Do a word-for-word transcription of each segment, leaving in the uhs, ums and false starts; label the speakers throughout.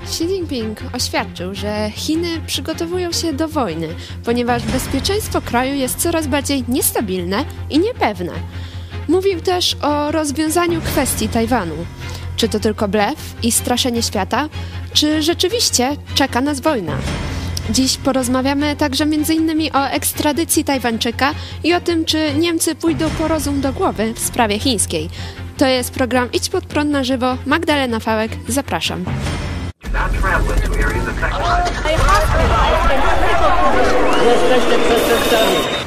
Speaker 1: Xi Jinping oświadczył, że Chiny przygotowują się do wojny, ponieważ bezpieczeństwo kraju jest coraz bardziej niestabilne i niepewne. Mówił też o rozwiązaniu kwestii Tajwanu. Czy to tylko blef i straszenie świata, czy rzeczywiście czeka nas wojna? Dziś porozmawiamy także między innymi o ekstradycji Tajwańczyka i o tym, czy Niemcy pójdą po rozum do głowy w sprawie chińskiej. To jest program Idź pod prąd na żywo. Magdalena Fałek, zapraszam.
Speaker 2: Jesteście przestępcami.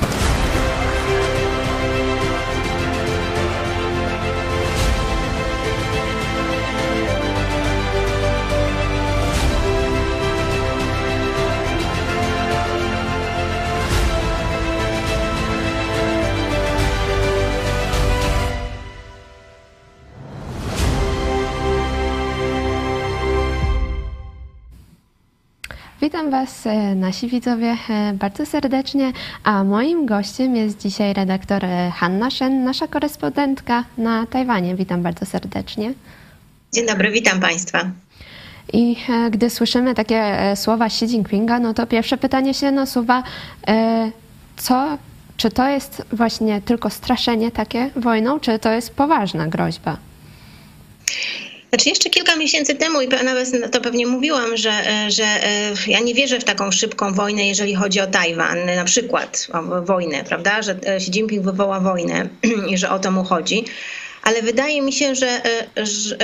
Speaker 1: Witam Was, nasi widzowie, bardzo serdecznie, a moim gościem jest dzisiaj redaktor Hanna Shen, nasza korespondentka na Tajwanie. Witam bardzo serdecznie.
Speaker 3: Dzień dobry, witam Państwa.
Speaker 1: I gdy słyszymy takie słowa Xi Jinpinga, no to pierwsze pytanie się nasuwa, co, czy to jest właśnie tylko straszenie takie wojną, czy to jest poważna groźba?
Speaker 3: Znaczy jeszcze kilka miesięcy temu, i nawet to pewnie mówiłam, że, że ja nie wierzę w taką szybką wojnę, jeżeli chodzi o Tajwan, na przykład o wojnę, prawda, że Xi Jinping wywoła wojnę i że o to mu chodzi, ale wydaje mi się, że, że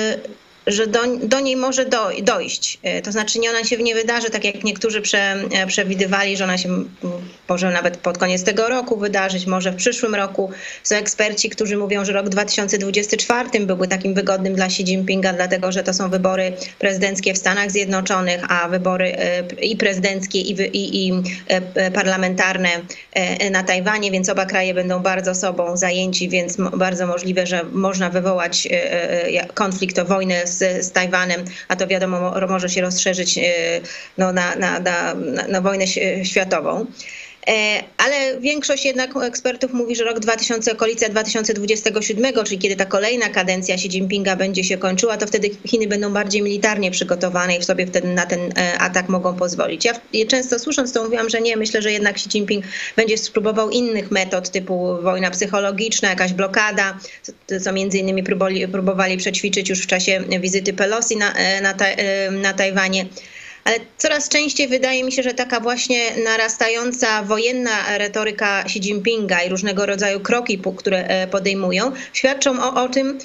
Speaker 3: że do, do niej może do, dojść. To znaczy nie, ona się nie wydarzy tak, jak niektórzy prze, przewidywali, że ona się może nawet pod koniec tego roku wydarzyć, może w przyszłym roku. Są eksperci, którzy mówią, że rok dwa tysiące dwudziesty czwarty byłby takim wygodnym dla Xi Jinpinga, dlatego że to są wybory prezydenckie w Stanach Zjednoczonych, a wybory i prezydenckie, i, i, i parlamentarne na Tajwanie, więc oba kraje będą bardzo sobą zajęci, więc bardzo możliwe, że można wywołać konflikt o wojnę z Z, z Tajwanem, a to wiadomo może się rozszerzyć no, na, na, na, na wojnę światową. Ale większość jednak ekspertów mówi, że rok dwa tysiące, okolica dwa tysiące dwudziestego siódmego, czyli kiedy ta kolejna kadencja Xi Jinpinga będzie się kończyła, to wtedy Chiny będą bardziej militarnie przygotowane i sobie wtedy na ten atak mogą pozwolić. Ja często słysząc to mówiłam, że nie, myślę, że jednak Xi Jinping będzie spróbował innych metod typu wojna psychologiczna, jakaś blokada, co między innymi próbowali, próbowali przećwiczyć już w czasie wizyty Pelosi na, na, na Tajwanie. Ale coraz częściej wydaje mi się, że taka właśnie narastająca wojenna retoryka Xi Jinpinga i różnego rodzaju kroki, które podejmują, świadczą o, o tym,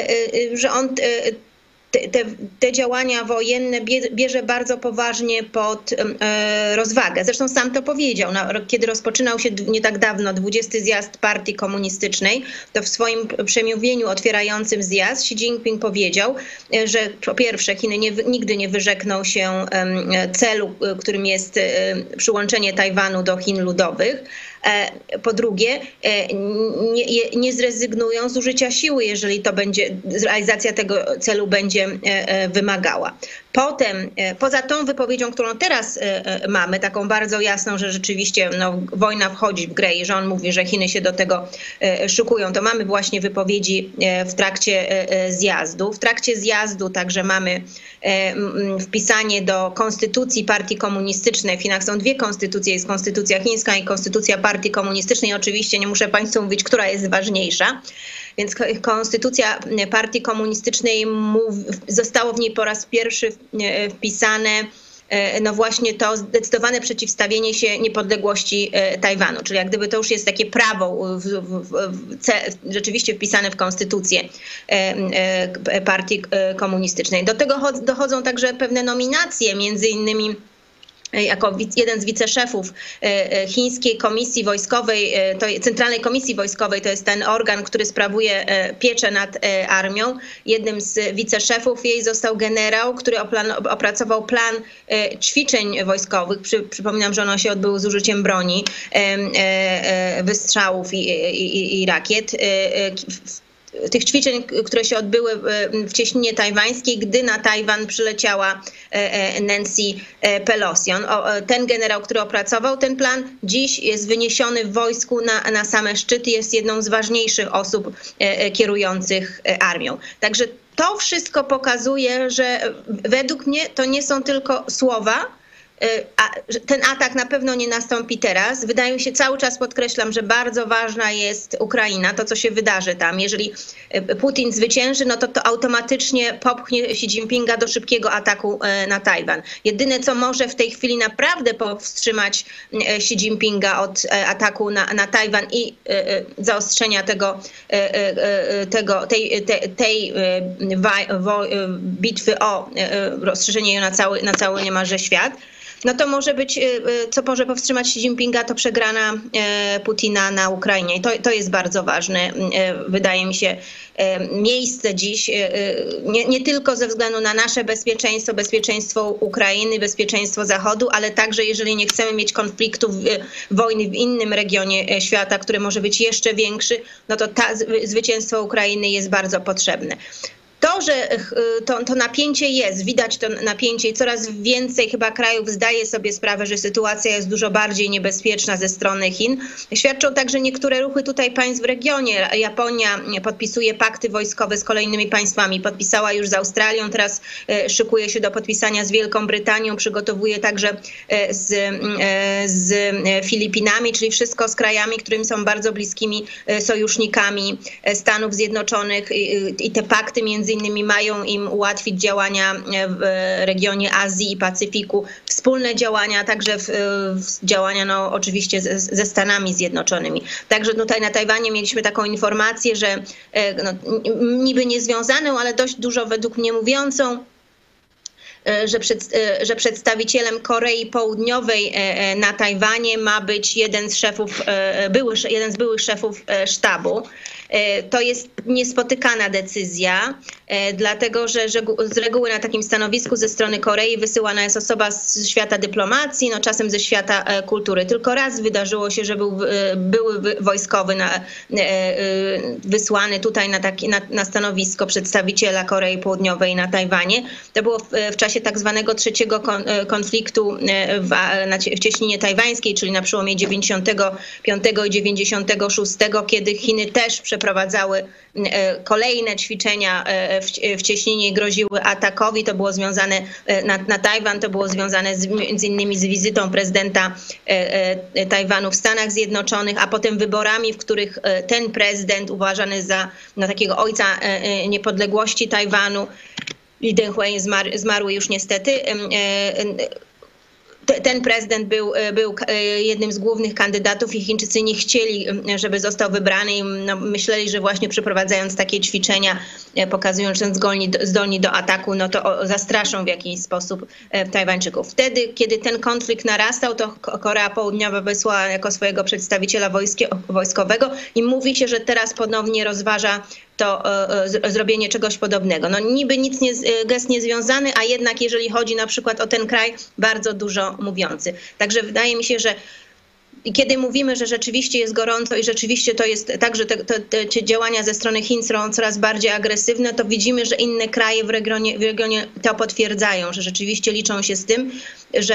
Speaker 3: że on te, te, te działania wojenne bierze bardzo poważnie pod rozwagę. Zresztą sam to powiedział. Kiedy rozpoczynał się nie tak dawno dwudziesty zjazd Partii Komunistycznej, to w swoim przemówieniu otwierającym zjazd Xi Jinping powiedział, że po pierwsze Chiny nie, nigdy nie wyrzekną się celu, którym jest przyłączenie Tajwanu do Chin Ludowych. Po drugie, nie, nie zrezygnują z użycia siły, jeżeli to będzie, realizacja tego celu będzie wymagała. Potem, poza tą wypowiedzią, którą teraz mamy, taką bardzo jasną, że rzeczywiście no, wojna wchodzi w grę i że on mówi, że Chiny się do tego szykują, to mamy właśnie wypowiedzi w trakcie zjazdu. W trakcie zjazdu także mamy wpisanie do konstytucji Partii Komunistycznej. W Chinach są dwie konstytucje, jest konstytucja chińska i konstytucja Partii Komunistycznej. Oczywiście nie muszę Państwu mówić, która jest ważniejsza. Więc konstytucja Partii Komunistycznej zostało w niej po raz pierwszy wpisane no właśnie to zdecydowane przeciwstawienie się niepodległości Tajwanu. Czyli jak gdyby to już jest takie prawo w, w, w, rzeczywiście wpisane w konstytucję Partii Komunistycznej. Do tego dochodzą także pewne nominacje, między innymi jako jeden z wiceszefów chińskiej komisji wojskowej, to Centralnej Komisji Wojskowej, to jest ten organ, który sprawuje pieczę nad armią. Jednym z wiceszefów jej został generał, który opracował plan ćwiczeń wojskowych. Przy, przypominam, że one się odbyły z użyciem broni, wystrzałów i, i, i rakiet. Tych ćwiczeń, które się odbyły w cieśninie tajwańskiej, gdy na Tajwan przyleciała Nancy Pelosi. On, ten generał, który opracował ten plan, dziś jest wyniesiony w wojsku na, na same szczyty, jest jedną z ważniejszych osób kierujących armią. Także to wszystko pokazuje, że według mnie to nie są tylko słowa, a ten atak na pewno nie nastąpi teraz. Wydaje mi się, cały czas podkreślam, że bardzo ważna jest Ukraina, to co się wydarzy tam. Jeżeli Putin zwycięży, no to to automatycznie popchnie Xi Jinpinga do szybkiego ataku na Tajwan. Jedyne co może w tej chwili naprawdę powstrzymać Xi Jinpinga od ataku na, na Tajwan i zaostrzenia tego, tego, tej, tej, tej bitwy o rozszerzenie jej na cały, na cały niemalże świat, no to może być, co może powstrzymać Xi Jinpinga, to przegrana Putina na Ukrainie. I to, to jest bardzo ważne, wydaje mi się, miejsce dziś, nie, nie tylko ze względu na nasze bezpieczeństwo, bezpieczeństwo Ukrainy, bezpieczeństwo Zachodu, ale także jeżeli nie chcemy mieć konfliktów, wojny w innym regionie świata, który może być jeszcze większy, no to ta, zwycięstwo Ukrainy jest bardzo potrzebne. To, że to, to napięcie jest, widać to napięcie i coraz więcej chyba krajów zdaje sobie sprawę, że sytuacja jest dużo bardziej niebezpieczna ze strony Chin. Świadczą także niektóre ruchy tutaj państw w regionie. Japonia podpisuje pakty wojskowe z kolejnymi państwami. Podpisała już z Australią, teraz szykuje się do podpisania z Wielką Brytanią, przygotowuje także z, z Filipinami, czyli wszystko z krajami, którym są bardzo bliskimi sojusznikami Stanów Zjednoczonych i te pakty między Między innymi mają im ułatwić działania w regionie Azji i Pacyfiku, wspólne działania, także w, w działania no, oczywiście ze, ze Stanami Zjednoczonymi. Także tutaj na Tajwanie mieliśmy taką informację, że no, niby niezwiązaną, ale dość dużo według mnie mówiącą, Że, przed, że przedstawicielem Korei Południowej na Tajwanie ma być jeden z szefów, były, jeden z byłych szefów sztabu. To jest niespotykana decyzja, dlatego że z reguły na takim stanowisku ze strony Korei wysyłana jest osoba z świata dyplomacji, no czasem ze świata kultury. Tylko raz wydarzyło się, że był były wojskowy na, wysłany tutaj na, taki, na, na stanowisko przedstawiciela Korei Południowej na Tajwanie. To było w, w czasie tak zwanego trzeciego konfliktu w, na, w cieśninie tajwańskiej, czyli na przełomie dziewięćdziesiątego piątego i dziewięćdziesiątego szóstego, kiedy Chiny też przeprowadzały kolejne ćwiczenia w, w cieśninie i groziły atakowi. To było związane na, na Tajwan, to było związane z, między innymi z wizytą prezydenta Tajwanu w Stanach Zjednoczonych, a potem wyborami, w których ten prezydent uważany za no, takiego ojca niepodległości Tajwanu, Li Denghui, zmarł, zmarły już niestety. Ten prezydent był, był jednym z głównych kandydatów i Chińczycy nie chcieli, żeby został wybrany i no, myśleli, że właśnie przeprowadzając takie ćwiczenia, pokazując, że zdolni, zdolni do ataku, no to zastraszą w jakiś sposób Tajwańczyków. Wtedy, kiedy ten konflikt narastał, to Korea Południowa wysłała jako swojego przedstawiciela wojskowego i mówi się, że teraz ponownie rozważa to zrobienie czegoś podobnego. No niby nic nie, gest niezwiązany, a jednak jeżeli chodzi na przykład o ten kraj, bardzo dużo mówiący. Także wydaje mi się, że kiedy mówimy, że rzeczywiście jest gorąco i rzeczywiście to jest tak, że te, te, te działania ze strony Chin są coraz bardziej agresywne, to widzimy, że inne kraje w regionie, w regionie to potwierdzają, że rzeczywiście liczą się z tym, że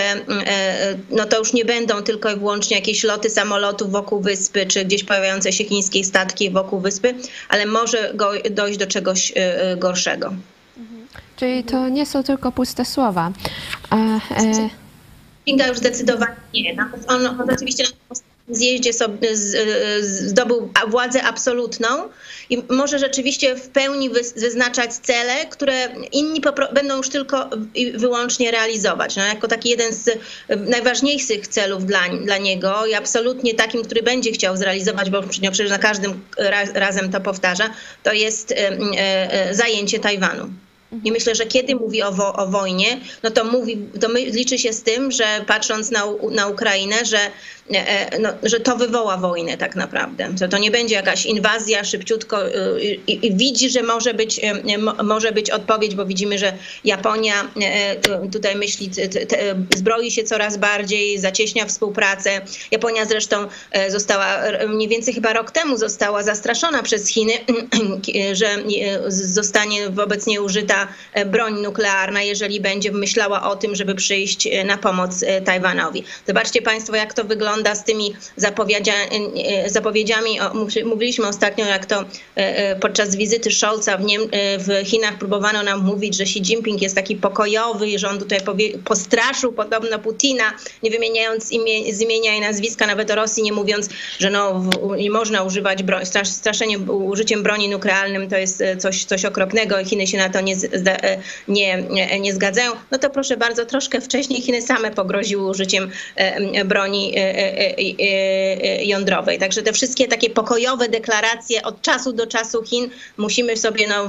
Speaker 3: no to już nie będą tylko i wyłącznie jakieś loty samolotów wokół wyspy, czy gdzieś pojawiające się chińskie statki wokół wyspy, ale może go, dojść do czegoś gorszego.
Speaker 1: Czyli to nie są tylko puste słowa. A, e...
Speaker 3: Jinpinga już zdecydowanie nie. On, on oczywiście na zjeździe sobie zdobył władzę absolutną i może rzeczywiście w pełni wyznaczać cele, które inni będą już tylko i wyłącznie realizować. No, jako taki jeden z najważniejszych celów dla, dla niego i absolutnie takim, który będzie chciał zrealizować, bo przecież na każdym razem to powtarza, to jest zajęcie Tajwanu. I myślę, że kiedy mówi o, wo, o wojnie, no to mówi, to my, liczy się z tym, że patrząc na, na Ukrainę, że, no, że to wywoła wojnę tak naprawdę. Że to nie będzie jakaś inwazja szybciutko i, i widzi, że może być, może być odpowiedź, bo widzimy, że Japonia tutaj myśli, zbroi się coraz bardziej, zacieśnia współpracę. Japonia zresztą została, mniej więcej chyba rok temu została zastraszona przez Chiny, że zostanie wobec niej użyta broń nuklearna, jeżeli będzie myślała o tym, żeby przyjść na pomoc Tajwanowi. Zobaczcie Państwo, jak to wygląda wygląda z tymi zapowiedziami. zapowiedziami. Mówiliśmy ostatnio, jak to podczas wizyty Scholza w, Niem- w Chinach próbowano nam mówić, że Xi Jinping jest taki pokojowy i że on tutaj powie- postraszył podobno Putina, nie wymieniając imię- z imienia i nazwiska, nawet o Rosji nie mówiąc, że no, w- nie można używać bro- strasz- straszenie użyciem broni nuklearnym to jest coś, coś okropnego i Chiny się na to nie, zda- nie, nie, nie zgadzają. No to proszę bardzo, troszkę wcześniej Chiny same pogroziły użyciem broni jądrowej. Także te wszystkie takie pokojowe deklaracje od czasu do czasu Chin musimy sobie no,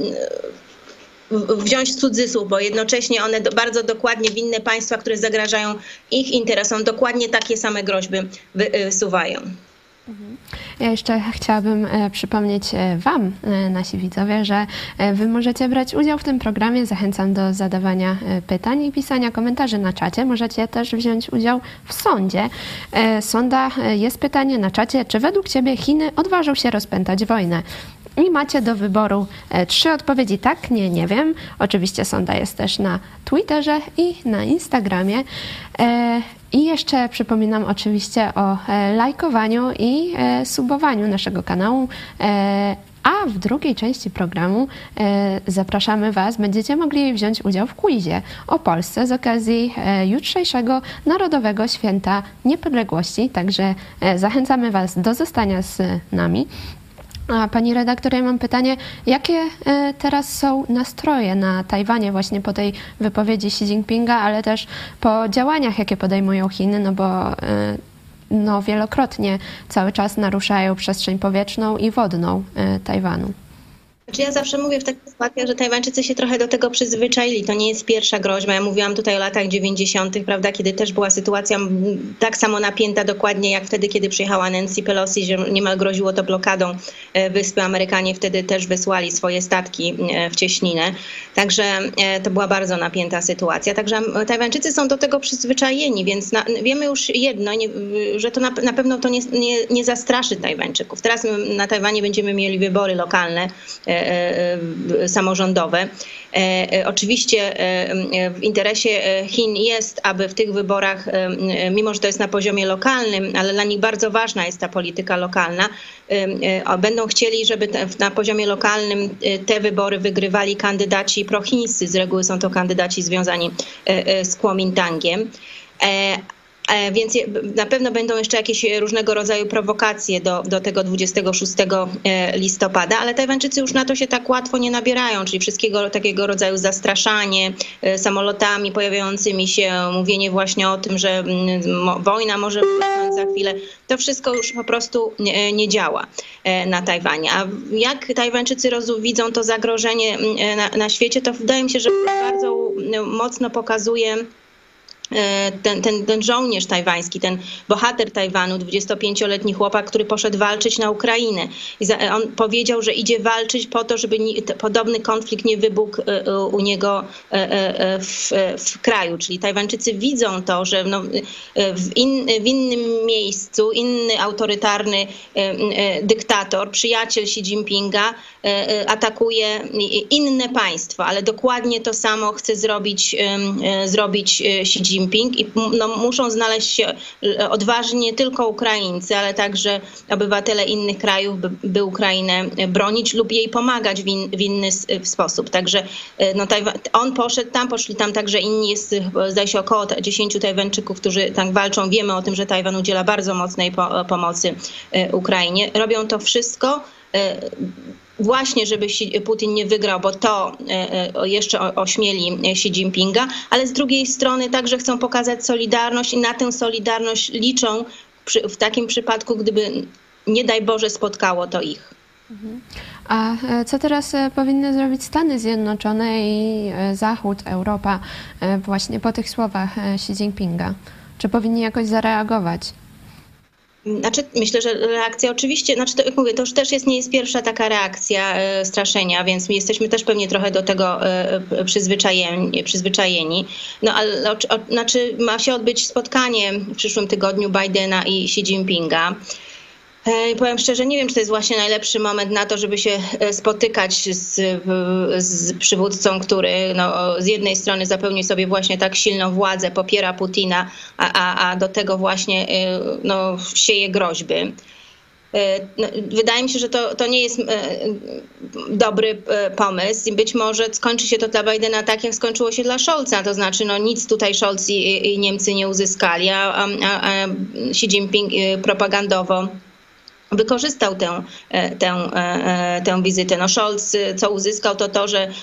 Speaker 3: wziąć w cudzysłów, bo jednocześnie one do, bardzo dokładnie w inne państwa, które zagrażają ich interesom, dokładnie takie same groźby wysuwają.
Speaker 1: Ja jeszcze chciałabym przypomnieć Wam, nasi widzowie, że Wy możecie brać udział w tym programie. Zachęcam do zadawania pytań i pisania komentarzy na czacie. Możecie też wziąć udział w sądzie. Sonda, jest pytanie na czacie, czy według Ciebie Chiny odważą się rozpętać wojnę? I macie do wyboru trzy odpowiedzi. Tak, nie, nie wiem. Oczywiście sonda jest też na Twitterze i na Instagramie. I jeszcze przypominam oczywiście o lajkowaniu i subowaniu naszego kanału. A w drugiej części programu zapraszamy Was, będziecie mogli wziąć udział w quizie o Polsce z okazji jutrzejszego Narodowego Święta Niepodległości. Także zachęcamy Was do zostania z nami. A pani redaktor, ja mam pytanie, jakie teraz są nastroje na Tajwanie właśnie po tej wypowiedzi Xi Jinpinga, ale też po działaniach, jakie podejmują Chiny, no bo no, wielokrotnie cały czas naruszają przestrzeń powietrzną i wodną Tajwanu.
Speaker 3: Znaczy ja zawsze mówię w takich sytuacjach, że Tajwańczycy się trochę do tego przyzwyczaili. To nie jest pierwsza groźba. Ja mówiłam tutaj o latach dziewięćdziesiątych, prawda, kiedy też była sytuacja tak samo napięta dokładnie jak wtedy, kiedy przyjechała Nancy Pelosi, że niemal groziło to blokadą wyspy. Amerykanie wtedy też wysłali swoje statki w cieśninę. Także to była bardzo napięta sytuacja. Także Tajwańczycy są do tego przyzwyczajeni, więc na, wiemy już jedno, nie, że to na, na pewno to nie, nie, nie zastraszy Tajwańczyków. Teraz my na Tajwanie będziemy mieli wybory lokalne, samorządowe. Oczywiście w interesie Chin jest, aby w tych wyborach, mimo że to jest na poziomie lokalnym, ale dla nich bardzo ważna jest ta polityka lokalna, będą chcieli, żeby na poziomie lokalnym te wybory wygrywali kandydaci prochińscy. Z reguły są to kandydaci związani z Kuomintangiem. Więc na pewno będą jeszcze jakieś różnego rodzaju prowokacje do, do tego dwudziestego szóstego listopada, ale Tajwańczycy już na to się tak łatwo nie nabierają, czyli wszystkiego takiego rodzaju zastraszanie samolotami pojawiającymi się, mówienie właśnie o tym, że wojna może wybuchnąć za chwilę. To wszystko już po prostu nie, nie działa na Tajwanie. A jak Tajwańczycy widzą to zagrożenie na, na świecie, to wydaje mi się, że bardzo mocno pokazuje Ten, ten, ten żołnierz tajwański, ten bohater Tajwanu, dwudziestopięcioletni chłopak, który poszedł walczyć na Ukrainę. I za, on powiedział, że idzie walczyć po to, żeby ni, podobny konflikt nie wybuchł u niego w, w kraju. Czyli Tajwańczycy widzą to, że no, w, in, w innym miejscu inny autorytarny dyktator, przyjaciel Xi Jinpinga atakuje inne państwo, ale dokładnie to samo chce zrobić, zrobić Xi Jinping. I no, muszą znaleźć się odważni nie tylko Ukraińcy, ale także obywatele innych krajów, by, by Ukrainę bronić lub jej pomagać w, in, w inny sposób. Także no, on poszedł tam, poszli tam także inni. Jest, zdaje się, około dziesięciu Tajwańczyków, którzy tam walczą. Wiemy o tym, że Tajwan udziela bardzo mocnej po, pomocy Ukrainie. Robią to wszystko właśnie, żeby Putin nie wygrał, bo to jeszcze ośmieli Xi Jinpinga, ale z drugiej strony także chcą pokazać solidarność i na tę solidarność liczą w takim przypadku, gdyby nie daj Boże spotkało to ich.
Speaker 1: A co teraz powinny zrobić Stany Zjednoczone i Zachód, Europa właśnie po tych słowach Xi Jinpinga? Czy powinni jakoś zareagować?
Speaker 3: Znaczy, myślę, że reakcja oczywiście, znaczy to, jak mówię, to już też jest, nie jest pierwsza taka reakcja e, straszenia, więc my jesteśmy też pewnie trochę do tego e, przyzwyczajeni, przyzwyczajeni. No ale o, o, znaczy ma się odbyć spotkanie w przyszłym tygodniu Bidena i Xi Jinpinga. Powiem szczerze, nie wiem, czy to jest właśnie najlepszy moment na to, żeby się spotykać z, z przywódcą, który no, z jednej strony zapewni sobie właśnie tak silną władzę, popiera Putina, a, a, a do tego właśnie no, sieje groźby. No, wydaje mi się, że to, to nie jest dobry pomysł i być może skończy się to dla Bidena tak, jak skończyło się dla Scholza. To znaczy no, nic tutaj Scholz i, i Niemcy nie uzyskali, a, a, a Xi Jinping propagandowo wykorzystał tę, tę, tę wizytę. No Scholz co uzyskał, to to, że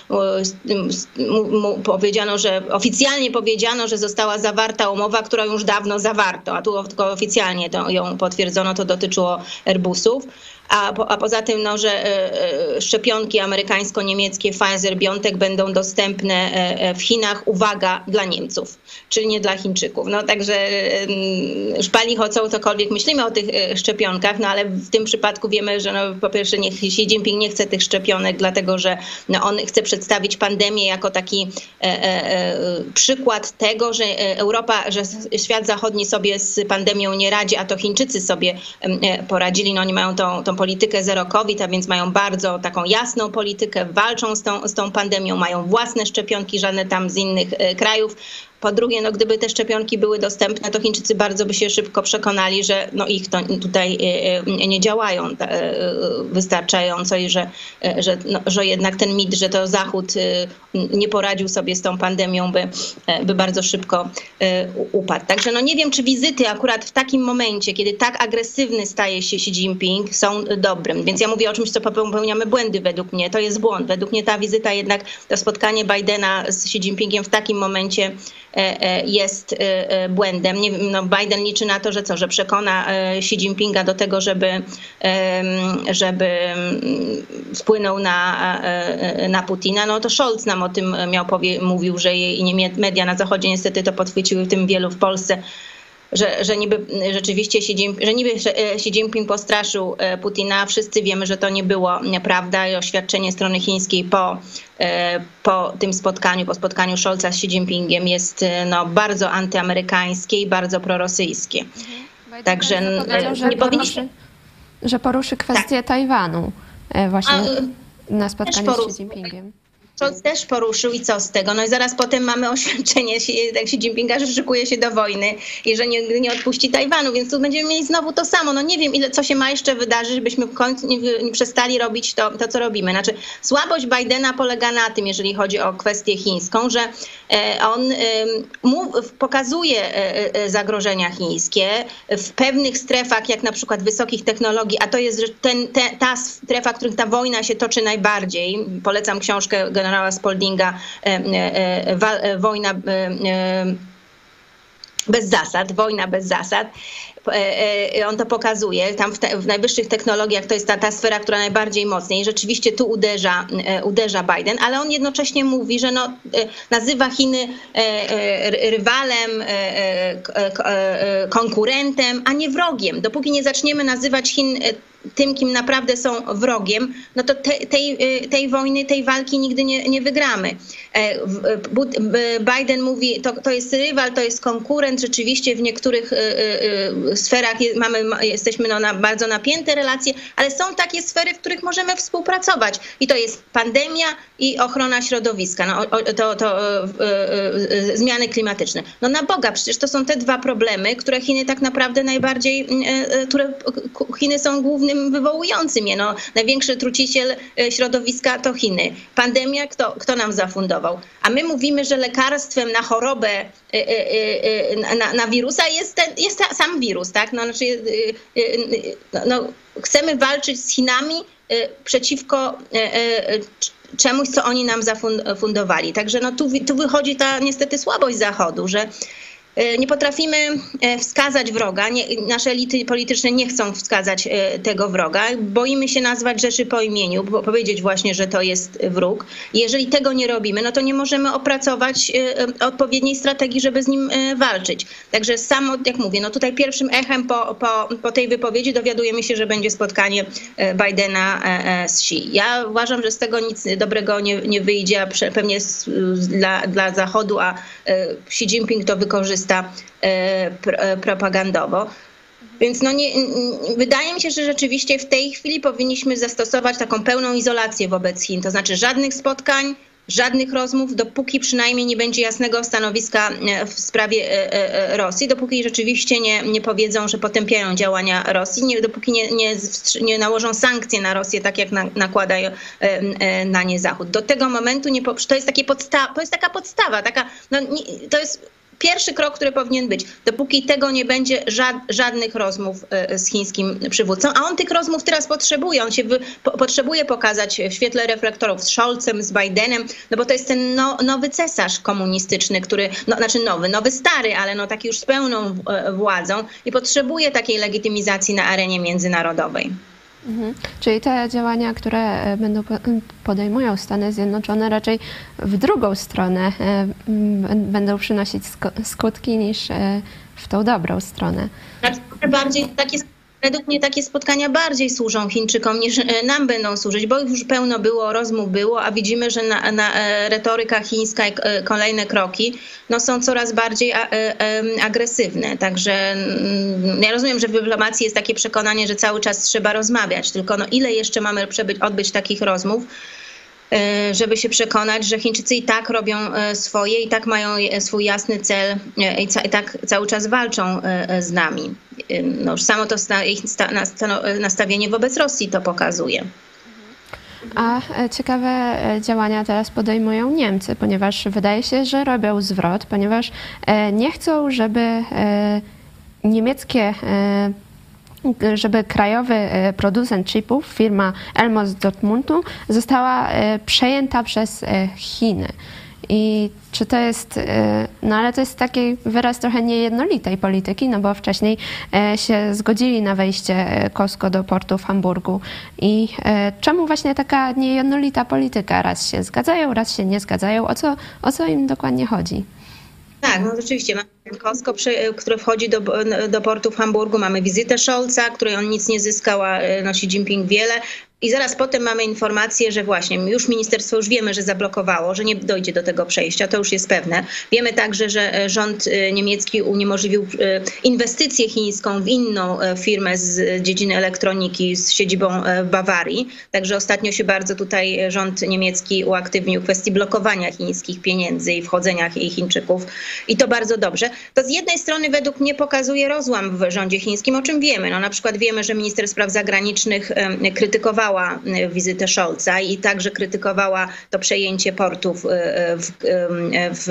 Speaker 3: mu powiedziano, że oficjalnie powiedziano, że została zawarta umowa, którą już dawno zawarto, a tu tylko oficjalnie to, ją potwierdzono, to dotyczyło Airbusów. A, po, a poza tym, no, że szczepionki amerykańsko-niemieckie Pfizer-BioNTech będą dostępne w Chinach, uwaga, dla Niemców, czyli nie dla Chińczyków. No także szpali chodzą, cokolwiek myślimy o tych szczepionkach, no ale w tym przypadku wiemy, że no, po pierwsze niech Xi Jinping nie chce tych szczepionek, dlatego że no, on chce przedstawić pandemię jako taki e, e, przykład tego, że Europa, że świat zachodni sobie z pandemią nie radzi, a to Chińczycy sobie e, poradzili. No oni mają tą, tą politykę zero COVID, a więc mają bardzo taką jasną politykę, walczą z tą, z tą pandemią, mają własne szczepionki, żadne tam z innych krajów. Po drugie, no, gdyby te szczepionki były dostępne, to Chińczycy bardzo by się szybko przekonali, że no, ich to tutaj nie działają wystarczająco i że, że, no, że jednak ten mit, że to Zachód nie poradził sobie z tą pandemią, by, by bardzo szybko upadł. Także no, nie wiem, czy wizyty akurat w takim momencie, kiedy tak agresywny staje się Xi Jinping, są dobrym. Więc ja mówię o czymś, co popełniamy błędy według mnie. To jest błąd. Według mnie ta wizyta jednak, to spotkanie Bidena z Xi Jinpingiem w takim momencie jest błędem. Nie wiem, no Biden liczy na to, że co, że przekona Xi Jinpinga do tego, żeby, żeby wpłynął na, na Putina. No to Scholz nam o tym miał powie, mówił, że i media na Zachodzie niestety to podchwyciły, w tym wielu w Polsce, że, że niby rzeczywiście Xi Jinping, że niby Xi Jinping postraszył Putina. Wszyscy wiemy, że to nie było prawda i oświadczenie strony chińskiej po, po tym spotkaniu, po spotkaniu Scholza z Xi Jinpingiem jest no, bardzo antyamerykańskie i bardzo prorosyjskie. Mhm. Także
Speaker 1: powiedział, że,
Speaker 3: nie powinniśmy...
Speaker 1: że poruszy kwestię tak. Tajwanu właśnie
Speaker 3: A,
Speaker 1: na spotkaniu z Xi Jinpingiem.
Speaker 3: Scholz też poruszył i co z tego? No i zaraz potem mamy oświadczenie Xi Jinpinga, że szykuje się do wojny i że nie, nie odpuści Tajwanu, więc tu będziemy mieli znowu to samo. No nie wiem, ile, co się ma jeszcze wydarzyć, żebyśmy w końcu nie, nie przestali robić to, to, co robimy. Znaczy słabość Bidena polega na tym, jeżeli chodzi o kwestię chińską, że on mu pokazuje zagrożenia chińskie w pewnych strefach, jak na przykład wysokich technologii, a to jest ten, te, ta strefa, w której ta wojna się toczy najbardziej. Polecam książkę generała Spaldinga Wojna bez zasad, wojna bez zasad. On to pokazuje. Tam w, te, w najwyższych technologiach to jest ta, ta sfera, która najbardziej mocniej. Rzeczywiście tu uderza, uderza Biden, ale on jednocześnie mówi, że no, nazywa Chiny rywalem, konkurentem, a nie wrogiem. Dopóki nie zaczniemy nazywać Chin tym, kim naprawdę są wrogiem, no to te, tej, tej wojny, tej walki nigdy nie, nie wygramy. Biden mówi, to, to jest rywal, to jest konkurent. Rzeczywiście w niektórych sferach mamy, jesteśmy no na bardzo napięte relacje, ale są takie sfery, w których możemy współpracować. I to jest pandemia i ochrona środowiska, no, to, to zmiany klimatyczne. No na Boga, przecież to są te dwa problemy, które Chiny tak naprawdę najbardziej, które Chiny są głównym wywołującym je. No, największy truciciel środowiska to Chiny. Pandemia, kto, kto nam zafundował? A my mówimy, że lekarstwem na chorobę, na, na wirusa jest, ten, jest sam wirus, tak? No, znaczy, no, chcemy walczyć z Chinami przeciwko czemuś, co oni nam zafundowali. Także no, tu, tu wychodzi ta niestety słabość Zachodu, że nie potrafimy wskazać wroga, nie, nasze elity polityczne nie chcą wskazać tego wroga. Boimy się nazwać rzeczy po imieniu, bo powiedzieć właśnie, że to jest wróg. Jeżeli tego nie robimy, no to nie możemy opracować odpowiedniej strategii, żeby z nim walczyć. Także samo, jak mówię, no tutaj pierwszym echem po, po, po tej wypowiedzi dowiadujemy się, że będzie spotkanie Bidena z Xi. Ja uważam, że z tego nic dobrego nie, nie wyjdzie, a pewnie dla, dla Zachodu, a Xi Jinping to wykorzysta propagandowo. Więc no nie, wydaje mi się, że rzeczywiście w tej chwili powinniśmy zastosować taką pełną izolację wobec Chin, to znaczy żadnych spotkań, żadnych rozmów, dopóki przynajmniej nie będzie jasnego stanowiska w sprawie Rosji, dopóki rzeczywiście nie, nie powiedzą, że potępiają działania Rosji, nie, dopóki nie, nie, nie nałożą sankcje na Rosję, tak jak na, nakładają na nie Zachód. Do tego momentu nie, to jest takie podsta- to jest taka podstawa, taka, no, nie, to jest pierwszy krok, który powinien być. Dopóki tego nie będzie, żadnych rozmów z chińskim przywódcą, a on tych rozmów teraz potrzebuje. On się wy, po, potrzebuje pokazać w świetle reflektorów z Scholzem, z Bidenem, no bo to jest ten no, nowy cesarz komunistyczny, który, no, znaczy nowy, nowy stary, ale no taki już z pełną władzą i potrzebuje takiej legitymizacji na arenie międzynarodowej.
Speaker 1: Mhm. Czyli te działania, które będą podejmują Stany Zjednoczone, raczej w drugą stronę będą przynosić skutki niż w tą dobrą stronę.
Speaker 3: Bardziej takie, według mnie takie spotkania bardziej służą Chińczykom niż nam będą służyć, bo już pełno było, rozmów było, a widzimy, że na, na retoryka chińska i kolejne kroki no, są coraz bardziej a, a, agresywne. Także ja rozumiem, że w dyplomacji jest takie przekonanie, że cały czas trzeba rozmawiać, tylko no, ile jeszcze mamy przebyć, odbyć takich rozmów, żeby się przekonać, że Chińczycy i tak robią swoje, i tak mają swój jasny cel i, ca- i tak cały czas walczą z nami. No już samo to sta- ich sta- nastawienie wobec Rosji to pokazuje.
Speaker 1: A ciekawe działania teraz podejmują Niemcy, ponieważ wydaje się, że robią zwrot, ponieważ nie chcą, żeby niemieckie żeby krajowy producent chipów, firma Elmos z Dortmundu, została przejęta przez Chiny. I czy to jest, no ale to jest taki wyraz trochę niejednolitej polityki, no bo wcześniej się zgodzili na wejście Costco do portu w Hamburgu. I czemu właśnie taka niejednolita polityka? Raz się zgadzają, raz się nie zgadzają. O co, o co im dokładnie chodzi?
Speaker 3: Tak, no rzeczywiście mamy Costco, które wchodzi do, do portu w Hamburgu, mamy wizytę Scholza, której on nic nie zyskał, a no Xi Jinping wiele. I zaraz potem mamy informację, że właśnie już ministerstwo już wiemy, że zablokowało, że nie dojdzie do tego przejścia, to już jest pewne. Wiemy także, że rząd niemiecki uniemożliwił inwestycję chińską w inną firmę z dziedziny elektroniki z siedzibą w Bawarii. Także ostatnio się bardzo tutaj rząd niemiecki uaktywnił w kwestii blokowania chińskich pieniędzy i wchodzenia Chińczyków. I to bardzo dobrze. To z jednej strony według mnie pokazuje rozłam w rządzie chińskim, o czym wiemy. No, na przykład wiemy, że minister spraw zagranicznych krytykował wizytę Scholza i także krytykowała to przejęcie portów w, w,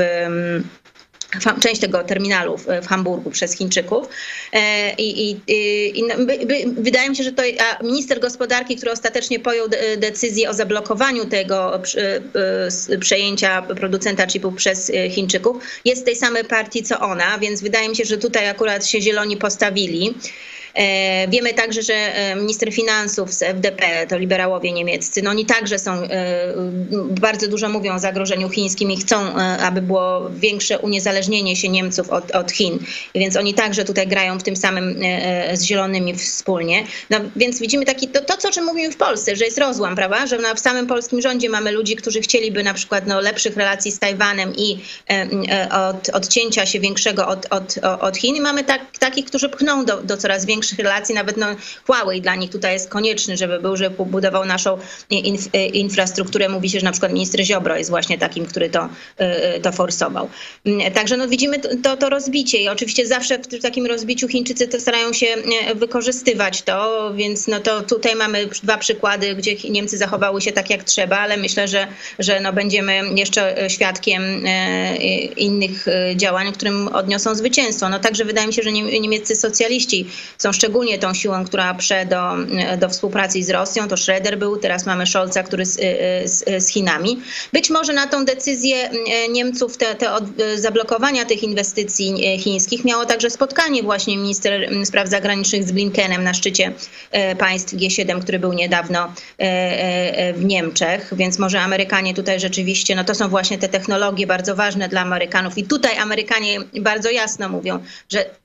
Speaker 3: w część tego terminalu w Hamburgu przez Chińczyków. I, i, i by, by, wydaje mi się, że to a minister gospodarki, który ostatecznie podjął decyzję o zablokowaniu tego przejęcia producenta chipów przez Chińczyków, jest z tej samej partii co ona, więc wydaje mi się, że tutaj akurat się zieloni postawili. Wiemy także, że minister finansów z F D P, to liberałowie niemieccy, no oni także są, bardzo dużo mówią o zagrożeniu chińskim i chcą, aby było większe uniezależnienie się Niemców od, od Chin. Więc oni także tutaj grają w tym samym z zielonymi wspólnie. No więc widzimy taki, to, to o czym mówimy w Polsce, że jest rozłam, prawda? Że na, w samym polskim rządzie mamy ludzi, którzy chcieliby na przykład no, lepszych relacji z Tajwanem i od, odcięcia się większego od, od, od Chin. I mamy tak, takich, którzy pchną do, do coraz większych relacji, nawet no, Huawei dla nich tutaj jest konieczny, żeby był, żeby budował naszą inf, infrastrukturę. Mówi się, że na przykład minister Ziobro jest właśnie takim, który to, to forsował. Także no, widzimy to, to rozbicie i oczywiście zawsze w takim rozbiciu Chińczycy to starają się wykorzystywać to, więc no to tutaj mamy dwa przykłady, gdzie Niemcy zachowały się tak jak trzeba, ale myślę, że, że no będziemy jeszcze świadkiem innych działań, którym odniosą zwycięstwo. No także wydaje mi się, że niemieccy socjaliści są szczególnie tą siłą, która prze do, do współpracy z Rosją. To Schröder był, teraz mamy Scholza, który z, z, z Chinami. Być może na tą decyzję Niemców, te, te od, zablokowania tych inwestycji chińskich miało także spotkanie właśnie minister spraw zagranicznych z Blinkenem na szczycie państw G siedem, który był niedawno w Niemczech, więc może Amerykanie tutaj rzeczywiście, no to są właśnie te technologie bardzo ważne dla Amerykanów i tutaj Amerykanie bardzo jasno mówią, że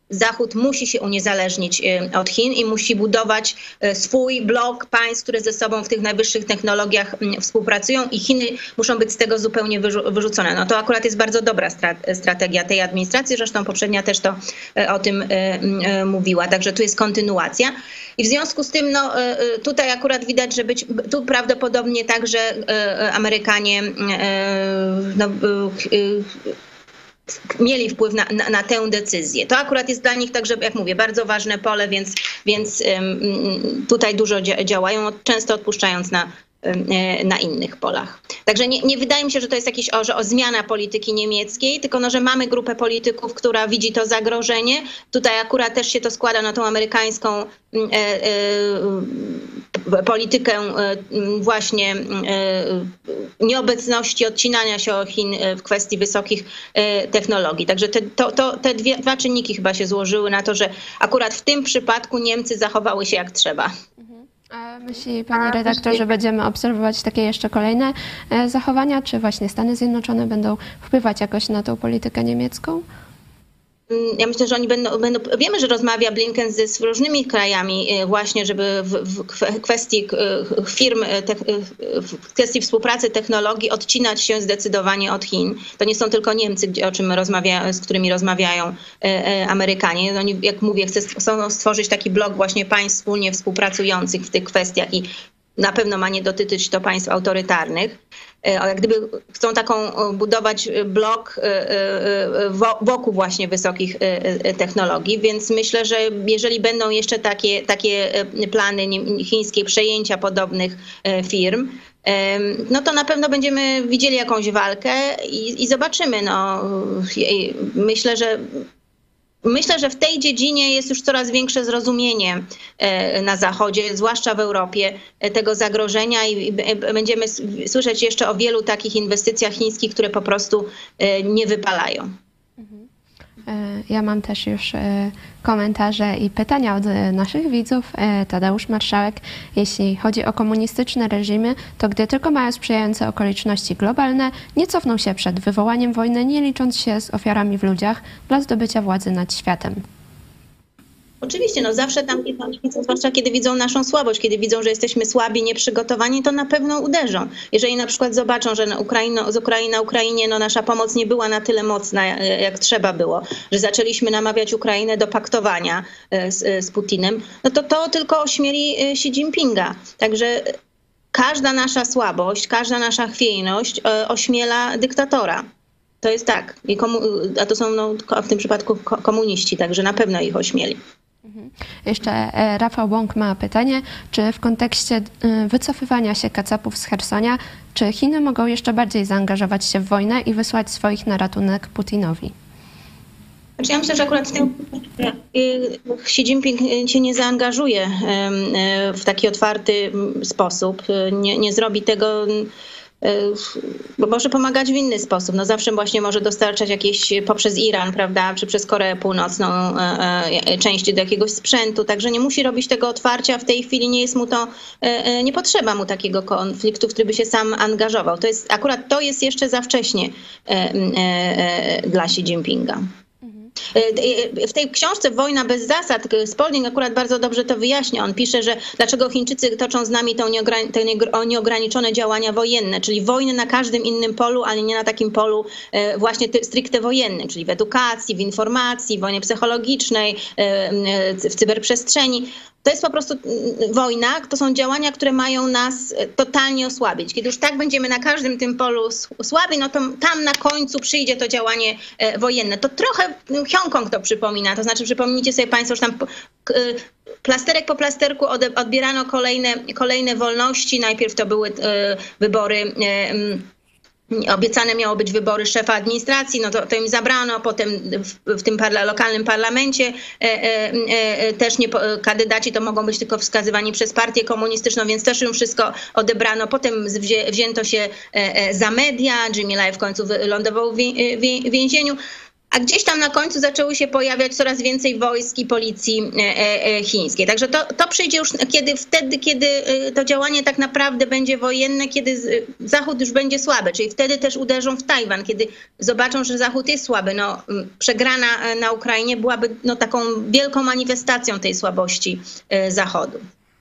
Speaker 3: Zachód musi się uniezależnić od Chin i musi budować swój blok państw, które ze sobą w tych najwyższych technologiach współpracują i Chiny muszą być z tego zupełnie wyrzucone. No to akurat jest bardzo dobra strategia tej administracji, zresztą poprzednia też to o tym mówiła, także tu jest kontynuacja. I w związku z tym no, tutaj akurat widać, że być, tu prawdopodobnie także Amerykanie no, mieli wpływ na, na, na tę decyzję. To akurat jest dla nich także, jak mówię, bardzo ważne pole, więc, więc tutaj dużo działają, często odpuszczając na, na innych polach. Także nie, nie wydaje mi się, że to jest jakieś o, że o zmiana polityki niemieckiej, tylko no, że mamy grupę polityków, która widzi to zagrożenie. Tutaj akurat też się to składa na tą amerykańską e, e, politykę e, właśnie e, nieobecności, odcinania się od Chin w kwestii wysokich e, technologii. Także te, to, to, te dwie, dwa czynniki chyba się złożyły na to, że akurat w tym przypadku Niemcy zachowały się jak trzeba.
Speaker 1: A myśli pani redaktor, że będziemy obserwować takie jeszcze kolejne zachowania, czy właśnie Stany Zjednoczone będą wpływać jakoś na tą politykę niemiecką?
Speaker 3: Ja myślę, że oni będą, będą wiemy, że rozmawia Blinken z, z różnymi krajami właśnie, żeby w, w kwestii firm, te, w kwestii współpracy technologii odcinać się zdecydowanie od Chin. To nie są tylko Niemcy, o czym rozmawia, z którymi rozmawiają Amerykanie. Oni, jak mówię, chcą stworzyć taki blok właśnie państw wspólnie współpracujących w tych kwestiach i na pewno ma nie dotyczyć to państw autorytarnych. Jak gdyby chcą taką budować blok wokół właśnie wysokich technologii, więc myślę, że jeżeli będą jeszcze takie, takie plany chińskie przejęcia podobnych firm, no to na pewno będziemy widzieli jakąś walkę i, i zobaczymy. No, myślę, że Myślę, że w tej dziedzinie jest już coraz większe zrozumienie na Zachodzie, zwłaszcza w Europie, tego zagrożenia i będziemy słyszeć jeszcze o wielu takich inwestycjach chińskich, które po prostu nie wypalają.
Speaker 1: Ja mam też już komentarze i pytania od naszych widzów. Tadeusz Marszałek, jeśli chodzi o komunistyczne reżimy, to gdy tylko mają sprzyjające okoliczności globalne, nie cofną się przed wywołaniem wojny, nie licząc się z ofiarami w ludziach dla zdobycia władzy nad światem.
Speaker 3: Oczywiście, no zawsze tam, zwłaszcza kiedy widzą naszą słabość, kiedy widzą, że jesteśmy słabi, nieprzygotowani, to na pewno uderzą. Jeżeli na przykład zobaczą, że na Ukraino, z Ukrainy na Ukrainie no, nasza pomoc nie była na tyle mocna, jak trzeba było, że zaczęliśmy namawiać Ukrainę do paktowania z, z Putinem, no to to tylko ośmieli Xi Jinpinga. Także każda nasza słabość, każda nasza chwiejność ośmiela dyktatora. To jest tak. I komu, a to są no, w tym przypadku komuniści, także na pewno ich ośmieli.
Speaker 1: Jeszcze Rafał Bąk ma pytanie, czy w kontekście wycofywania się kacapów z Chersonia, czy Chiny mogą jeszcze bardziej zaangażować się w wojnę i wysłać swoich na ratunek Putinowi?
Speaker 3: Znaczy ja myślę, że akurat w tym Xi Jinping się nie zaangażuje w taki otwarty sposób, nie, nie zrobi tego, bo może pomagać w inny sposób. No zawsze właśnie może dostarczać jakieś poprzez Iran, prawda, czy przez Koreę Północną części do jakiegoś sprzętu, także nie musi robić tego otwarcia. W tej chwili nie jest mu to, nie potrzeba mu takiego konfliktu, w który by się sam angażował. To jest, akurat to jest jeszcze za wcześnie dla Xi Jinpinga. W tej książce Wojna bez zasad Spalding akurat bardzo dobrze to wyjaśnia. On pisze, że dlaczego Chińczycy toczą z nami te nieograniczone działania wojenne, czyli wojny na każdym innym polu, ale nie na takim polu właśnie stricte wojennym, czyli w edukacji, w informacji, w wojnie psychologicznej, w cyberprzestrzeni. To jest po prostu wojna, to są działania, które mają nas totalnie osłabić. Kiedy już tak będziemy na każdym tym polu słabi, no to tam na końcu przyjdzie to działanie wojenne. To trochę Hongkong to przypomina, to znaczy przypomnijcie sobie państwo, że tam plasterek po plasterku odbierano kolejne, kolejne wolności. Najpierw to były wybory, obiecane miało być wybory szefa administracji, no to, to im zabrano, potem w, w tym parla, lokalnym parlamencie e, e, też nie, kandydaci to mogą być tylko wskazywani przez partię komunistyczną, więc też im wszystko odebrano. Potem wzię, wzięto się e, za media, Jimmy Lai w końcu lądował w, w, w więzieniu. A gdzieś tam na końcu zaczęły się pojawiać coraz więcej wojsk i policji chińskiej. Także to, to przyjdzie już kiedy, wtedy, kiedy to działanie tak naprawdę będzie wojenne, kiedy Zachód już będzie słaby. Czyli wtedy też uderzą w Tajwan, kiedy zobaczą, że Zachód jest słaby. No, przegrana na Ukrainie byłaby no, taką wielką manifestacją tej słabości Zachodu.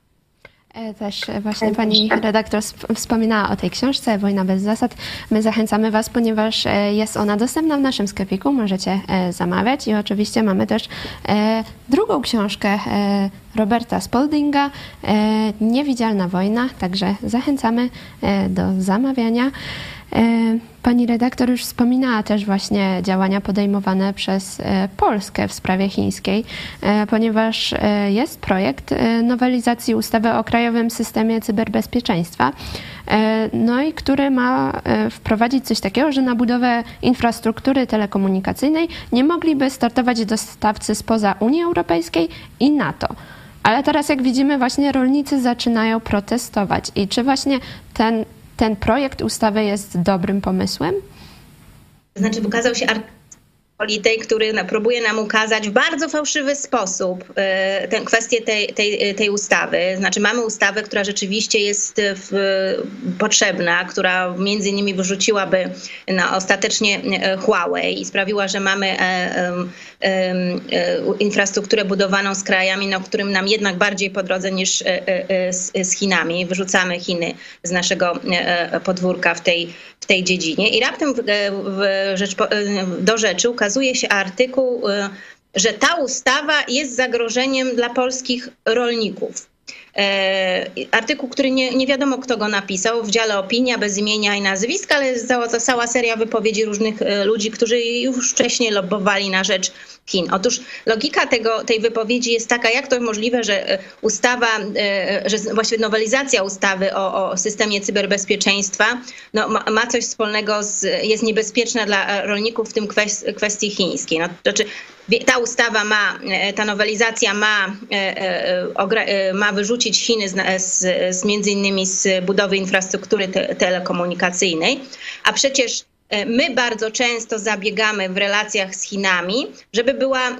Speaker 1: Też właśnie pani redaktor wspominała o tej książce Wojna bez zasad. My zachęcamy was, ponieważ jest ona dostępna w naszym sklepiku, możecie zamawiać i oczywiście mamy też drugą książkę Roberta Spaldinga, Niewidzialna wojna, także zachęcamy do zamawiania. Pani redaktor już wspominała też właśnie działania podejmowane przez Polskę w sprawie chińskiej, ponieważ jest projekt nowelizacji ustawy o krajowym systemie cyberbezpieczeństwa, no i który ma wprowadzić coś takiego, że na budowę infrastruktury telekomunikacyjnej nie mogliby startować dostawcy spoza Unii Europejskiej i NATO. Ale teraz, jak widzimy, właśnie rolnicy zaczynają protestować. I czy właśnie ten Ten projekt ustawy jest dobrym pomysłem?
Speaker 3: Znaczy, ukazał się artykuł Politej, który próbuje nam ukazać w bardzo fałszywy sposób tę kwestię tej, tej, tej ustawy. Znaczy, mamy ustawę, która rzeczywiście jest w, potrzebna, która między innymi wyrzuciłaby no, ostatecznie Huawei i sprawiła, że mamy e, e, e, infrastrukturę budowaną z krajami, no, którym nam jednak bardziej po drodze niż e, e, z, z Chinami. Wyrzucamy Chiny z naszego e, podwórka w tej, w tej dziedzinie. I raptem w, w rzecz, do rzeczy ukazuje się artykuł, że ta ustawa jest zagrożeniem dla polskich rolników. Artykuł, który nie, nie wiadomo kto go napisał, w dziale opinia, bez imienia i nazwiska, ale jest cała, cała seria wypowiedzi różnych ludzi, którzy już wcześniej lobbowali na rzecz Chin. Otóż logika tego, tej wypowiedzi jest taka, jak to możliwe, że ustawa, że właściwie nowelizacja ustawy o, o systemie cyberbezpieczeństwa no, ma, ma coś wspólnego z, jest niebezpieczna dla rolników, w tym kwestii, kwestii chińskiej. No, to znaczy, ta ustawa ma, ta nowelizacja ma, ma wyrzucić Chiny z, z, z między innymi z budowy infrastruktury te, telekomunikacyjnej, a przecież my bardzo często zabiegamy w relacjach z Chinami, żeby była,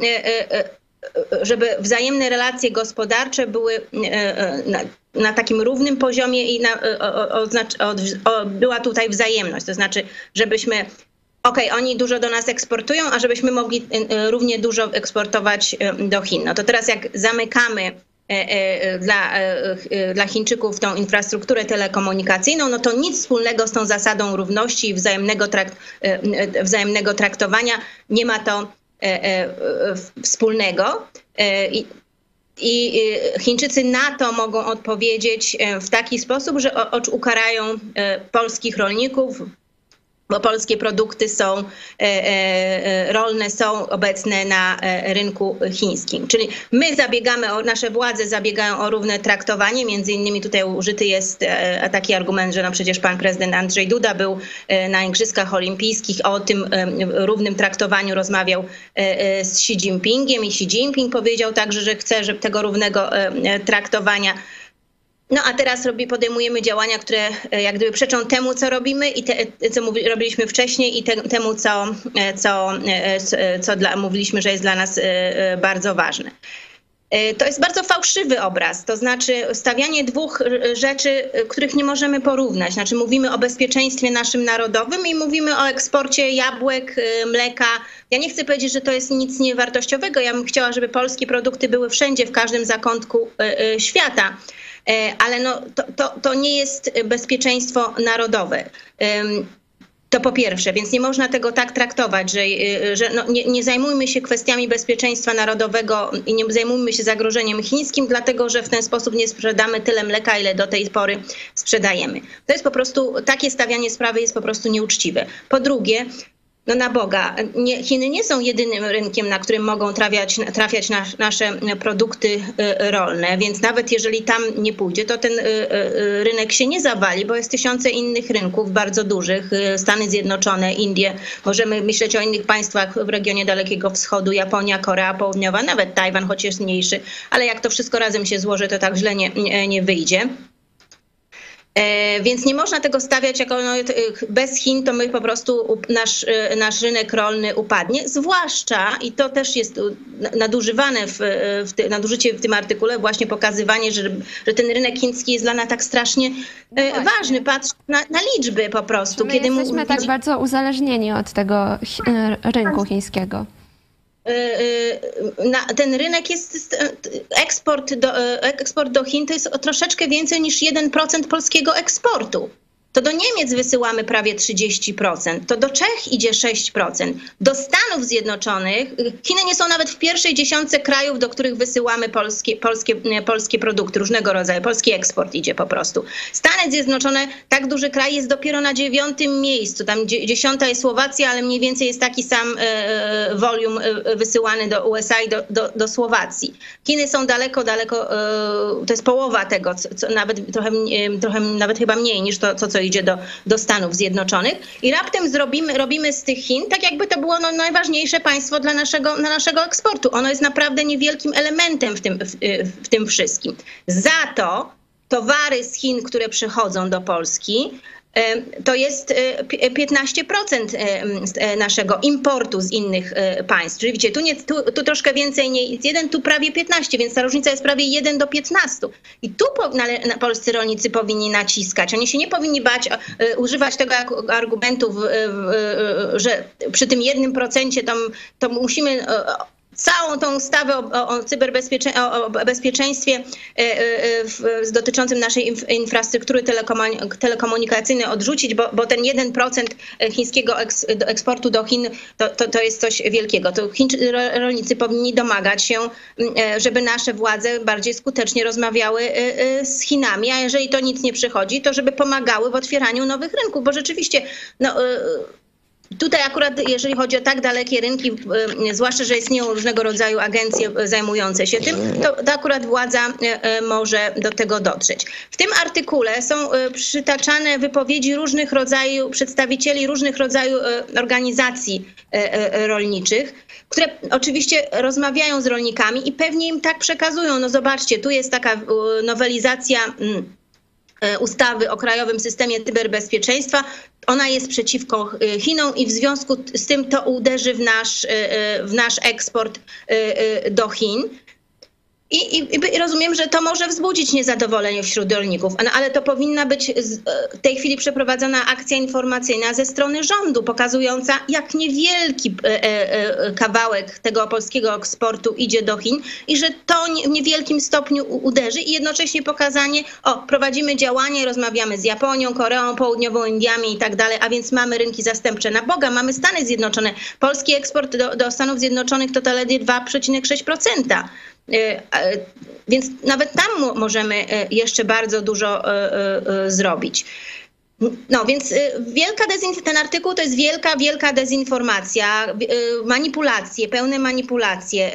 Speaker 3: żeby wzajemne relacje gospodarcze były na, na takim równym poziomie i na, o, o, o, o, była tutaj wzajemność, to znaczy, żebyśmy Okej, okay, oni dużo do nas eksportują, a żebyśmy mogli równie dużo eksportować do Chin. No to teraz jak zamykamy dla, dla Chińczyków tą infrastrukturę telekomunikacyjną, no to nic wspólnego z tą zasadą równości i wzajemnego, trakt, wzajemnego traktowania nie ma to wspólnego. I, I Chińczycy na to mogą odpowiedzieć w taki sposób, że ukarają polskich rolników, bo polskie produkty są rolne, są obecne na rynku chińskim. Czyli my zabiegamy, o, nasze władze zabiegają o równe traktowanie. Między innymi tutaj użyty jest taki argument, że no przecież pan prezydent Andrzej Duda był na Igrzyskach Olimpijskich, o tym równym traktowaniu rozmawiał z Xi Jinpingiem i Xi Jinping powiedział także, że chce że tego równego traktowania. No a teraz robi, podejmujemy działania, które jak gdyby przeczą temu, co robimy i te, co mówi, robiliśmy wcześniej i te, temu, co, co, co dla, mówiliśmy, że jest dla nas bardzo ważne. To jest bardzo fałszywy obraz, to znaczy stawianie dwóch rzeczy, których nie możemy porównać. Znaczy mówimy o bezpieczeństwie naszym narodowym i mówimy o eksporcie jabłek, mleka. Ja nie chcę powiedzieć, że to jest nic niewartościowego. Ja bym chciała, żeby polskie produkty były wszędzie, w każdym zakątku świata. Ale no, to, to, to nie jest bezpieczeństwo narodowe. To po pierwsze, więc nie można tego tak traktować, że, że no nie, nie zajmujmy się kwestiami bezpieczeństwa narodowego i nie zajmujmy się zagrożeniem chińskim, dlatego że w ten sposób nie sprzedamy tyle mleka, ile do tej pory sprzedajemy. To jest po prostu, takie stawianie sprawy jest po prostu nieuczciwe. Po drugie, no na Boga, nie, Chiny nie są jedynym rynkiem, na którym mogą trafiać, trafiać nas, nasze produkty rolne, więc nawet jeżeli tam nie pójdzie, to ten rynek się nie zawali, bo jest tysiące innych rynków bardzo dużych, Stany Zjednoczone, Indie, możemy myśleć o innych państwach w regionie Dalekiego Wschodu, Japonia, Korea Południowa, nawet Tajwan, choć jest mniejszy, ale jak to wszystko razem się złoży, to tak źle nie, nie wyjdzie. Więc nie można tego stawiać jako no, bez Chin to my po prostu nasz, nasz rynek rolny upadnie. Zwłaszcza, i to też jest nadużywane, w, w ty, nadużycie w tym artykule, właśnie pokazywanie, że, że ten rynek chiński jest dla nas tak strasznie no ważny. Patrz na, na liczby po prostu.
Speaker 1: My
Speaker 3: kiedy
Speaker 1: jesteśmy
Speaker 3: mu...
Speaker 1: tak bardzo uzależnieni od tego rynku chińskiego.
Speaker 3: Ten rynek jest, eksport do, eksport do Chin to jest troszeczkę więcej niż jeden procent polskiego eksportu. To do Niemiec wysyłamy prawie trzydzieści procent, to do Czech idzie sześć procent, do Stanów Zjednoczonych, Chiny nie są nawet w pierwszej dziesiątce krajów, do których wysyłamy polskie, polskie, polskie produkty różnego rodzaju, polski eksport idzie po prostu. Stany Zjednoczone, tak duży kraj, jest dopiero na dziewiątym miejscu, tam dziesiąta jest Słowacja, ale mniej więcej jest taki sam e, volume wysyłany do U S A i do, do, do Słowacji. Chiny są daleko, daleko, e, to jest połowa tego, co, co nawet trochę, trochę nawet chyba mniej niż to, co, co idzie do, do Stanów Zjednoczonych i raptem zrobimy, robimy z tych Chin, tak jakby to było no, najważniejsze państwo dla naszego, dla naszego eksportu. Ono jest naprawdę niewielkim elementem w tym, w, w tym wszystkim. Za to towary z Chin, które przychodzą do Polski, to jest piętnaście procent naszego importu z innych państw. Czyli widzicie, tu, nie, tu, tu troszkę więcej nie jest jeden, tu prawie piętnaście, więc ta różnica jest prawie jeden do piętnastu. I tu po, na, na, polscy rolnicy powinni naciskać. Oni się nie powinni bać używać tego argumentu, że przy tym jednym procencie to, to musimy całą tą ustawę o, o, cyberbezpiecze, o, o bezpieczeństwie w, dotyczącym naszej inf, infrastruktury telekomunikacyjnej odrzucić, bo, bo ten jeden procent chińskiego eks, do eksportu do Chin to, to, to jest coś wielkiego. To Chińczycy, rolnicy powinni domagać się, żeby nasze władze bardziej skutecznie rozmawiały z Chinami, a jeżeli to nic nie przychodzi, to żeby pomagały w otwieraniu nowych rynków, bo rzeczywiście no, tutaj akurat, jeżeli chodzi o tak dalekie rynki, zwłaszcza, że istnieją różnego rodzaju agencje zajmujące się tym, to, to akurat władza może do tego dotrzeć. W tym artykule są przytaczane wypowiedzi różnych rodzajów, przedstawicieli różnych rodzajów organizacji rolniczych, które oczywiście rozmawiają z rolnikami i pewnie im tak przekazują. No zobaczcie, tu jest taka nowelizacja ustawy o krajowym systemie cyberbezpieczeństwa. Ona jest przeciwko Chinom i w związku z tym to uderzy w nasz, w nasz eksport do Chin. I, i, I rozumiem, że to może wzbudzić niezadowolenie wśród rolników, no, ale to powinna być w tej chwili przeprowadzona akcja informacyjna ze strony rządu, pokazująca, jak niewielki kawałek tego polskiego eksportu idzie do Chin i że to w niewielkim stopniu uderzy i jednocześnie pokazanie, o, prowadzimy działania, rozmawiamy z Japonią, Koreą Południową, Indiami i tak dalej, a więc mamy rynki zastępcze na Boga, mamy Stany Zjednoczone. Polski eksport do, do Stanów Zjednoczonych to zaledwie dwa przecinek sześć procent. Więc nawet tam możemy jeszcze bardzo dużo zrobić. No więc wielka dezinf- ten artykuł to jest wielka, wielka dezinformacja, manipulacje, pełne manipulacje.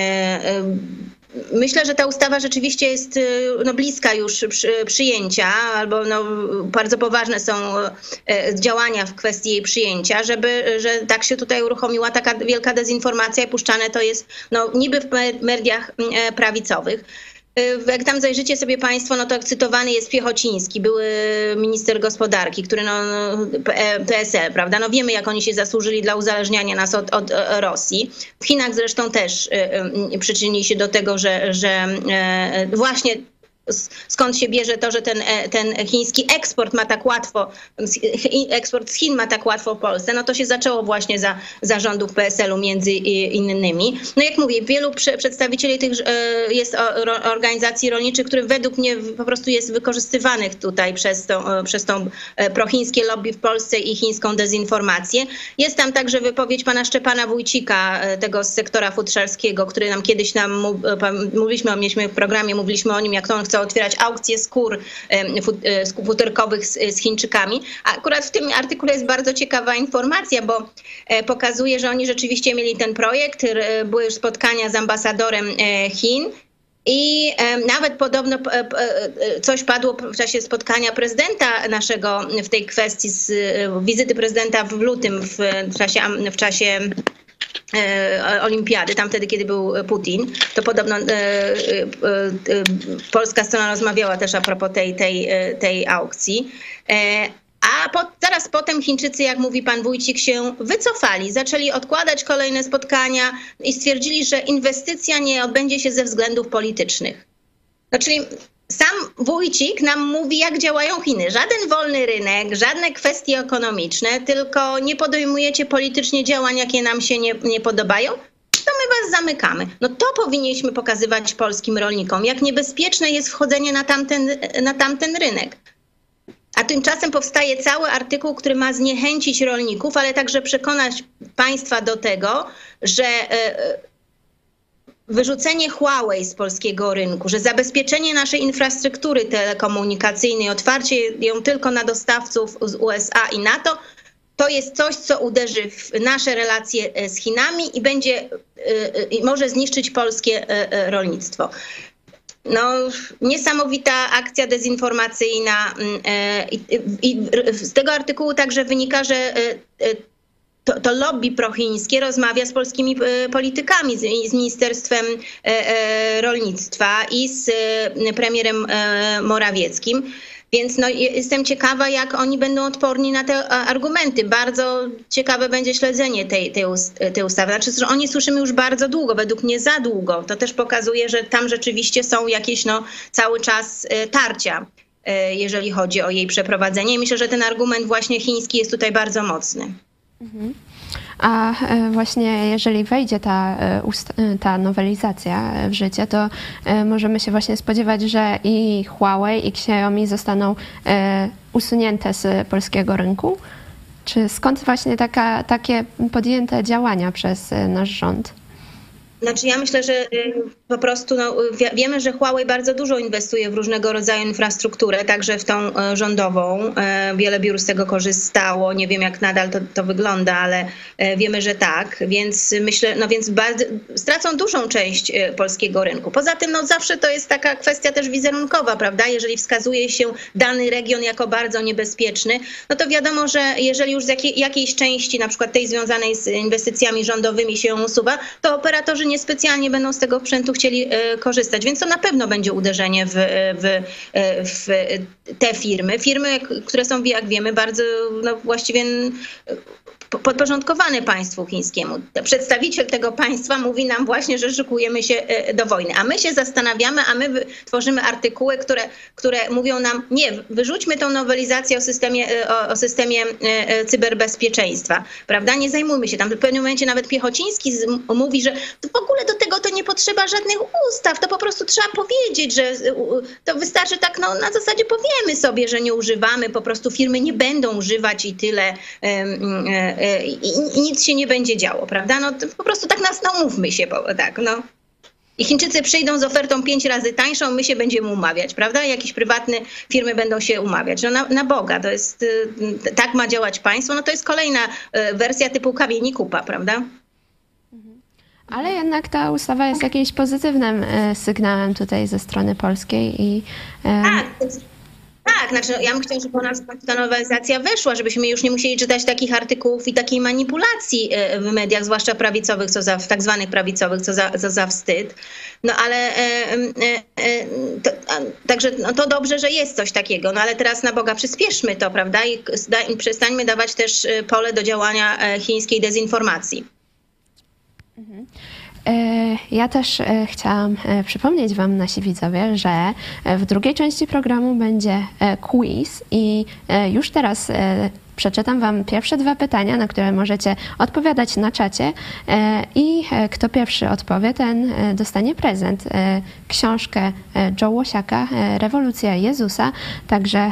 Speaker 3: Myślę, że ta ustawa rzeczywiście jest no, bliska już przy, przyjęcia, albo no, bardzo poważne są działania w kwestii jej przyjęcia, żeby że tak się tutaj uruchomiła taka wielka dezinformacja i puszczane to jest no, niby w mediach prawicowych. Jak tam zajrzycie sobie państwo, no to cytowany jest Piechociński, były minister gospodarki, który no, P S L, prawda? No wiemy, jak oni się zasłużyli dla uzależniania nas od, od Rosji. W Chinach zresztą też przyczynili się do tego, że, że właśnie skąd się bierze to, że ten, ten chiński eksport ma tak łatwo, eksport z Chin ma tak łatwo w Polsce, no to się zaczęło właśnie za, za rządów P S L-u między innymi. No jak mówię, wielu przedstawicieli tych jest organizacji rolniczych, które według mnie po prostu jest wykorzystywanych tutaj przez tą, przez tą prochińskie lobby w Polsce i chińską dezinformację. Jest tam także wypowiedź pana Szczepana Wójcika, tego z sektora futrzarskiego, który nam kiedyś nam mówiliśmy, mieliśmy w programie, mówiliśmy o nim, jak to on chce otwierać aukcje skór futerkowych z, z Chińczykami. A akurat w tym artykule jest bardzo ciekawa informacja, bo pokazuje, że oni rzeczywiście mieli ten projekt, były już spotkania z ambasadorem Chin i nawet podobno coś padło w czasie spotkania prezydenta naszego w tej kwestii, z wizyty prezydenta w lutym w czasie, w czasie olimpiady, tam wtedy, kiedy był Putin, to podobno polska strona rozmawiała też a propos tej, tej, tej aukcji. A po, zaraz potem Chińczycy, jak mówi pan Wójcik, się wycofali, zaczęli odkładać kolejne spotkania i stwierdzili, że inwestycja nie odbędzie się ze względów politycznych. No, czyli sam Wójcik nam mówi, jak działają Chiny. Żaden wolny rynek, żadne kwestie ekonomiczne, tylko nie podejmujecie politycznie działań, jakie nam się nie, nie podobają, to my was zamykamy. No to powinniśmy pokazywać polskim rolnikom, jak niebezpieczne jest wchodzenie na tamten, na tamten rynek. A tymczasem powstaje cały artykuł, który ma zniechęcić rolników, ale także przekonać państwa do tego, że wyrzucenie Huawei z polskiego rynku, że zabezpieczenie naszej infrastruktury telekomunikacyjnej, otwarcie ją tylko na dostawców z U S A i NATO, to jest coś, co uderzy w nasze relacje z Chinami i będzie i może zniszczyć polskie rolnictwo. No, niesamowita akcja dezinformacyjna i, i z tego artykułu także wynika, że to, to lobby prochińskie rozmawia z polskimi politykami, z, z Ministerstwem Rolnictwa i z premierem Morawieckim. Więc no, jestem ciekawa, jak oni będą odporni na te argumenty. Bardzo ciekawe będzie śledzenie tej, tej, tej ustawy. Znaczy, że o niej słyszymy już bardzo długo, według mnie za długo. To też pokazuje, że tam rzeczywiście są jakieś no, cały czas tarcia, jeżeli chodzi o jej przeprowadzenie. I myślę, że ten argument właśnie chiński jest tutaj bardzo mocny. Mhm.
Speaker 1: A właśnie jeżeli wejdzie ta, ta nowelizacja w życie, to możemy się właśnie spodziewać, że i Huawei, i Xiaomi zostaną usunięte z polskiego rynku? Czy skąd właśnie taka, takie podjęte działania przez nasz rząd?
Speaker 3: Znaczy ja myślę, że po prostu no, wiemy, że Huawei bardzo dużo inwestuje w różnego rodzaju infrastrukturę, także w tą rządową. Wiele biur z tego korzystało. Nie wiem, jak nadal to, to wygląda, ale wiemy, że tak. Więc myślę, no więc bardzo, stracą dużą część polskiego rynku. Poza tym no, zawsze to jest taka kwestia też wizerunkowa, prawda? Jeżeli wskazuje się dany region jako bardzo niebezpieczny, no to wiadomo, że jeżeli już z jakiej, jakiejś części, na przykład tej związanej z inwestycjami rządowymi się usuwa, to operatorzy niespecjalnie będą z tego sprzętu chcieli korzystać, więc to na pewno będzie uderzenie w, w, w te firmy. Firmy, które są, jak wiemy, bardzo no, właściwie podporządkowane państwu chińskiemu. Przedstawiciel tego państwa mówi nam właśnie, że szykujemy się do wojny, a my się zastanawiamy, a my tworzymy artykuły, które, które mówią nam, nie, wyrzućmy tą nowelizację o systemie, o, o systemie cyberbezpieczeństwa, prawda? Nie zajmujmy się tam. W pewnym momencie nawet Piechociński mówi, że w ogóle do tego to nie potrzeba żadnych ustaw, to po prostu trzeba powiedzieć, że to wystarczy tak no, na zasadzie powiemy sobie, że nie używamy, po prostu firmy nie będą używać i tyle i, i nic się nie będzie działo, prawda? No po prostu tak nas, no mówmy się, bo, tak, no. I Chińczycy przyjdą z ofertą pięć razy tańszą, my się będziemy umawiać, prawda? Jakieś prywatne firmy będą się umawiać. No na, na Boga, to jest, tak ma działać państwo, no to jest kolejna wersja typu kamieni kupa, prawda?
Speaker 1: Ale jednak ta ustawa jest jakimś pozytywnym sygnałem tutaj ze strony polskiej i...
Speaker 3: Tak, tak, znaczy ja bym chciała, żeby u nas ta nowelizacja weszła, żebyśmy już nie musieli czytać takich artykułów i takiej manipulacji w mediach, zwłaszcza prawicowych, co za, tak zwanych prawicowych, co za, co za wstyd. No ale e, e, to, a, także no, to dobrze, że jest coś takiego, no ale teraz na Boga przyspieszmy to, prawda? I, da, i przestańmy dawać też pole do działania chińskiej dezinformacji.
Speaker 1: Mhm. Ja też chciałam przypomnieć wam, nasi widzowie, że w drugiej części programu będzie quiz i już teraz przeczytam wam pierwsze dwa pytania, na które możecie odpowiadać na czacie i kto pierwszy odpowie, ten dostanie prezent. Książkę Joe Łosiaka, Rewolucja Jezusa, także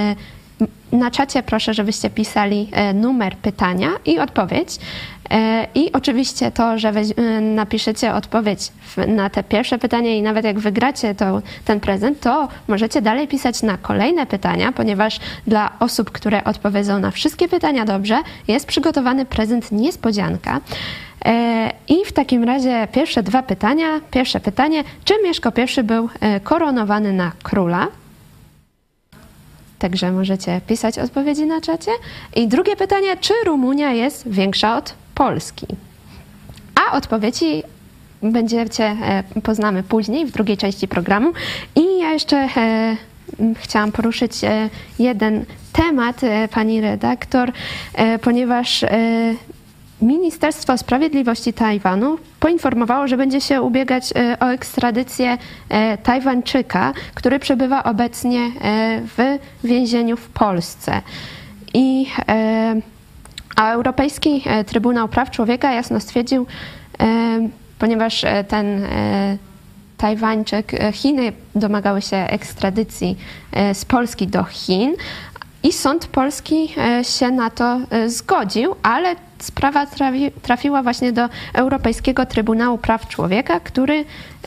Speaker 1: na czacie proszę, żebyście pisali numer pytania i odpowiedź. I oczywiście to, że napiszecie odpowiedź na te pierwsze pytanie i nawet jak wygracie to, ten prezent, to możecie dalej pisać na kolejne pytania, ponieważ dla osób, które odpowiedzą na wszystkie pytania dobrze, jest przygotowany prezent niespodzianka. I w takim razie pierwsze dwa pytania. Pierwsze pytanie, czy Mieszko I był koronowany na króla? Także możecie pisać odpowiedzi na czacie. I drugie pytanie, czy Rumunia jest większa od Polski? A odpowiedzi będziecie, poznamy później w drugiej części programu. I ja jeszcze chciałam poruszyć jeden temat, pani redaktor, ponieważ Ministerstwo Sprawiedliwości Tajwanu poinformowało, że będzie się ubiegać o ekstradycję Tajwańczyka, który przebywa obecnie w więzieniu w Polsce. I, a Europejski Trybunał Praw Człowieka jasno stwierdził, ponieważ ten Tajwańczyk, Chiny domagały się ekstradycji z Polski do Chin i sąd polski się na to zgodził, ale sprawa trafi, trafiła właśnie do Europejskiego Trybunału Praw Człowieka, który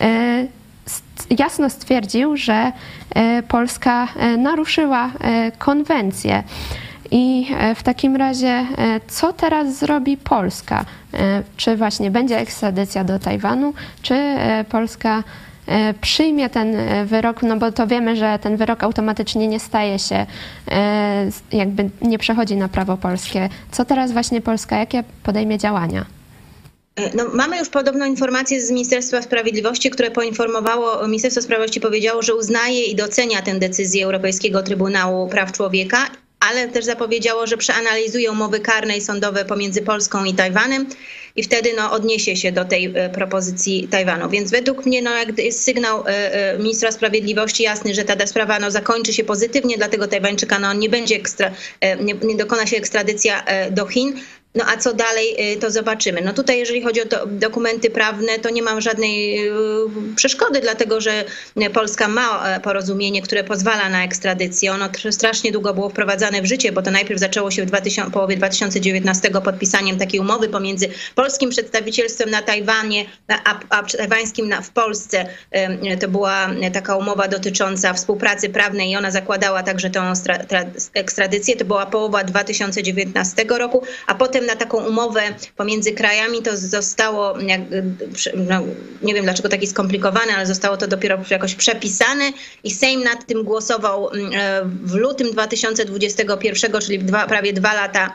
Speaker 1: jasno stwierdził, że Polska naruszyła konwencję. I w takim razie, co teraz zrobi Polska? Czy właśnie będzie ekstradycja do Tajwanu, czy Polska przyjmie ten wyrok, no bo to wiemy, że ten wyrok automatycznie nie staje się, jakby nie przechodzi na prawo polskie. Co teraz właśnie Polska, jakie podejmie działania?
Speaker 3: No, mamy już podobną informację z Ministerstwa Sprawiedliwości, które poinformowało, Ministerstwo Sprawiedliwości powiedziało, że uznaje i docenia tę decyzję Europejskiego Trybunału Praw Człowieka, ale też zapowiedziało, że przeanalizuje umowy karne i sądowe pomiędzy Polską i Tajwanem i wtedy no, odniesie się do tej propozycji Tajwanu. Więc według mnie no, jest sygnał ministra sprawiedliwości jasny, że ta sprawa no, zakończy się pozytywnie dla tego Tajwańczyka. No, nie będzie ekstra, nie, nie dokona się ekstradycja do Chin. No a co dalej, to zobaczymy. No tutaj jeżeli chodzi o to, dokumenty prawne, to nie mam żadnej przeszkody, dlatego że Polska ma porozumienie, które pozwala na ekstradycję. Ono strasznie długo było wprowadzane w życie, bo to najpierw zaczęło się w dwutysięcznym, połowie dwa tysiące dziewiętnastego podpisaniem takiej umowy pomiędzy polskim przedstawicielstwem na Tajwanie, a, a tajwańskim na, w Polsce. To była taka umowa dotycząca współpracy prawnej i ona zakładała także tę ekstradycję. To była połowa dwa tysiące dziewiętnastego roku, a potem na taką umowę pomiędzy krajami to zostało, no, nie wiem dlaczego taki skomplikowany, ale zostało to dopiero jakoś przepisane i Sejm nad tym głosował w lutym dwa tysiące dwudziestego pierwszego, czyli dwa, prawie dwa lata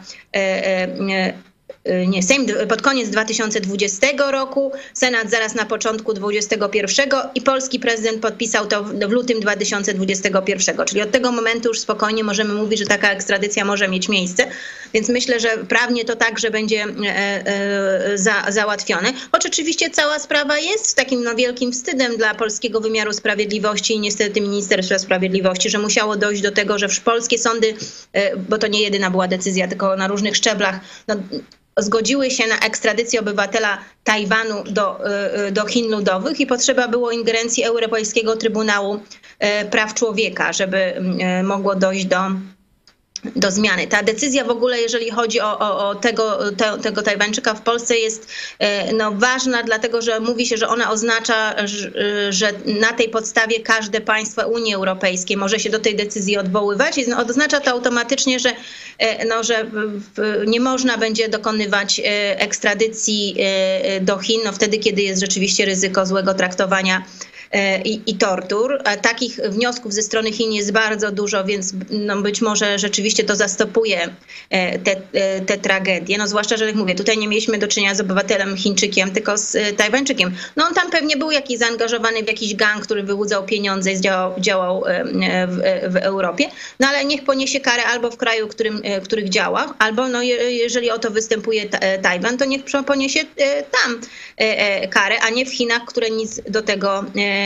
Speaker 3: Nie, Sejm pod koniec dwa tysiące dwudziestego roku, Senat zaraz na początku dwudziestego pierwszego i polski prezydent podpisał to w lutym dwa tysiące dwudziestego pierwszego. Czyli od tego momentu już spokojnie możemy mówić, że taka ekstradycja może mieć miejsce. Więc myślę, że prawnie to także będzie e, e, za, załatwione. Choć oczywiście cała sprawa jest takim no, wielkim wstydem dla polskiego wymiaru sprawiedliwości i niestety Ministerstwa Sprawiedliwości, że musiało dojść do tego, że polskie sądy, e, bo to nie jedyna była decyzja, tylko na różnych szczeblach, no, zgodziły się na ekstradycję obywatela Tajwanu do, do Chin Ludowych i potrzeba było ingerencji Europejskiego Trybunału Praw Człowieka, żeby mogło dojść do, do zmiany. Ta decyzja w ogóle, jeżeli chodzi o, o, o tego, te, tego Tajwańczyka w Polsce, jest no, ważna, dlatego że mówi się, że ona oznacza, że, że na tej podstawie każde państwo Unii Europejskiej może się do tej decyzji odwoływać i oznacza to automatycznie, że, no, że nie można będzie dokonywać ekstradycji do Chin no, wtedy, kiedy jest rzeczywiście ryzyko złego traktowania I, i tortur. Takich wniosków ze strony Chin jest bardzo dużo, więc no być może rzeczywiście to zastopuje te, te tragedie. No zwłaszcza, że jak mówię, tutaj nie mieliśmy do czynienia z obywatelem Chińczykiem, tylko z Tajwańczykiem. No on tam pewnie był jakiś zaangażowany w jakiś gang, który wyłudzał pieniądze i działał, działał w, w Europie. No ale niech poniesie karę albo w kraju, w którym, w których działa, albo no jeżeli o to występuje Tajwan, to niech poniesie tam karę, a nie w Chinach, które nic do tego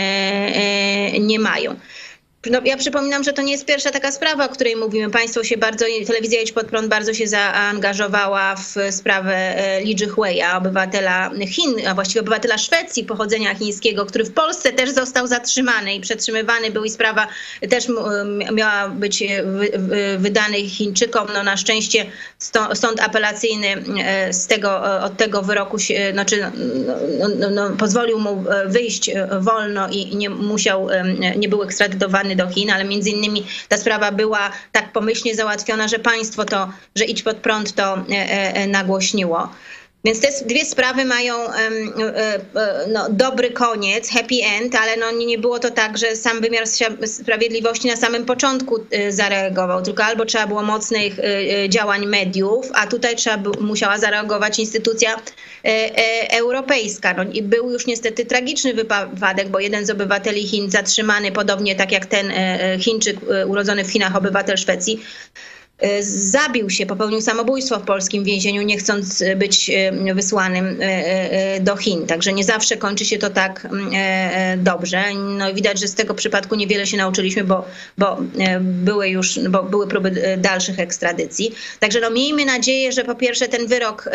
Speaker 3: nie mają. No, ja przypominam, że to nie jest pierwsza taka sprawa, o której mówimy. Państwo się bardzo, telewizja Idź Pod Prąd bardzo się zaangażowała w sprawę Li Zhihui'a, obywatela Chin, a właściwie obywatela Szwecji pochodzenia chińskiego, który w Polsce też został zatrzymany i przetrzymywany był i sprawa też miała być wydana Chińczykom. No, na szczęście sąd apelacyjny z tego, od tego wyroku się, znaczy, no, no, no, pozwolił mu wyjść wolno i nie musiał, nie był ekstradytowany do Chin, ale między innymi ta sprawa była tak pomyślnie załatwiona, że państwo to, że Idź Pod Prąd to nagłośniło. Więc te dwie sprawy mają no, dobry koniec, happy end, ale no, nie było to tak, że sam wymiar sprawiedliwości na samym początku zareagował, tylko albo trzeba było mocnych działań mediów, a tutaj trzeba musiała zareagować instytucja europejska. No, i był już niestety tragiczny wypadek, bo jeden z obywateli Chin zatrzymany, podobnie tak jak ten Chińczyk urodzony w Chinach, obywatel Szwecji, zabił się, popełnił samobójstwo w polskim więzieniu, nie chcąc być wysłanym do Chin. Także nie zawsze kończy się to tak dobrze. No i widać, że z tego przypadku niewiele się nauczyliśmy, bo, bo, były już bo były próby dalszych ekstradycji. Także no miejmy nadzieję, że po pierwsze ten wyrok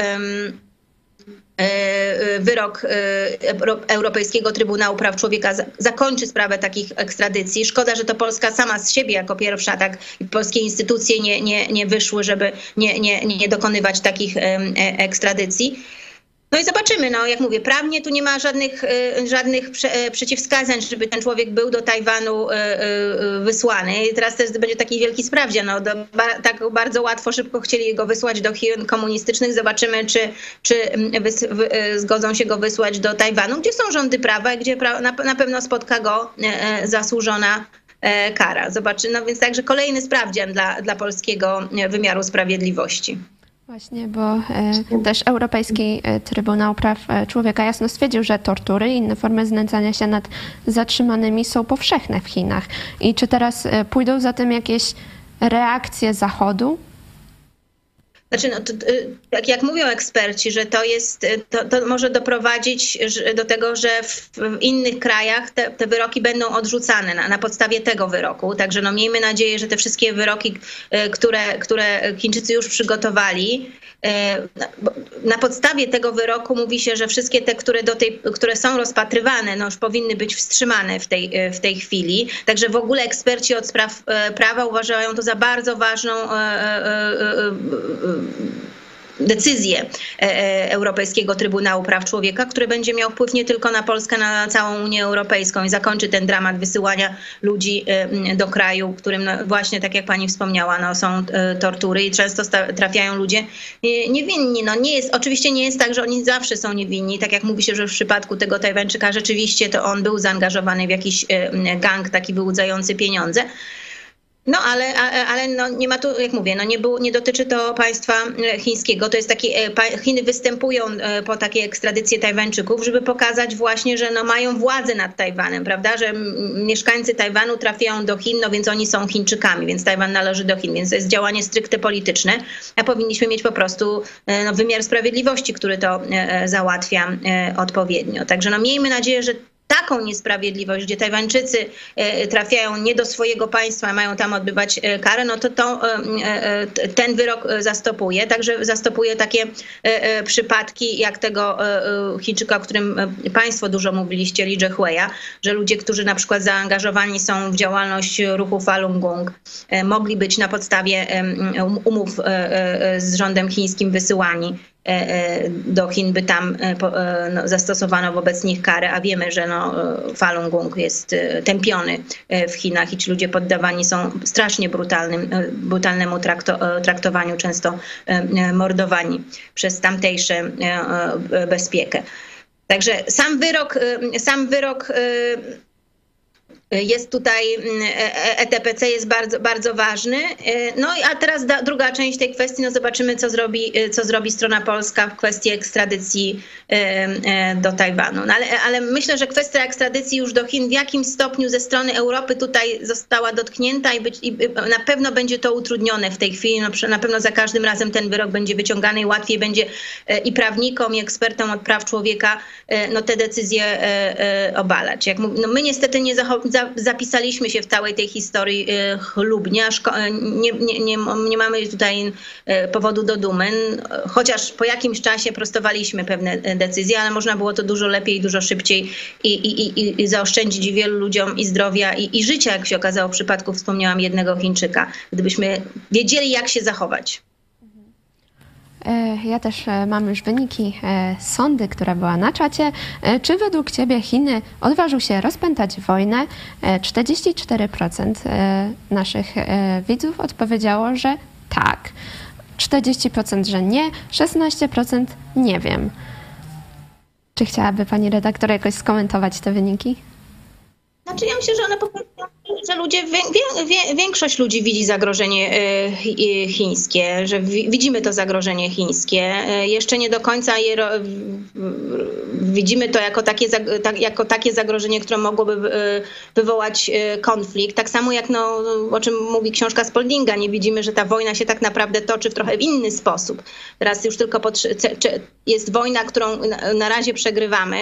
Speaker 3: wyrok Europejskiego Trybunału Praw Człowieka zakończy sprawę takich ekstradycji. Szkoda, że to Polska sama z siebie jako pierwsza, tak polskie instytucje nie, nie, nie wyszły, żeby nie, nie, nie dokonywać takich ekstradycji. No i zobaczymy, no jak mówię, prawnie tu nie ma żadnych, żadnych przeciwwskazań, żeby ten człowiek był do Tajwanu wysłany. I teraz też będzie taki wielki sprawdzian. No, do, tak bardzo łatwo, szybko chcieli go wysłać do Chin komunistycznych. Zobaczymy, czy, czy wys, w, zgodzą się go wysłać do Tajwanu, gdzie są rządy prawa i gdzie pra, na, na pewno spotka go zasłużona kara. Zobaczy, no więc także kolejny sprawdzian dla, dla polskiego wymiaru sprawiedliwości.
Speaker 1: Właśnie, bo e, też Europejski Trybunał Praw Człowieka jasno stwierdził, że tortury i inne formy znęcania się nad zatrzymanymi są powszechne w Chinach. I czy teraz pójdą za tym jakieś reakcje Zachodu?
Speaker 3: Znaczy, no, to, tak jak mówią eksperci, że to jest, to, to może doprowadzić do tego, że w, w innych krajach te, te wyroki będą odrzucane na, na podstawie tego wyroku. Także no, miejmy nadzieję, że te wszystkie wyroki, które, które Chińczycy już przygotowali, na podstawie tego wyroku mówi się, że wszystkie te, które, do tej, które są rozpatrywane, no już powinny być wstrzymane w tej, w tej chwili. Także w ogóle eksperci od spraw prawa uważają to za bardzo ważną decyzję Europejskiego Trybunału Praw Człowieka, który będzie miał wpływ nie tylko na Polskę, na całą Unię Europejską i zakończy ten dramat wysyłania ludzi do kraju, w którym no właśnie, tak jak pani wspomniała, no są tortury i często trafiają ludzie niewinni. No nie jest, oczywiście nie jest tak, że oni zawsze są niewinni. Tak jak mówi się, że w przypadku tego Tajwańczyka rzeczywiście to on był zaangażowany w jakiś gang taki wyłudzający pieniądze. No ale, ale no nie ma tu, jak mówię, no nie, było, nie dotyczy to państwa chińskiego. To jest taki, Chiny występują po takie ekstradycje Tajwańczyków, żeby pokazać właśnie, że no mają władzę nad Tajwanem, prawda, że mieszkańcy Tajwanu trafiają do Chin, no więc oni są Chińczykami, więc Tajwan należy do Chin, więc to jest działanie stricte polityczne, a powinniśmy mieć po prostu no, wymiar sprawiedliwości, który to załatwia odpowiednio. Także no miejmy nadzieję, że taką niesprawiedliwość, gdzie Tajwańczycy trafiają nie do swojego państwa, mają tam odbywać karę, no to, to ten wyrok zastopuje. Także zastopuje takie przypadki jak tego Chińczyka, o którym państwo dużo mówiliście, Li Zhehui'a, że ludzie, którzy na przykład zaangażowani są w działalność ruchu Falun Gong, mogli być na podstawie umów z rządem chińskim wysyłani do Chin, by tam no, zastosowano wobec nich karę, a wiemy, że no, Falun Gong jest tępiony w Chinach i ci ludzie poddawani są strasznie brutalnym, brutalnemu trakto, traktowaniu, często mordowani przez tamtejsze bezpiekę. Także sam wyrok, sam wyrok jest tutaj, E T P C jest bardzo, bardzo ważny. No a teraz da, druga część tej kwestii, no zobaczymy, co zrobi, co zrobi strona polska w kwestii ekstradycji do Tajwanu. No ale, ale myślę, że kwestia ekstradycji już do Chin w jakimś stopniu ze strony Europy tutaj została dotknięta i, być, i na pewno będzie to utrudnione w tej chwili. No, na pewno za każdym razem ten wyrok będzie wyciągany i łatwiej będzie i prawnikom, i ekspertom od praw człowieka no, te decyzje obalać. Jak, no, my niestety nie zachowujemy zapisaliśmy się w całej tej historii chlubnie, nie, nie, nie, nie mamy tutaj powodu do dumy, chociaż po jakimś czasie prostowaliśmy pewne decyzje, ale można było to dużo lepiej, dużo szybciej i, i, i, i zaoszczędzić wielu ludziom i zdrowia, i, i życia, jak się okazało w przypadku, wspomniałam, jednego Chińczyka, gdybyśmy wiedzieli, jak się zachować.
Speaker 1: Ja też mam już wyniki sondy, która była na czacie. Czy według Ciebie Chiny odważył się rozpętać wojnę? czterdzieści cztery procent naszych widzów odpowiedziało, że tak. czterdzieści procent, że nie, szesnaście procent nie wiem. Czy chciałaby pani redaktor jakoś skomentować te wyniki?
Speaker 3: Znaczy ja myślę, że one pokazują, że ludzie, wie, wie, większość ludzi widzi zagrożenie chińskie, że widzimy to zagrożenie chińskie. Jeszcze nie do końca je, widzimy to jako takie, jako takie zagrożenie, które mogłoby wywołać konflikt. Tak samo jak, no, o czym mówi książka Spaldinga, nie widzimy, że ta wojna się tak naprawdę toczy w trochę w inny sposób. Teraz już tylko jest wojna, którą na razie przegrywamy.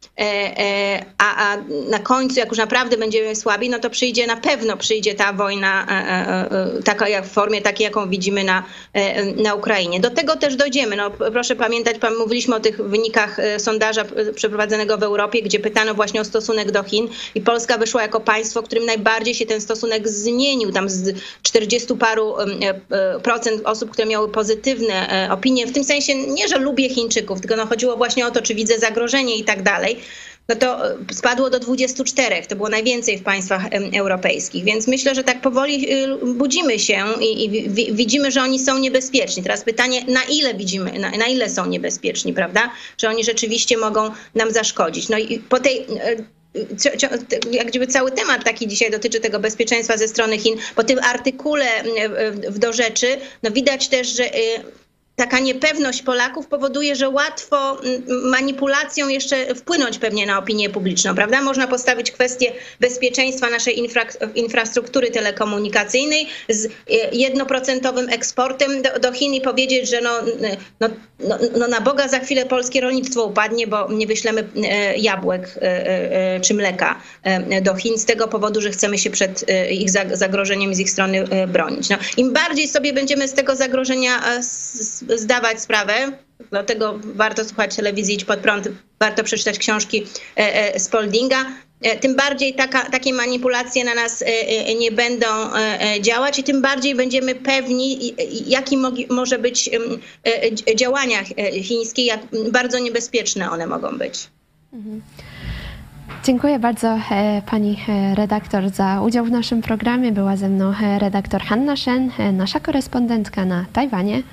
Speaker 3: A, a na końcu, jak już naprawdę będziemy słabi, no to przyjdzie, na pewno przyjdzie ta wojna taka jak w formie takiej, jaką widzimy na, na Ukrainie. Do tego też dojdziemy. No, proszę pamiętać, mówiliśmy o tych wynikach sondaża przeprowadzonego w Europie, gdzie pytano właśnie o stosunek do Chin i Polska wyszła jako państwo, w którym najbardziej się ten stosunek zmienił. Tam z czterdziestu paru procent osób, które miały pozytywne opinie, w tym sensie nie, że lubię Chińczyków, tylko no chodziło właśnie o to, czy widzę zagrożenie i tak dalej. No to spadło do dwudziestu czterech, to było najwięcej w państwach europejskich, więc myślę, że tak powoli budzimy się i, i widzimy, że oni są niebezpieczni. Teraz pytanie, na ile widzimy, na, na ile są niebezpieczni, prawda? Że oni rzeczywiście mogą nam zaszkodzić. No i po tej... jak gdyby cały temat taki dzisiaj dotyczy tego bezpieczeństwa ze strony Chin. Po tym artykule w do rzeczy, no widać też, że taka niepewność Polaków powoduje, że łatwo manipulacją jeszcze wpłynąć pewnie na opinię publiczną, prawda? Można postawić kwestię bezpieczeństwa naszej infra, infrastruktury telekomunikacyjnej z jednoprocentowym eksportem do, do Chin i powiedzieć, że no, no, no, no na Boga za chwilę polskie rolnictwo upadnie, bo nie wyślemy jabłek czy mleka do Chin z tego powodu, że chcemy się przed ich zagrożeniem z ich strony bronić. No, im bardziej sobie będziemy z tego zagrożenia zdawać sprawę, dlatego warto słuchać telewizji Idź Pod Prąd, warto przeczytać książki Spaldinga, tym bardziej taka, takie manipulacje na nas nie będą działać i tym bardziej będziemy pewni, jaki może być działania chińskie, jak bardzo niebezpieczne one mogą być.
Speaker 1: Mhm. Dziękuję bardzo pani redaktor za udział w naszym programie. Była ze mną redaktor Hanna Shen, nasza korespondentka na Tajwanie.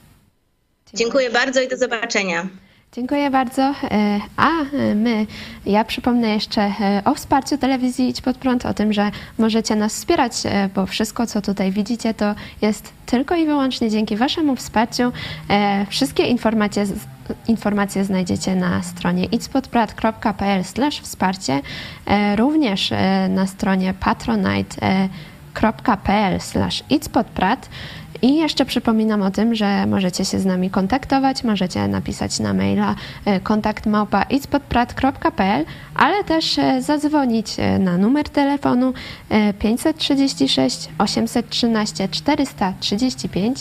Speaker 3: Dziękuję bardzo i do zobaczenia.
Speaker 1: Dziękuję bardzo. A my, ja przypomnę jeszcze o wsparciu telewizji Idź Pod Prąd, o tym, że możecie nas wspierać, bo wszystko, co tutaj widzicie, to jest tylko i wyłącznie dzięki waszemu wsparciu. Wszystkie informacje, informacje znajdziecie na stronie idźpodprad kropka pl slash wsparcie, również na stronie patronite kropka pl slash idźpodprad. I jeszcze przypominam o tym, że możecie się z nami kontaktować, możecie napisać na maila kontakt małpa idźpodprad kropka pl, ale też zadzwonić na numer telefonu pięćset trzydzieści sześć osiemset trzynaście czterysta trzydzieści pięć,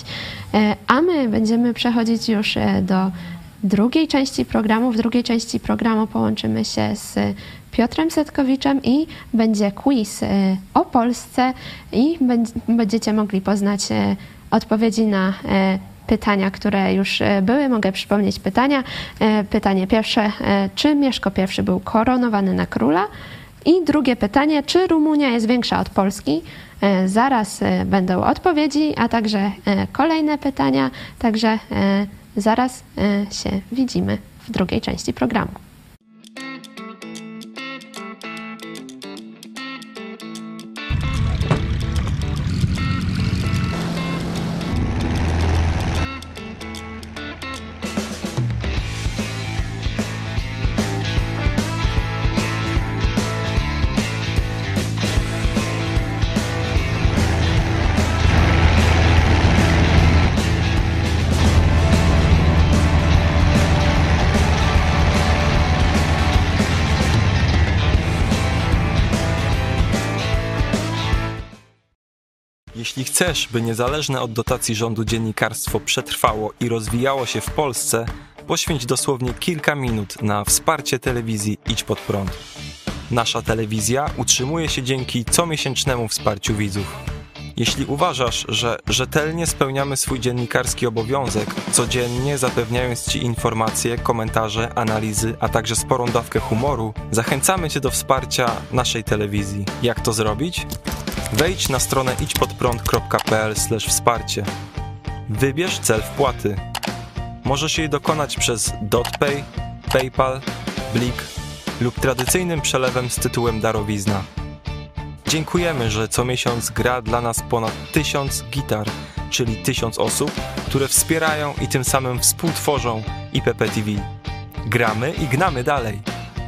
Speaker 1: a my będziemy przechodzić już do drugiej części programu. W drugiej części programu połączymy się z Piotrem Setkowiczem i będzie quiz o Polsce i będziecie mogli poznać odpowiedzi na pytania, które już były. Mogę przypomnieć pytania. Pytanie pierwsze, czy Mieszko I był koronowany na króla? I drugie pytanie, czy Rumunia jest większa od Polski? Zaraz będą odpowiedzi, a także kolejne pytania, także zaraz się widzimy w drugiej części programu.
Speaker 4: Jeśli chcesz, by niezależne od dotacji rządu dziennikarstwo przetrwało i rozwijało się w Polsce, poświęć dosłownie kilka minut na wsparcie telewizji Idź Pod Prąd. Nasza telewizja utrzymuje się dzięki comiesięcznemu wsparciu widzów. Jeśli uważasz, że rzetelnie spełniamy swój dziennikarski obowiązek, codziennie zapewniając Ci informacje, komentarze, analizy, a także sporą dawkę humoru, zachęcamy Cię do wsparcia naszej telewizji. Jak to zrobić? Wejdź na stronę idźpodprąd kropka pl slash wsparcie. Wybierz cel wpłaty. Możesz jej dokonać przez DotPay, PayPal, Blik lub tradycyjnym przelewem z tytułem darowizna. Dziękujemy, że co miesiąc gra dla nas ponad tysiąc gitar, czyli tysiąc osób, które wspierają i tym samym współtworzą I P P T V. Gramy i gnamy dalej.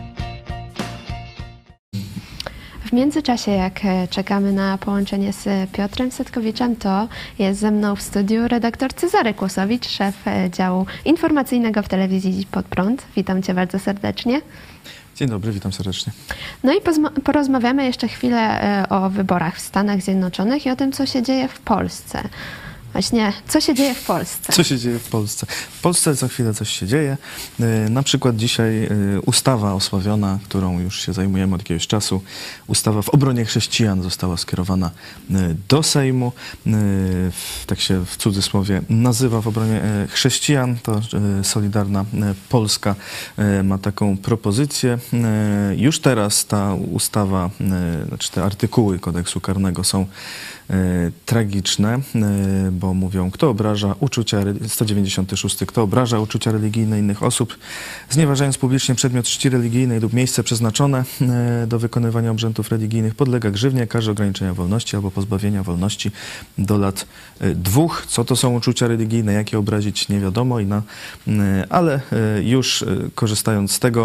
Speaker 1: W międzyczasie, jak czekamy na połączenie z Piotrem Setkowiczem, to jest ze mną w studiu redaktor Cezary Kłosowicz, szef działu informacyjnego w telewizji Pod Prąd. Witam Cię bardzo serdecznie.
Speaker 5: Dzień dobry, witam serdecznie.
Speaker 1: No i porozmawiamy jeszcze chwilę o wyborach w Stanach Zjednoczonych i o tym, co się dzieje w Polsce. Właśnie, co się dzieje w Polsce?
Speaker 5: Co się dzieje w Polsce? W Polsce za chwilę coś się dzieje. Na przykład dzisiaj ustawa osławiona, którą już się zajmujemy od jakiegoś czasu, ustawa w obronie chrześcijan została skierowana do Sejmu. Tak się w cudzysłowie nazywa, w obronie chrześcijan. To Solidarna Polska ma taką propozycję. Już teraz ta ustawa, znaczy te artykuły kodeksu karnego są tragiczne, bo mówią, kto obraża uczucia, sto dziewięćdziesiąty szósty, kto obraża uczucia religijne innych osób, znieważając publicznie przedmiot czci religijnej lub miejsce przeznaczone do wykonywania obrzędów religijnych, podlega grzywnie, karze ograniczenia wolności albo pozbawienia wolności do lat dwóch. Co to są uczucia religijne, jakie obrazić, nie wiadomo, i na, ale już korzystając z tego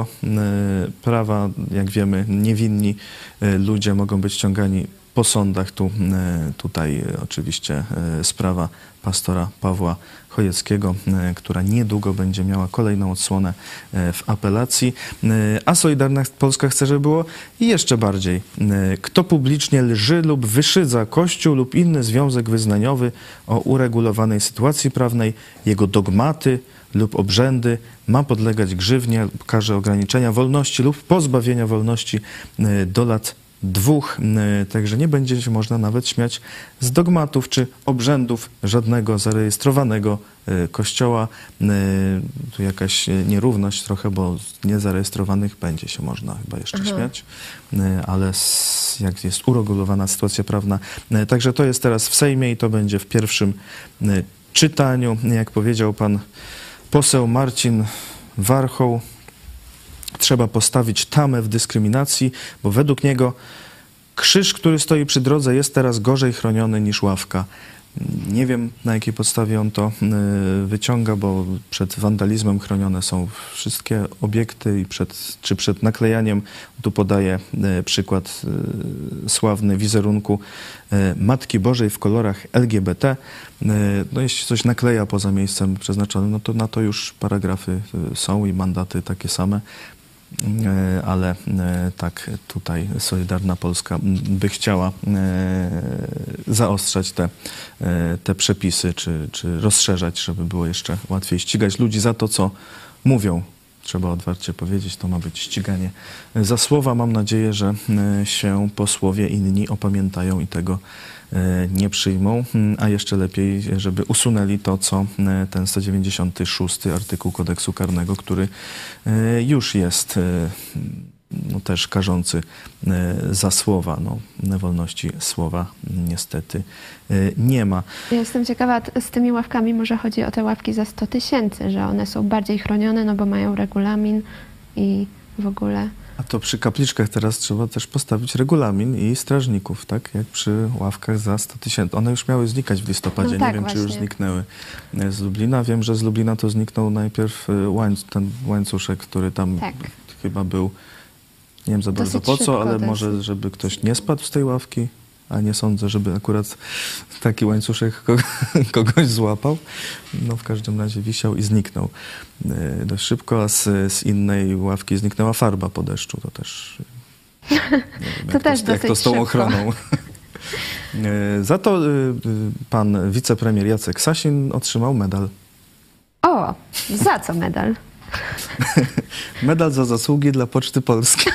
Speaker 5: prawa, jak wiemy, niewinni ludzie mogą być ściągani po sądach. Tu, tutaj oczywiście sprawa pastora Pawła Chojeckiego, która niedługo będzie miała kolejną odsłonę w apelacji. A Solidarna Polska chce, żeby było jeszcze bardziej. Kto publicznie lży lub wyszydza Kościół lub inny związek wyznaniowy o uregulowanej sytuacji prawnej, jego dogmaty lub obrzędy, ma podlegać grzywnie, karze ograniczenia wolności lub pozbawienia wolności do lat dwóch, także nie będzie się można nawet śmiać z dogmatów czy obrzędów żadnego zarejestrowanego kościoła. Tu jakaś nierówność trochę, bo z niezarejestrowanych będzie się można chyba jeszcze Aha. śmiać, ale jak jest uregulowana sytuacja prawna. Także to jest teraz w Sejmie i to będzie w pierwszym czytaniu. Jak powiedział pan poseł Marcin Warchoł, trzeba postawić tamę w dyskryminacji, bo według niego krzyż, który stoi przy drodze, jest teraz gorzej chroniony niż ławka. Nie wiem, na jakiej podstawie on to wyciąga, bo przed wandalizmem chronione są wszystkie obiekty i przed, czy przed naklejaniem, tu podaję przykład sławny wizerunku Matki Bożej w kolorach L G B T. No jeśli coś nakleja poza miejscem przeznaczonym, no to na to już paragrafy są i mandaty takie same. Ale tak tutaj Solidarna Polska by chciała zaostrzać te, te przepisy, czy, czy rozszerzać, żeby było jeszcze łatwiej ścigać ludzi za to, co mówią. Trzeba otwarcie powiedzieć, to ma być ściganie za słowa. Mam nadzieję, że się posłowie inni opamiętają i tego nie przyjmą, a jeszcze lepiej, żeby usunęli to, co ten sto dziewięćdziesiąty szósty artykuł kodeksu karnego, który już jest no, też karzący za słowa. No, wolności słowa niestety nie ma.
Speaker 1: Ja jestem ciekawa, z tymi ławkami może chodzi o te ławki za sto tysięcy, że one są bardziej chronione, no bo mają regulamin i w ogóle...
Speaker 5: A to przy kapliczkach teraz trzeba też postawić regulamin i strażników, tak? Jak przy ławkach za sto tysięcy. One już miały znikać w listopadzie, no tak, nie wiem, właśnie. Czy już zniknęły z Lublina. Wiem, że z Lublina to zniknął najpierw łańc ten łańcuszek, który tam tak. chyba był, nie wiem za bardzo po co, ale może żeby ktoś nie spadł z tej ławki. A nie sądzę, żeby akurat taki łańcuszek kogoś złapał. No w każdym razie wisiał i zniknął dość szybko, a z, z innej ławki zniknęła farba po deszczu. To też nie wiem,
Speaker 1: to
Speaker 5: jak,
Speaker 1: też
Speaker 5: to, jak to z tą szybko. ochroną. Za to pan wicepremier Jacek Sasin otrzymał medal.
Speaker 1: O, za co medal?
Speaker 5: Medal za zasługi dla Poczty Polskiej.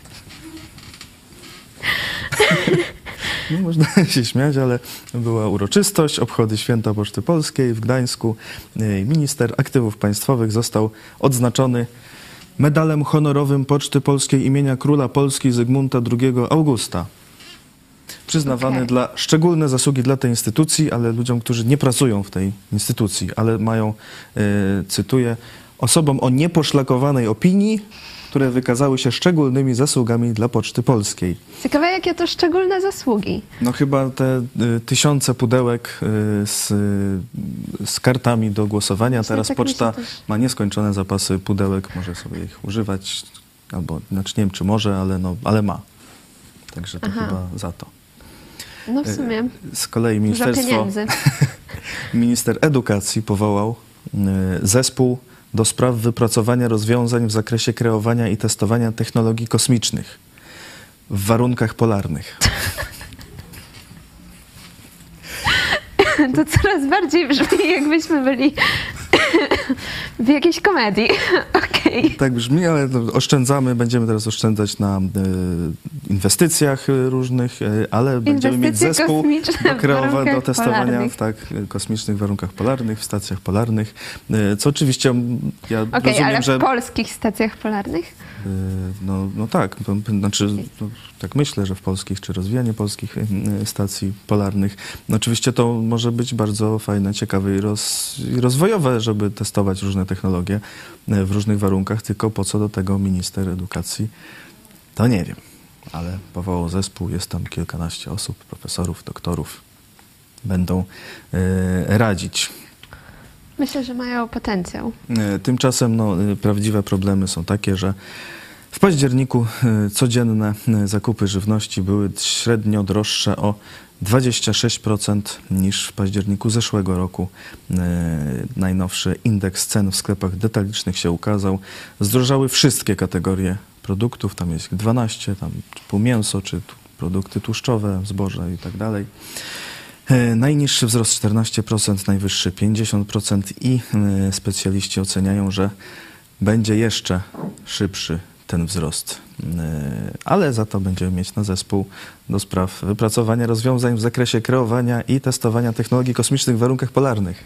Speaker 5: No, można się śmiać, ale była uroczystość, obchody Święta Poczty Polskiej w Gdańsku. Minister Aktywów Państwowych został odznaczony medalem honorowym Poczty Polskiej imienia Króla Polski Zygmunta drugiego Augusta. przyznawany
Speaker 1: Okay.
Speaker 5: dla szczególne zasługi dla tej instytucji, ale ludziom, którzy nie pracują w tej instytucji, ale mają, y, cytuję, osobom o nieposzlakowanej opinii, które wykazały się szczególnymi zasługami dla Poczty Polskiej.
Speaker 1: Ciekawe, jakie to szczególne zasługi.
Speaker 5: No chyba te y, tysiące pudełek y, z, y, z kartami do głosowania.
Speaker 1: Właśnie
Speaker 5: Teraz
Speaker 1: tak mi się
Speaker 5: Poczta
Speaker 1: też-
Speaker 5: ma nieskończone zapasy pudełek, może sobie ich używać, albo znaczy nie wiem, czy może, ale, no, ale ma. Także to
Speaker 1: Aha.
Speaker 5: chyba za to.
Speaker 1: No w sumie
Speaker 5: Z kolei
Speaker 1: dużo
Speaker 5: ministerstwo,
Speaker 1: pieniędzy.
Speaker 5: minister edukacji powołał y, zespół do spraw wypracowania rozwiązań w zakresie kreowania i testowania technologii kosmicznych w warunkach polarnych.
Speaker 1: To coraz bardziej brzmi, jakbyśmy byli w jakiejś komedii. Okej.
Speaker 5: Tak brzmi, ale no, oszczędzamy, będziemy teraz oszczędzać na e, inwestycjach e, różnych, e, ale będziemy mieć
Speaker 1: Inwestycje
Speaker 5: zespół
Speaker 1: kosmiczne
Speaker 5: do
Speaker 1: w
Speaker 5: kreowania,
Speaker 1: warunkach
Speaker 5: do testowania
Speaker 1: polarnych.
Speaker 5: w tak e, kosmicznych warunkach polarnych, w stacjach polarnych, e, co oczywiście m, ja
Speaker 1: Okej,
Speaker 5: rozumiem,
Speaker 1: ale w
Speaker 5: że...
Speaker 1: polskich stacjach polarnych?
Speaker 5: e, No, no tak, to, znaczy, no, tak myślę, że w polskich, czy rozwijanie polskich e, stacji polarnych. No, oczywiście to może być bardzo fajne, ciekawe i, roz, i rozwojowe, żeby testować różne technologie e, w różnych warunkach, tylko po co do tego minister edukacji, to nie wiem. Ale powołał zespół, jest tam kilkanaście osób, profesorów, doktorów, będą e, radzić.
Speaker 1: Myślę, że mają potencjał.
Speaker 5: E, Tymczasem no, e, prawdziwe problemy są takie, że w październiku e, codzienne e, zakupy żywności były średnio droższe o dwadzieścia sześć procent niż w październiku zeszłego roku. E, najnowszy indeks cen w sklepach detalicznych się ukazał. Zdrożały wszystkie kategorie produktów, tam jest dwanaście, tam pół mięso, czy tu produkty tłuszczowe, zboże i tak dalej. E, Najniższy wzrost czternaście procent, najwyższy pięćdziesiąt procent i e, specjaliści oceniają, że będzie jeszcze szybszy ten wzrost. E, Ale za to będziemy mieć na zespół do spraw wypracowania rozwiązań w zakresie kreowania i testowania technologii kosmicznych w warunkach polarnych.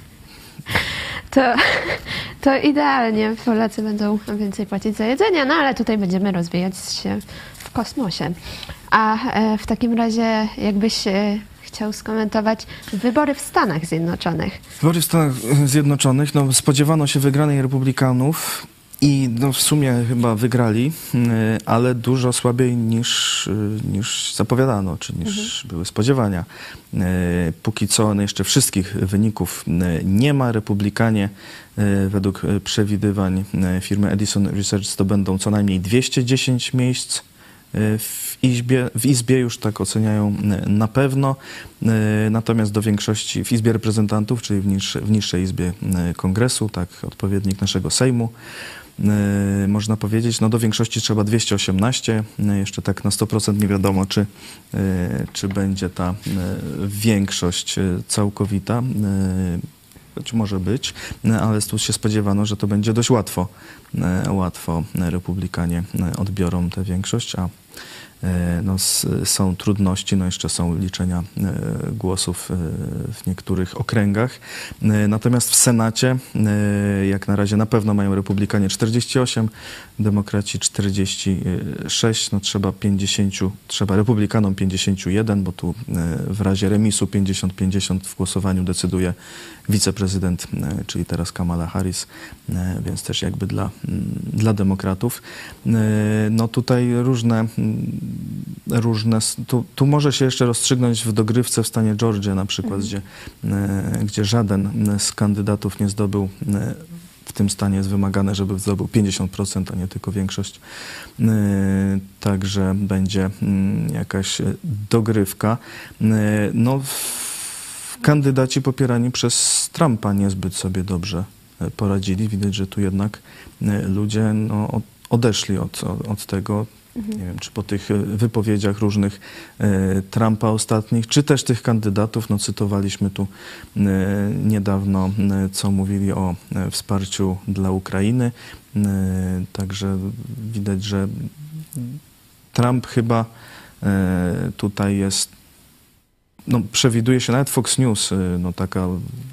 Speaker 1: To, to idealnie. Polacy będą więcej płacić za jedzenie, no ale tutaj będziemy rozwijać się w kosmosie. A e, w takim razie jakbyś e, chciał skomentować wybory w Stanach Zjednoczonych.
Speaker 5: Wybory w Stanach Zjednoczonych, no, spodziewano się wygranej Republikanów i no, w sumie chyba wygrali, y, ale dużo słabiej niż, y, niż zapowiadano, czy niż były spodziewania. Y, Póki co no, jeszcze wszystkich wyników y, nie ma. Republikanie y, według y, przewidywań y, firmy Edison Research zdobędą co najmniej dwieście dziesięć miejsc w Izbie, w Izbie już tak oceniają na pewno, natomiast do większości w Izbie Reprezentantów, czyli w, niższe, w niższej Izbie Kongresu, tak odpowiednik naszego Sejmu, można powiedzieć, no do większości trzeba dwieście osiemnaście, jeszcze tak na sto procent nie wiadomo, czy, czy będzie ta większość całkowita. Być może być, ale tu się spodziewano, że to będzie dość łatwo. Łatwo Republikanie odbiorą tę większość, a no, są trudności, no jeszcze są liczenia głosów w niektórych okręgach. Natomiast w Senacie, jak na razie na pewno mają Republikanie czterdzieści osiem, Demokraci czterdzieści sześć, no trzeba pięćdziesiąt, trzeba Republikanom pięćdziesiąt jeden, bo tu w razie remisu pięćdziesiąt pięćdziesiąt w głosowaniu decyduje wiceprezydent, czyli teraz Kamala Harris, więc też jakby dla, dla demokratów. No tutaj różne różne, tu, tu może się jeszcze rozstrzygnąć w dogrywce w stanie Georgia na przykład, mm. gdzie, gdzie żaden z kandydatów nie zdobył, w tym stanie jest wymagane, żeby zdobył pięćdziesiąt procent, a nie tylko większość. Także będzie jakaś dogrywka. No, kandydaci popierani przez Trumpa niezbyt sobie dobrze poradzili. Widać, że tu jednak ludzie no, odeszli od, od tego. Nie wiem, czy po tych wypowiedziach różnych e, Trumpa ostatnich, czy też tych kandydatów, no cytowaliśmy tu e, niedawno, e, co mówili o e, wsparciu dla Ukrainy, e, także widać, że Trump chyba e, tutaj jest, no przewiduje się, nawet Fox News, e, no taka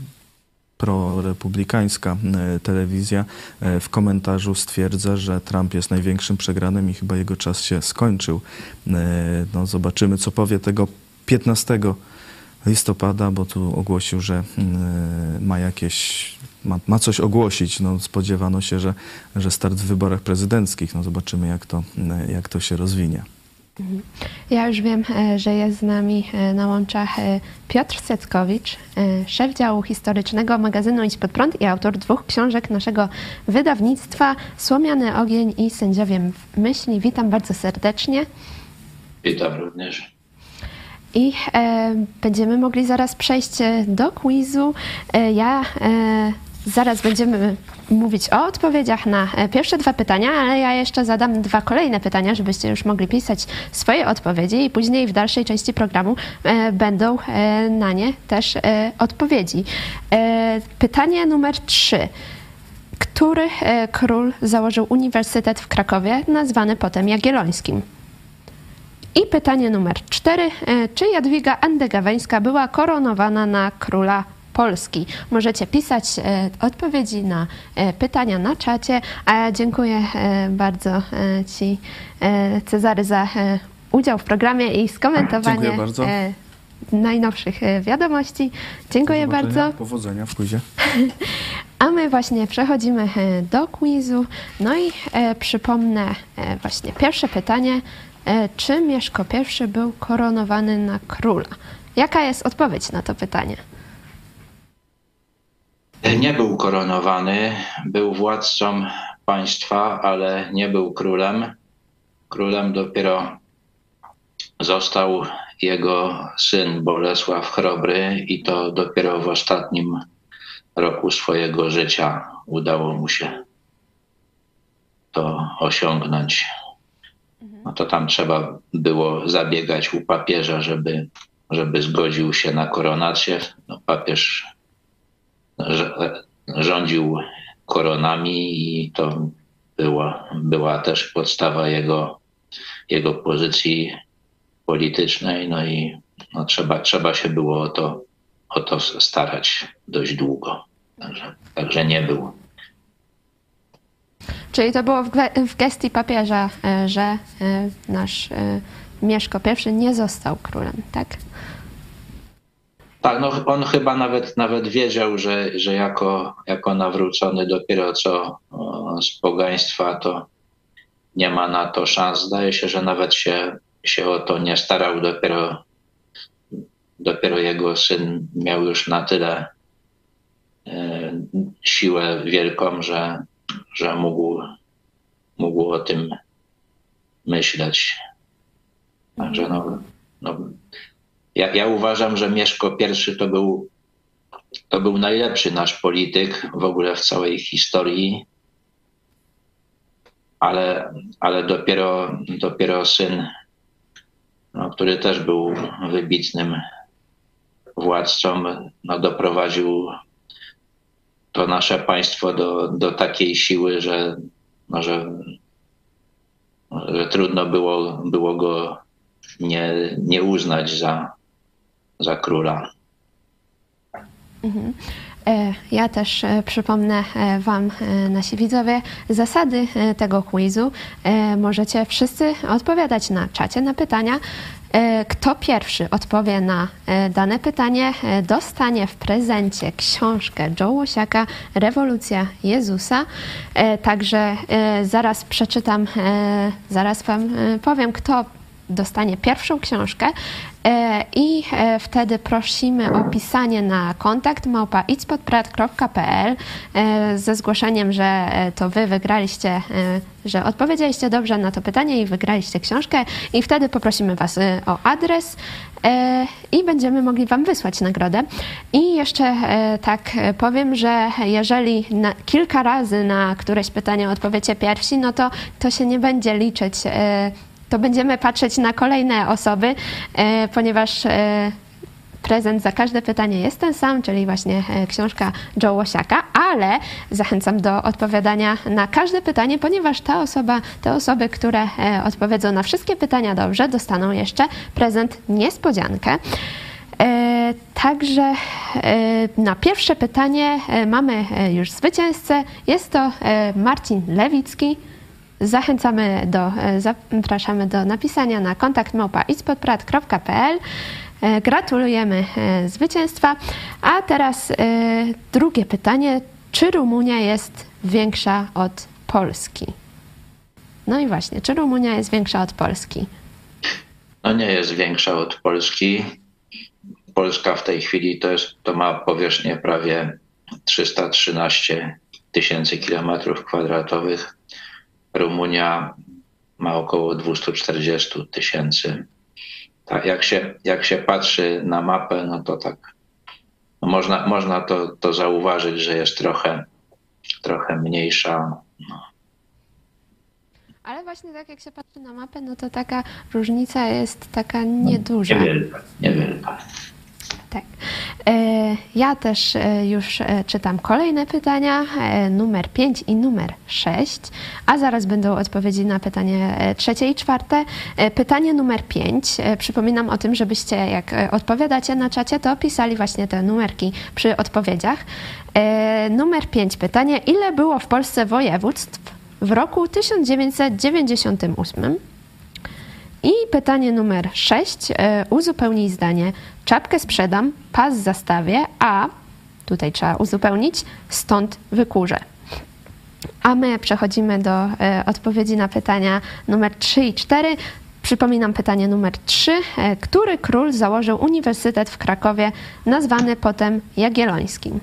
Speaker 5: prorepublikańska telewizja w komentarzu stwierdza, że Trump jest największym przegranym i chyba jego czas się skończył. No, zobaczymy, co powie tego piętnastego listopada, bo tu ogłosił, że ma jakieś, ma, ma coś ogłosić. No, spodziewano się, że, że start w wyborach prezydenckich. No, zobaczymy, jak to, jak to się rozwinie.
Speaker 1: Ja już wiem, że jest z nami na łączach Piotr Seckowicz, szef działu historycznego magazynu Idź Pod Prąd i autor dwóch książek naszego wydawnictwa Słomiany ogień i Sędziowie myśli. Witam bardzo serdecznie.
Speaker 6: Witam również.
Speaker 1: I e, będziemy mogli zaraz przejść do quizu. E, ja e, zaraz będziemy mówić o odpowiedziach na pierwsze dwa pytania, ale ja jeszcze zadam dwa kolejne pytania, żebyście już mogli pisać swoje odpowiedzi i później w dalszej części programu e, będą e, na nie też e, odpowiedzi. E, pytanie numer trzy. Który e, król założył Uniwersytet w Krakowie, nazwany potem Jagiellońskim? I pytanie numer cztery. E, czy Jadwiga Andegaweńska była koronowana na króla Polski? Możecie pisać e, odpowiedzi na e, pytania na czacie, a ja dziękuję e, bardzo e, Ci, e, Cezary, za e, udział w programie i skomentowanie e, najnowszych e, wiadomości. Dziękuję bardzo.
Speaker 5: Powodzenia w quizie.
Speaker 1: A my właśnie przechodzimy e, do quizu. No i e, przypomnę e, właśnie pierwsze pytanie. E, czy Mieszko I był koronowany na króla? Jaka jest odpowiedź na to pytanie?
Speaker 6: Nie był koronowany, był władcą państwa, ale nie był królem. Królem dopiero został jego syn Bolesław Chrobry i to dopiero w ostatnim roku swojego życia udało mu się to osiągnąć. No to tam trzeba było zabiegać u papieża, żeby, żeby zgodził się na koronację. No, papież rządził koronami i to była, była też podstawa jego, jego pozycji politycznej. No i no, trzeba, trzeba się było o to, o to starać dość długo. Także, także nie był.
Speaker 1: Czyli to było w gestii papieża, że nasz Mieszko I nie został królem, tak?
Speaker 6: Tak, no on chyba nawet, nawet wiedział, że, że jako, jako nawrócony dopiero co z pogaństwa to nie ma na to szans. Zdaje się, że nawet się, się o to nie starał. Dopiero, dopiero jego syn miał już na tyle e, siłę wielką, że, że mógł, mógł o tym myśleć. Także no, no Ja, ja uważam, że Mieszko I to był, to był najlepszy nasz polityk w ogóle w całej historii, ale, ale dopiero, dopiero syn, no, który też był wybitnym władcą, no, doprowadził to nasze państwo do, do takiej siły, że, no, że, że trudno było, było go nie, nie uznać za za króla.
Speaker 1: Mhm. Ja też przypomnę Wam, nasi widzowie, zasady tego quizu. Możecie wszyscy odpowiadać na czacie na pytania. Kto pierwszy odpowie na dane pytanie, dostanie w prezencie książkę Joe Łosiaka Rewolucja Jezusa. Także zaraz przeczytam, zaraz Wam powiem, kto dostanie pierwszą książkę i wtedy prosimy o pisanie na kontakt małpa idźpodprad kropka pe el ze zgłoszeniem, że to wy wygraliście, że odpowiedzieliście dobrze na to pytanie i wygraliście książkę, i wtedy poprosimy was o adres i będziemy mogli wam wysłać nagrodę. I jeszcze tak powiem, że jeżeli na, kilka razy na któreś pytanie odpowiecie pierwsi, no to to się nie będzie liczyć. To będziemy patrzeć na kolejne osoby, e, ponieważ e, prezent za każde pytanie jest ten sam, czyli właśnie e, książka Joe Łosiaka, ale zachęcam do odpowiadania na każde pytanie, ponieważ ta osoba, te osoby, które e, odpowiedzą na wszystkie pytania dobrze, dostaną jeszcze prezent niespodziankę. E, także e, na pierwsze pytanie e, mamy już zwycięzcę. Jest to e, Marcin Lewicki. Zachęcamy do, zapraszamy do napisania na kontakt małpa idźpodprad kropka pe el. Gratulujemy zwycięstwa. A teraz drugie pytanie. Czy Rumunia jest większa od Polski? No i właśnie, czy Rumunia jest większa od Polski?
Speaker 6: No nie jest większa od Polski. Polska w tej chwili to, jest, to ma powierzchnię prawie trzysta trzynaście tysięcy kilometrów kwadratowych. Rumunia ma około dwieście czterdzieści tysięcy. Tak, jak się, jak się patrzy na mapę, no to tak no można, można to, to zauważyć, że jest trochę, trochę mniejsza. No.
Speaker 1: Ale właśnie tak jak się patrzy na mapę, no to taka różnica jest taka nieduża.
Speaker 6: Niewielka, niewielka.
Speaker 1: Tak. Ja też już czytam kolejne pytania, numer pięć i numer sześć, a zaraz będą odpowiedzi na pytanie trzecie i czwarte. Pytanie numer pięć. Przypominam o tym, żebyście jak odpowiadacie na czacie, to pisali właśnie te numerki przy odpowiedziach. Numer pięć pytanie. Ile było w Polsce województw w roku tysiąc dziewięćset dziewięćdziesiątym ósmym? I pytanie numer sześć. Uzupełnij zdanie. Czapkę sprzedam, pas zastawię, a tutaj trzeba uzupełnić, stąd wykurzę. A my przechodzimy do e, odpowiedzi na pytania numer trzy i cztery. Przypominam pytanie numer trzy. E, który król założył uniwersytet w Krakowie, nazwany potem Jagiellońskim?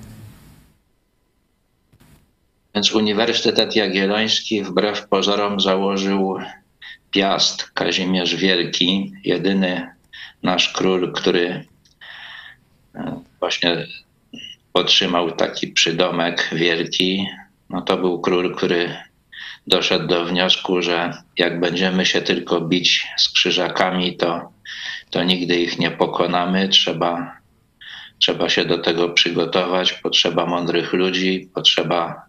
Speaker 6: Więc Uniwersytet Jagielloński wbrew pozorom założył Piast Kazimierz Wielki, jedyny nasz król, który właśnie otrzymał taki przydomek wielki. No to był król, który doszedł do wniosku, że jak będziemy się tylko bić z krzyżakami, to, to nigdy ich nie pokonamy. Trzeba, trzeba się do tego przygotować, potrzeba mądrych ludzi, potrzeba,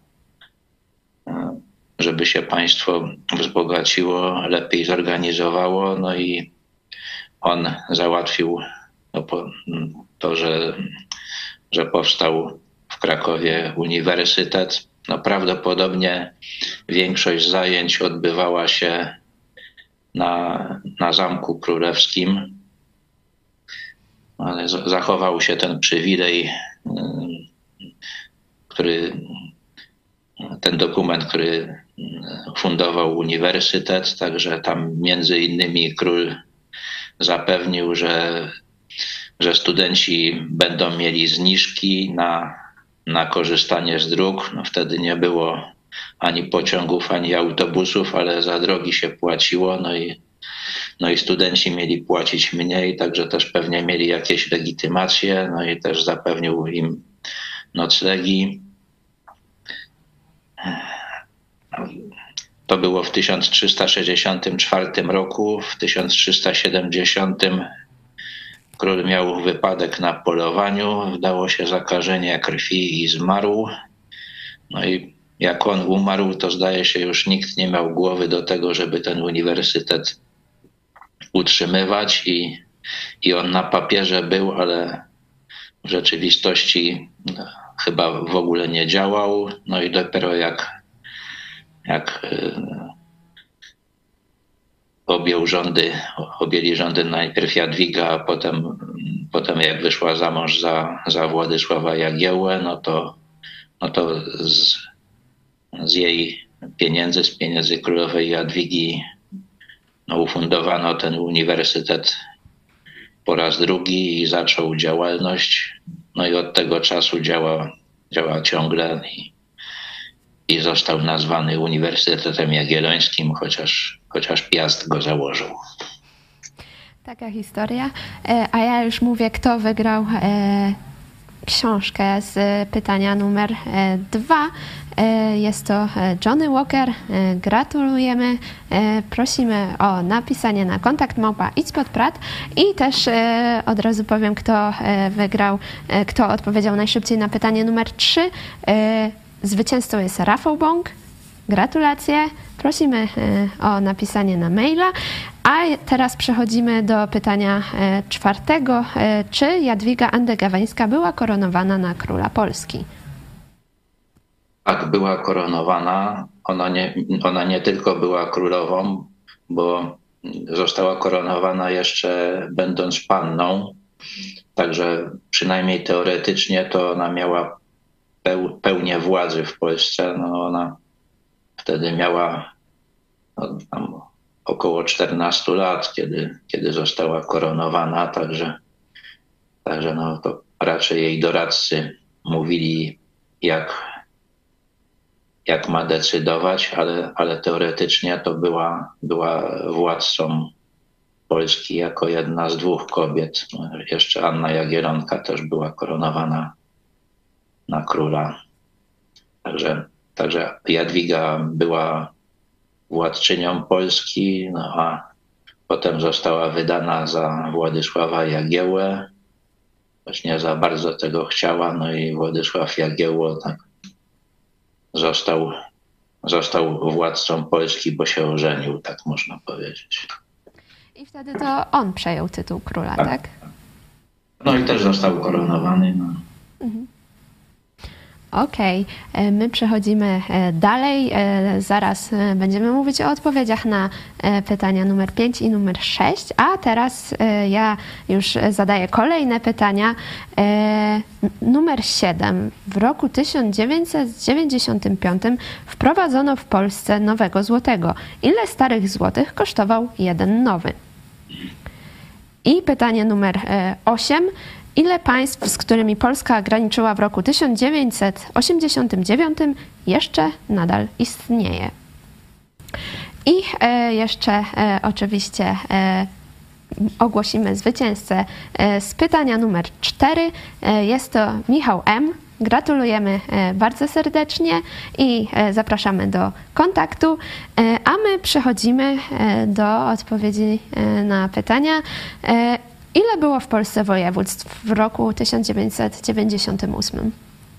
Speaker 6: żeby się państwo wzbogaciło, lepiej zorganizowało. No i on załatwił to, że, że powstał w Krakowie uniwersytet. No prawdopodobnie większość zajęć odbywała się na, na Zamku Królewskim, ale zachował się ten przywilej, który, ten dokument, który fundował uniwersytet, także tam między innymi król zapewnił, że, że studenci będą mieli zniżki na, na korzystanie z dróg. No wtedy nie było ani pociągów, ani autobusów, ale za drogi się płaciło. No i, no i studenci mieli płacić mniej, także też pewnie mieli jakieś legitymacje. No i też zapewnił im noclegi. To było w tysiąc trzysta sześćdziesiątym czwartym roku. W tysiąc trzysta siedemdziesiątym król miał wypadek na polowaniu, wdało się zakażenie krwi i zmarł. No i jak on umarł, to zdaje się już nikt nie miał głowy do tego, żeby ten uniwersytet utrzymywać i, i on na papierze był, ale w rzeczywistości no, chyba w ogóle nie działał. No i dopiero jak jak objął rządy, objęli rządy najpierw Jadwiga, a potem, potem jak wyszła za mąż za, za Władysława Jagiełłę, no to, no to z, z jej pieniędzy, z pieniędzy królowej Jadwigi no, ufundowano ten uniwersytet po raz drugi i zaczął działalność. No i od tego czasu działa, działa ciągle i I został nazwany Uniwersytetem Jagiellońskim, chociaż, chociaż Piast go założył.
Speaker 1: Taka historia. A ja już mówię, kto wygrał książkę z pytania numer dwa. Jest to Johnny Walker. Gratulujemy. Prosimy o napisanie na kontakt małpa idź pod prat i też od razu powiem, kto wygrał, kto odpowiedział najszybciej na pytanie numer trzy. Zwycięzcą jest Rafał Bąk. Gratulacje. Prosimy o napisanie na maila. A teraz przechodzimy do pytania czwartego. Czy Jadwiga Andegaweńska była koronowana na króla Polski?
Speaker 6: Tak, była koronowana. Ona nie, ona nie tylko była królową, bo została koronowana jeszcze będąc panną. Także przynajmniej teoretycznie to ona miała peł, pełnię władzy w Polsce. No ona wtedy miała no, tam około czternastu lat, kiedy, kiedy została koronowana, także, także no, to raczej jej doradcy mówili, jak, jak ma decydować, ale, ale teoretycznie to była, była władcą Polski jako jedna z dwóch kobiet. Jeszcze Anna Jagiellonka też była koronowana na króla. Także, także Jadwiga była władczynią Polski, no a potem została wydana za Władysława Jagiełłę. Właśnie za bardzo tego chciała, no i Władysław Jagiełło tak został, został władcą Polski, bo się ożenił, tak można powiedzieć.
Speaker 1: I wtedy to on przejął tytuł króla, tak? tak?
Speaker 6: No i też został koronowany. No.
Speaker 1: Mhm. Okej, okay. My przechodzimy dalej. Zaraz będziemy mówić o odpowiedziach na pytania numer pięć i numer sześć, a teraz ja już zadaję kolejne pytania. Numer siedem. W roku tysiąc dziewięćset dziewięćdziesiątym piątym wprowadzono w Polsce nowego złotego. Ile starych złotych kosztował jeden nowy? I pytanie numer osiem. Ile państw, z którymi Polska graniczyła w roku tysiąc dziewięćset osiemdziesiątym dziewiątym, jeszcze nadal istnieje? I e, jeszcze e, oczywiście e, ogłosimy zwycięzcę e, z pytania numer cztery. E, jest to Michał M. Gratulujemy e, bardzo serdecznie i e, zapraszamy do kontaktu, e, a my przechodzimy e, do odpowiedzi e, na pytania. E, Ile było w Polsce województw w roku tysiąc dziewięćset dziewięćdziesiątym ósmym?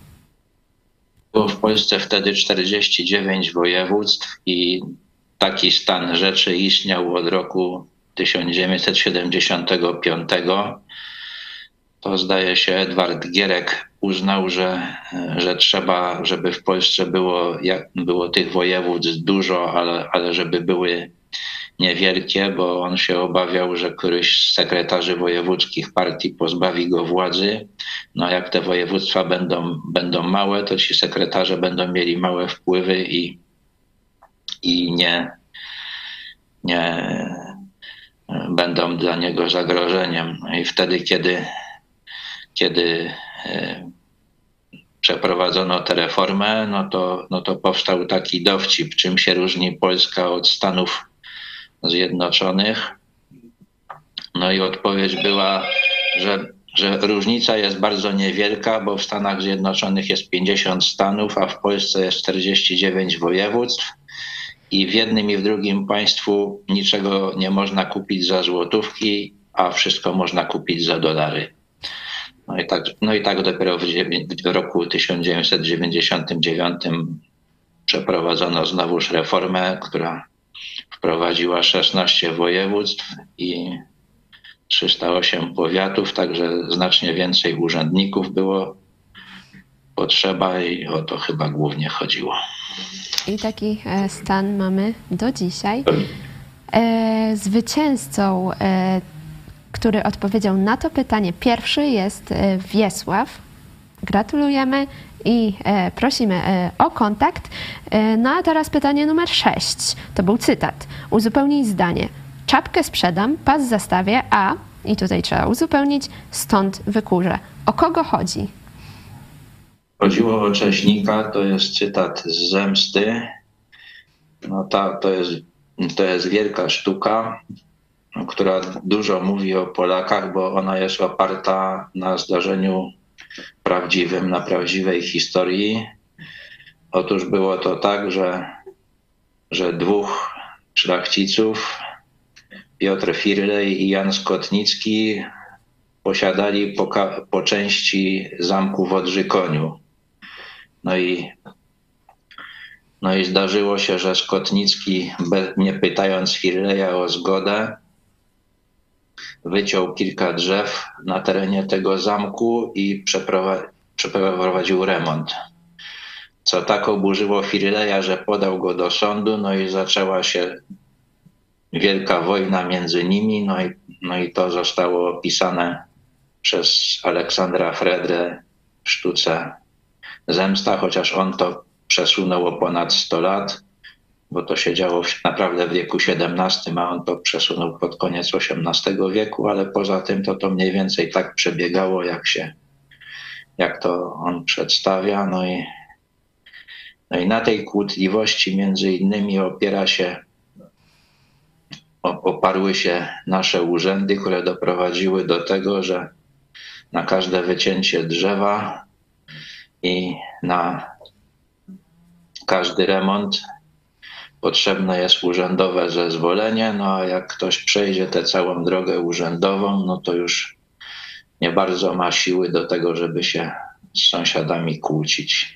Speaker 6: Było w Polsce wtedy czterdzieści dziewięć województw i taki stan rzeczy istniał od roku tysiąc dziewięćset siedemdziesiątego piątego. To zdaje się Edward Gierek uznał, że, że trzeba, żeby w Polsce było, jak, było tych województw dużo, ale, ale żeby były niewielkie, bo on się obawiał, że któryś z sekretarzy wojewódzkich partii pozbawi go władzy. No jak te województwa będą, będą małe, to ci sekretarze będą mieli małe wpływy i, i nie, nie będą dla niego zagrożeniem. No i wtedy, kiedy, kiedy przeprowadzono tę reformę, no to, no to powstał taki dowcip, czym się różni Polska od Stanów Zjednoczonych. No i odpowiedź była, że, że różnica jest bardzo niewielka, bo w Stanach Zjednoczonych jest pięćdziesiąt stanów, a w Polsce jest czterdzieści dziewięć województw i w jednym i w drugim państwu niczego nie można kupić za złotówki, a wszystko można kupić za dolary. No i tak, no i tak dopiero w, w roku tysiąc dziewięćset dziewięćdziesiątym dziewiątym przeprowadzono znowuż reformę, która wprowadziła szesnaście województw i trzysta osiem powiatów, także znacznie więcej urzędników było potrzeba i o to chyba głównie chodziło.
Speaker 1: I taki stan mamy do dzisiaj. Zwycięzcą, który odpowiedział na to pytanie pierwszy, jest Wiesław. Gratulujemy i e, prosimy e, o kontakt. E, no a teraz pytanie numer sześć. To był cytat. Uzupełnij zdanie. Czapkę sprzedam, pas zastawię, a... I tutaj trzeba uzupełnić. Stąd wykurzę. O kogo chodzi?
Speaker 6: Chodziło o Cześnika. To jest cytat z Zemsty. No ta, to jest, to jest wielka sztuka, która dużo mówi o Polakach, bo ona jest oparta na zdarzeniu prawdziwym, na prawdziwej historii. Otóż było to tak, że, że dwóch szlachciców, Piotr Firlej i Jan Skotnicki, posiadali po, po części zamku w Odrzykoniu. No i, no i zdarzyło się, że Skotnicki, nie pytając Firleja o zgodę, wyciął kilka drzew na terenie tego zamku i przeprowadził remont. Co tak oburzyło Firleja, że podał go do sądu, no i zaczęła się wielka wojna między nimi, no i, no i to zostało opisane przez Aleksandra Fredrę w sztuce Zemsta, chociaż on to przesunął o ponad sto lat, bo to się działo naprawdę w wieku siedemnastym, a on to przesunął pod koniec osiemnastego wieku, ale poza tym to to mniej więcej tak przebiegało, jak się, jak to on przedstawia. No i, no i na tej kłótliwości między innymi opiera się, oparły się nasze urzędy, które doprowadziły do tego, że na każde wycięcie drzewa i na każdy remont potrzebne jest urzędowe zezwolenie, no a jak ktoś przejdzie tę całą drogę urzędową, no to już nie bardzo ma siły do tego, żeby się z sąsiadami kłócić.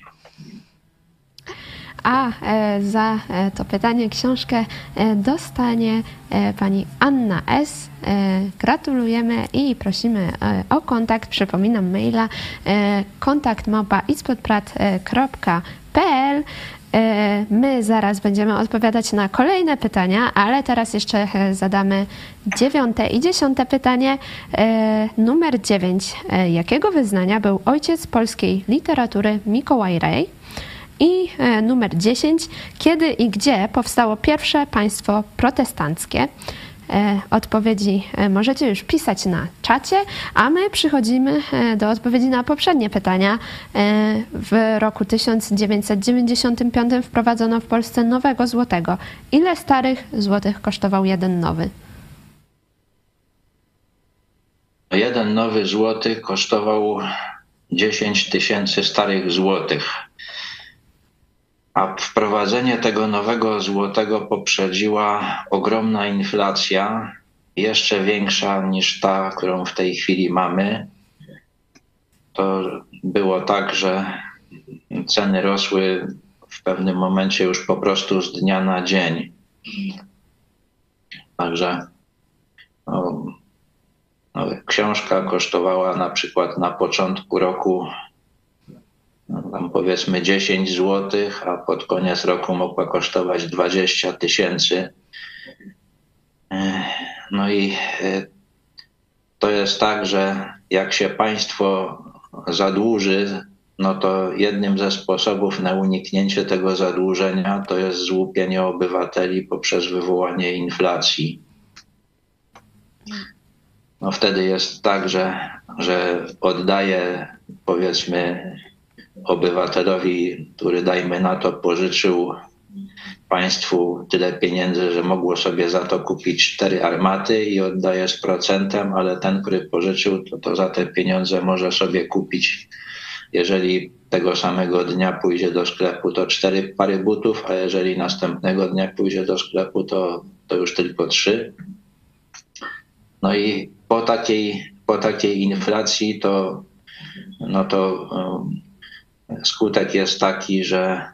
Speaker 1: A e, za e, to pytanie książkę e, dostanie e, pani Anna S. E, gratulujemy i prosimy e, o kontakt. Przypominam maila e, kontakt małpa ispodprat kropka p l. E, my zaraz będziemy odpowiadać na kolejne pytania, ale teraz jeszcze zadamy dziewiąte i dziesiąte pytanie. E, numer dziewięć. E, jakiego wyznania był ojciec polskiej literatury Mikołaj Rej? I e, numer dziesięć. Kiedy i gdzie powstało pierwsze państwo protestanckie? E, odpowiedzi e, możecie już pisać na czacie, a my przychodzimy e, do odpowiedzi na poprzednie pytania. E, w roku tysiąc dziewięćset dziewięćdziesiątym piątym wprowadzono w Polsce nowego złotego. Ile starych złotych kosztował jeden nowy?
Speaker 6: Jeden nowy złoty kosztował dziesięć tysięcy starych złotych. A wprowadzenie tego nowego złotego poprzedziła ogromna inflacja, jeszcze większa niż ta, którą w tej chwili mamy. To było tak, że ceny rosły w pewnym momencie już po prostu z dnia na dzień. Także no, no, książka kosztowała na przykład na początku roku no, tam powiedzmy dziesięć złotych, a pod koniec roku mogła kosztować dwadzieścia tysięcy. No i to jest tak, że jak się państwo zadłuży, no to jednym ze sposobów na uniknięcie tego zadłużenia to jest złupienie obywateli poprzez wywołanie inflacji. No wtedy jest tak, że, że oddaje powiedzmy obywatelowi, który dajmy na to pożyczył państwu tyle pieniędzy, że mogło sobie za to kupić cztery armaty i oddaje z procentem, ale ten, który pożyczył, to, to za te pieniądze może sobie kupić, jeżeli tego samego dnia pójdzie do sklepu, to cztery pary butów, a jeżeli następnego dnia pójdzie do sklepu, to, to już tylko trzy. No i po takiej, po takiej inflacji to, no to um, skutek jest taki, że,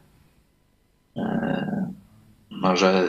Speaker 6: no, że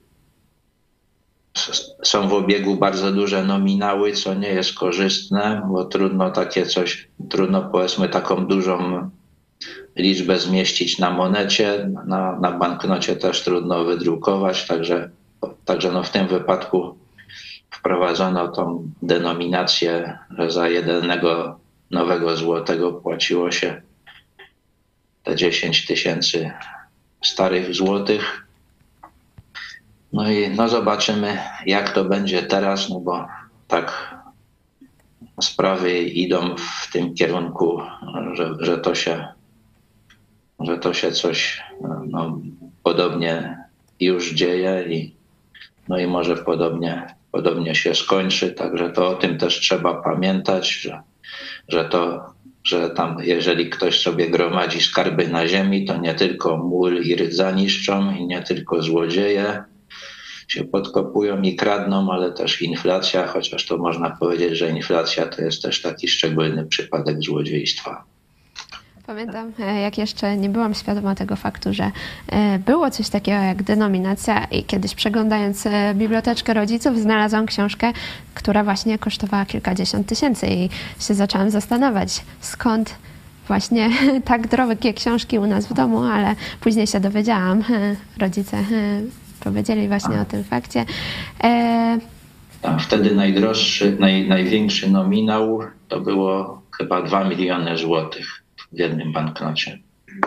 Speaker 6: są w obiegu bardzo duże nominały, co nie jest korzystne, bo trudno takie coś, trudno powiedzmy taką dużą liczbę zmieścić na monecie, na, na banknocie też trudno wydrukować, także, także no w tym wypadku wprowadzono tą denominację, że za jednego nowego złotego płaciło się te dziesięć tysięcy starych złotych. No i no zobaczymy, jak to będzie teraz, no bo tak sprawy idą w tym kierunku, że, że, to, się, że to się coś no, podobnie już dzieje i, no i może podobnie, podobnie się skończy. Także to o tym też trzeba pamiętać, że, że to że tam jeżeli ktoś sobie gromadzi skarby na ziemi, to nie tylko mól i rydza niszczą i nie tylko złodzieje się podkopują i kradną, ale też inflacja, chociaż to można powiedzieć, że inflacja to jest też taki szczególny przypadek złodziejstwa.
Speaker 1: Pamiętam, jak jeszcze nie byłam świadoma tego faktu, że było coś takiego jak denominacja i kiedyś przeglądając biblioteczkę rodziców znalazłam książkę, która właśnie kosztowała kilkadziesiąt tysięcy i się zaczęłam zastanawiać, skąd właśnie tak drogie książki u nas w domu, ale później się dowiedziałam, rodzice powiedzieli właśnie o tym fakcie.
Speaker 6: A wtedy najdroższy, naj, największy nominał to było chyba dwa miliony złotych w jednym banknocie.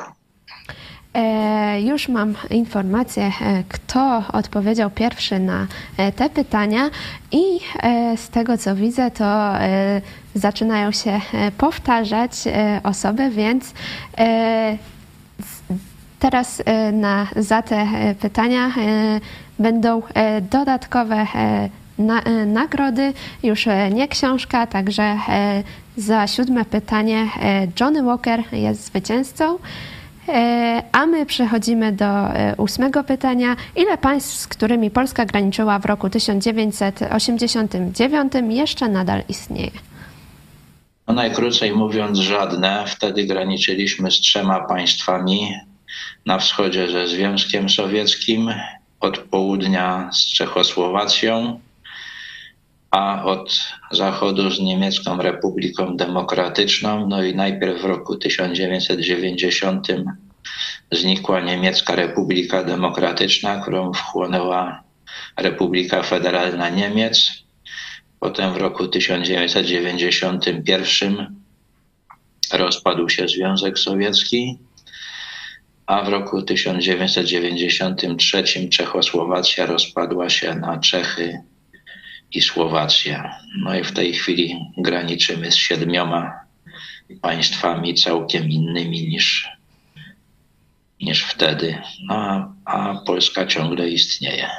Speaker 1: E, już mam informację, e, kto odpowiedział pierwszy na e, te pytania i e, z tego co widzę, to e, zaczynają się e, powtarzać e, osoby, więc e, teraz e, na, za te e, pytania e, będą e, dodatkowe e, na, e, nagrody, już e, nie książka, także e, za siódme pytanie e, Johnny Walker jest zwycięzcą. A my przechodzimy do ósmego pytania. Ile państw, z którymi Polska graniczyła w roku tysiąc dziewięćset osiemdziesiątym dziewiątym, jeszcze nadal istnieje?
Speaker 6: No najkrócej mówiąc, żadne. Wtedy graniczyliśmy z trzema państwami. Na wschodzie ze Związkiem Sowieckim, od południa z Czechosłowacją, a od zachodu z Niemiecką Republiką Demokratyczną. No i najpierw w roku tysiąc dziewięćset dziewięćdziesiątym znikła Niemiecka Republika Demokratyczna, którą wchłonęła Republika Federalna Niemiec. Potem w roku tysiąc dziewięćset dziewięćdziesiątym pierwszym rozpadł się Związek Sowiecki, a w roku tysiąc dziewięćset dziewięćdziesiątym trzecim Czechosłowacja rozpadła się na Czechy i Słowację. No i w tej chwili graniczymy z siedmioma państwami całkiem innymi niż, niż wtedy, no, a, a Polska ciągle istnieje.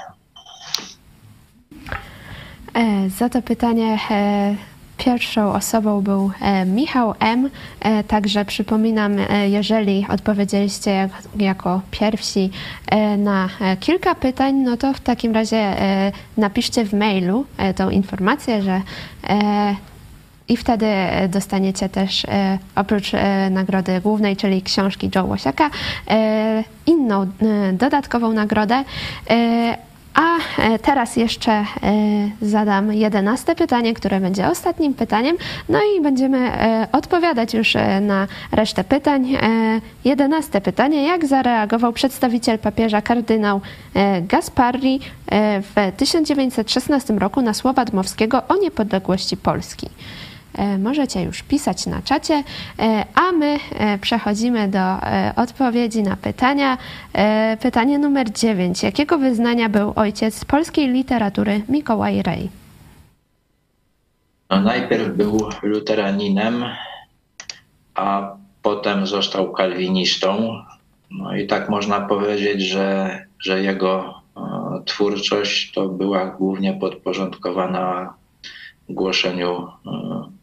Speaker 1: E, za to pytanie e, pierwszą osobą był e, Michał M. E, także przypominam, e, jeżeli odpowiedzieliście jak, jako pierwsi e, na e, kilka pytań, no to w takim razie e, napiszcie w mailu e, tą informację, że e, i wtedy dostaniecie też e, oprócz e, nagrody głównej, czyli książki Joe Łosiaka, e, inną e, dodatkową nagrodę. E, A teraz jeszcze zadam jedenaste pytanie, które będzie ostatnim pytaniem, no i będziemy odpowiadać już na resztę pytań. Jedenaste pytanie. Jak zareagował przedstawiciel papieża kardynał Gasparri w tysiąc dziewięćset szesnastym roku na słowa Dmowskiego o niepodległości Polski? Możecie już pisać na czacie, a my przechodzimy do odpowiedzi na pytania. Pytanie numer dziewięć. Jakiego wyznania był ojciec polskiej literatury Mikołaj Rej?
Speaker 6: No, najpierw był luteraninem, a potem został kalwinistą. No i tak można powiedzieć, że, że jego e, twórczość to była głównie podporządkowana głoszeniu e,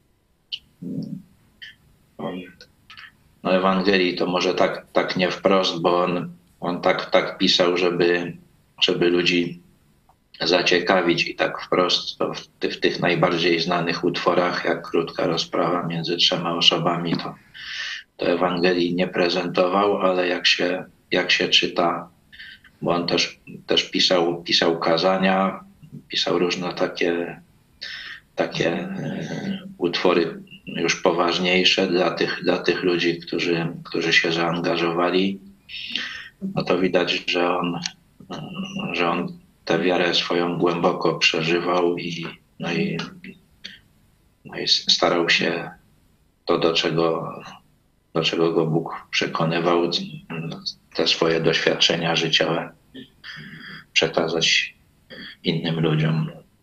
Speaker 6: no, Ewangelii. To może tak, tak nie wprost, bo on, on tak, tak pisał, żeby, żeby ludzi zaciekawić i tak wprost to w, ty, w tych najbardziej znanych utworach, jak Krótka rozprawa między trzema osobami, to, to Ewangelii nie prezentował, ale jak się, jak się czyta, bo on też, też pisał, pisał kazania, pisał różne takie, takie e, utwory już poważniejsze dla tych, dla tych ludzi, którzy, którzy się zaangażowali. No to widać, że on, że on tę wiarę swoją głęboko przeżywał i, no i, no i starał się to, do czego, do czego go Bóg przekonywał, te swoje doświadczenia życiowe przekazać innym ludziom.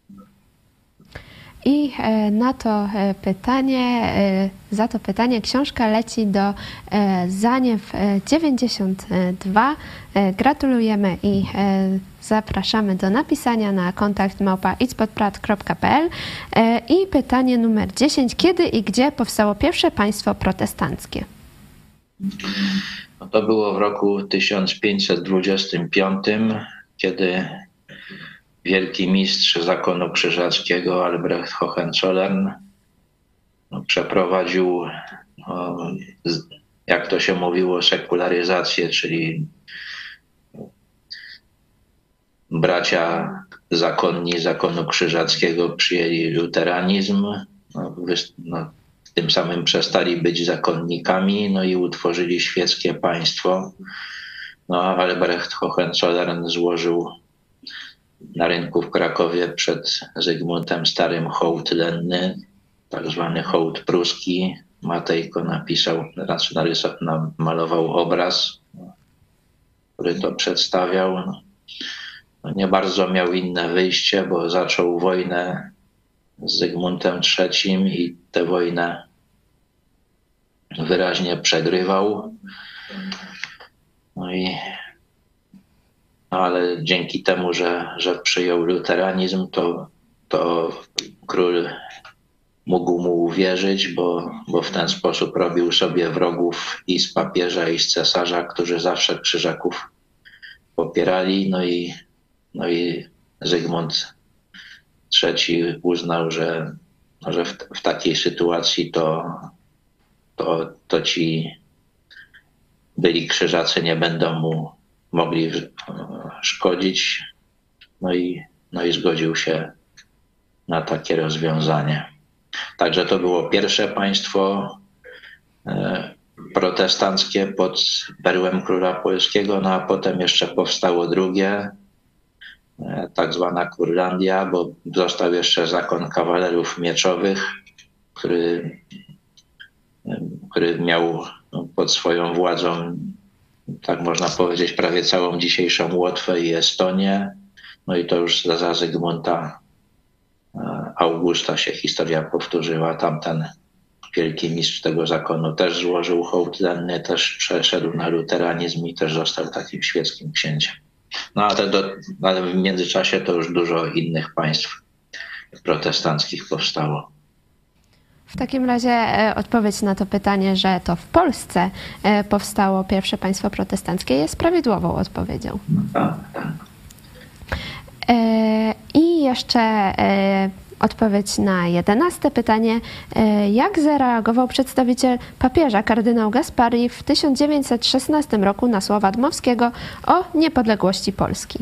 Speaker 1: I na to pytanie, za to pytanie książka leci do Zaniew dziewięćdziesiąt dwa. Gratulujemy i zapraszamy do napisania na kontakt małpa idźpodprat kropka p l. I pytanie numer dziesięć. Kiedy i gdzie powstało pierwsze państwo protestanckie?
Speaker 6: No to było w roku tysiąc pięćset dwudziestym piątym, kiedy wielki mistrz zakonu krzyżackiego Albrecht Hohenzollern no, przeprowadził, no, jak to się mówiło, sekularyzację, czyli bracia zakonni zakonu krzyżackiego przyjęli luteranizm, no, no, tym samym przestali być zakonnikami, no i utworzyli świeckie państwo. No, Albrecht Hohenzollern złożył na rynku w Krakowie przed Zygmuntem Starym hołd lenny, tak zwany hołd pruski. Matejko napisał, znaczy narysował, namalował obraz, który to przedstawiał. No nie bardzo miał inne wyjście, bo zaczął wojnę z Zygmuntem trzecim i tę wojnę wyraźnie przegrywał. No i no ale dzięki temu, że, że przyjął luteranizm, to, to król mógł mu uwierzyć, bo, bo w ten sposób robił sobie wrogów i z papieża, i z cesarza, którzy zawsze krzyżaków popierali. No i, no i Zygmunt trzeci uznał, że, że w, w takiej sytuacji to, to, to ci byli krzyżacy nie będą mu mogli szkodzić. No i, no i zgodził się na takie rozwiązanie. Także to było pierwsze państwo protestanckie pod berłem króla polskiego, no a potem jeszcze powstało drugie, tak zwana Kurlandia, bo został jeszcze zakon kawalerów mieczowych, który, który miał pod swoją władzą, tak można powiedzieć, prawie całą dzisiejszą Łotwę i Estonię. No i to już za Zygmunta Augusta się historia powtórzyła. Tamten wielki mistrz tego zakonu też złożył hołd lenny, też przeszedł na luteranizm i też został takim świeckim księciem. No ale, do, ale w międzyczasie to już dużo innych państw protestanckich powstało.
Speaker 1: W takim razie odpowiedź na to pytanie, że to w Polsce powstało pierwsze państwo protestanckie, jest prawidłową odpowiedzią.
Speaker 6: No tak, tak.
Speaker 1: I jeszcze odpowiedź na jedenaste pytanie. Jak zareagował przedstawiciel papieża, kardynał Gaspari, w tysiąc dziewięćset szesnastym roku na słowa Dmowskiego o niepodległości Polski?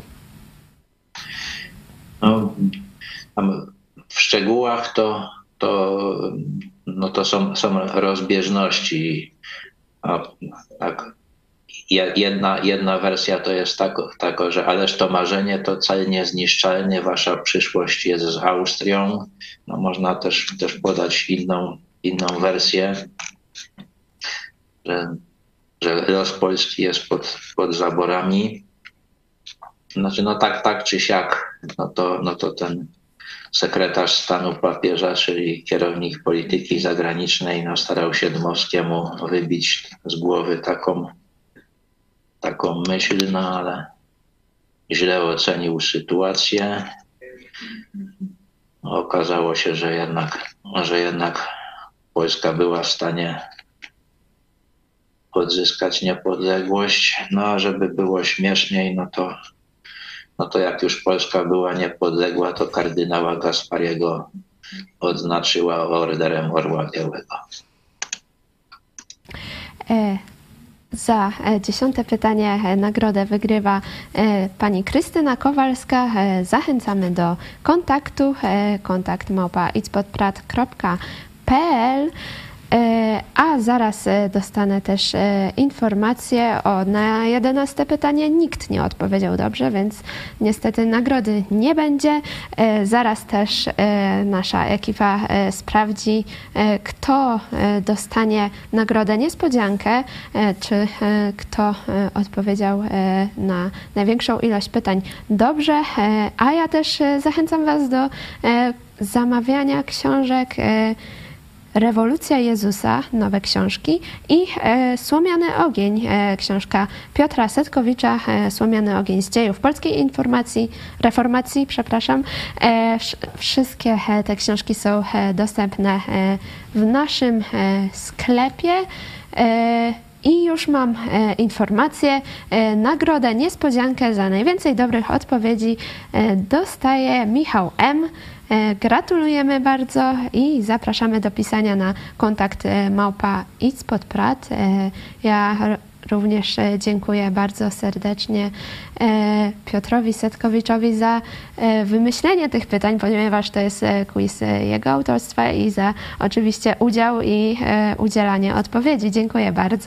Speaker 6: No, w szczegółach to, to, no to są, są rozbieżności. A, tak. Jedna, jedna wersja to jest tako, tako, że ależ to marzenie to cel niezniszczalny, wasza przyszłość jest z Austrią. No można też, też podać inną, inną wersję, że, że los Polski jest pod, pod zaborami. Znaczy no tak, tak czy siak, no to, no to ten sekretarz stanu papieża, czyli kierownik polityki zagranicznej, no starał się Dmowskiemu wybić z głowy taką taką myśl, no ale źle ocenił sytuację. Okazało się, że jednak, że jednak Polska była w stanie odzyskać niepodległość. No a żeby było śmieszniej, no to, no to jak już Polska była niepodległa, to kardynała Gaspariego odznaczyła orderem Orła Białego.
Speaker 1: E Za dziesiąte pytanie nagrodę wygrywa pani Krystyna Kowalska. Zachęcamy do kontaktu. Kontakt małpa idźpodprat kropka p l. A zaraz dostanę też informację o na jedenaste pytanie. Nikt nie odpowiedział dobrze, więc niestety nagrody nie będzie. Zaraz też nasza ekipa sprawdzi, kto dostanie nagrodę niespodziankę, czy kto odpowiedział na największą ilość pytań dobrze. A ja też zachęcam Was do zamawiania książek Rewolucja Jezusa, nowe książki i e, Słomiany ogień, e, książka Piotra Setkowicza, e, Słomiany ogień z dziejów polskiej informacji, reformacji, przepraszam. E, wszystkie te książki są e, dostępne e, w naszym e, sklepie. E, I już mam e, informację, e, nagrodę niespodziankę za najwięcej dobrych odpowiedzi e, dostaje Michał M. E, gratulujemy bardzo i zapraszamy do pisania na kontakt e, małpa idźpodprat. E, ja również e, dziękuję bardzo serdecznie e, Piotrowi Setkowiczowi za e, wymyślenie tych pytań, ponieważ to jest e, quiz e, jego autorstwa i za oczywiście udział i e, udzielanie odpowiedzi. Dziękuję bardzo.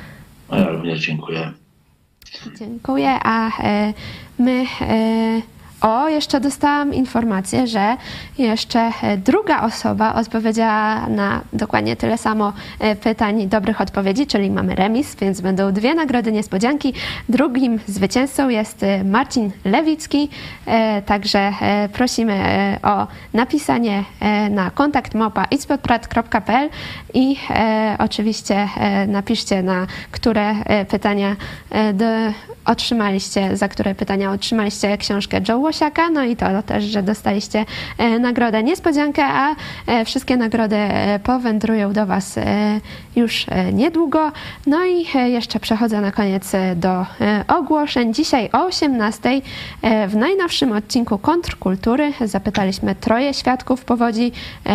Speaker 6: Ja również dziękuję.
Speaker 1: Dziękuję, a e, my e, O, jeszcze dostałam informację, że jeszcze druga osoba odpowiedziała na dokładnie tyle samo pytań dobrych odpowiedzi, czyli mamy remis, więc będą dwie nagrody niespodzianki. Drugim zwycięzcą jest Marcin Lewicki, także prosimy o napisanie na kontakt małpa idźpodprat kropka pe el i oczywiście napiszcie, na które pytania do, otrzymaliście, za które pytania otrzymaliście książkę Joe Łosiaka, no i to też, że dostaliście nagrodę niespodziankę, a wszystkie nagrody powędrują do Was już niedługo. No i jeszcze przechodzę na koniec do ogłoszeń. Dzisiaj o osiemnastej w najnowszym odcinku Kontrkultury zapytaliśmy troje świadków powodzi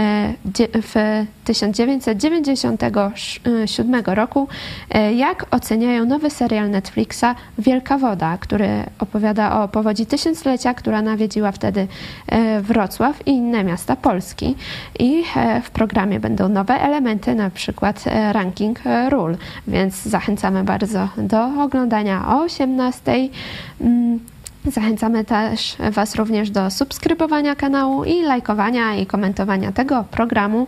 Speaker 1: w tysiąc dziewięćset dziewięćdziesiątego siódmego roku, jak oceniają nowy serial Netflixa Wielka Woda, który opowiada o powodzi tysiąclecia, która nawiedziła wtedy Wrocław i inne miasta Polski. I w programie będą nowe elementy, na przykład ranking ról, więc zachęcamy bardzo do oglądania o osiemnastej. Zachęcamy też Was również do subskrybowania kanału i lajkowania i komentowania tego programu.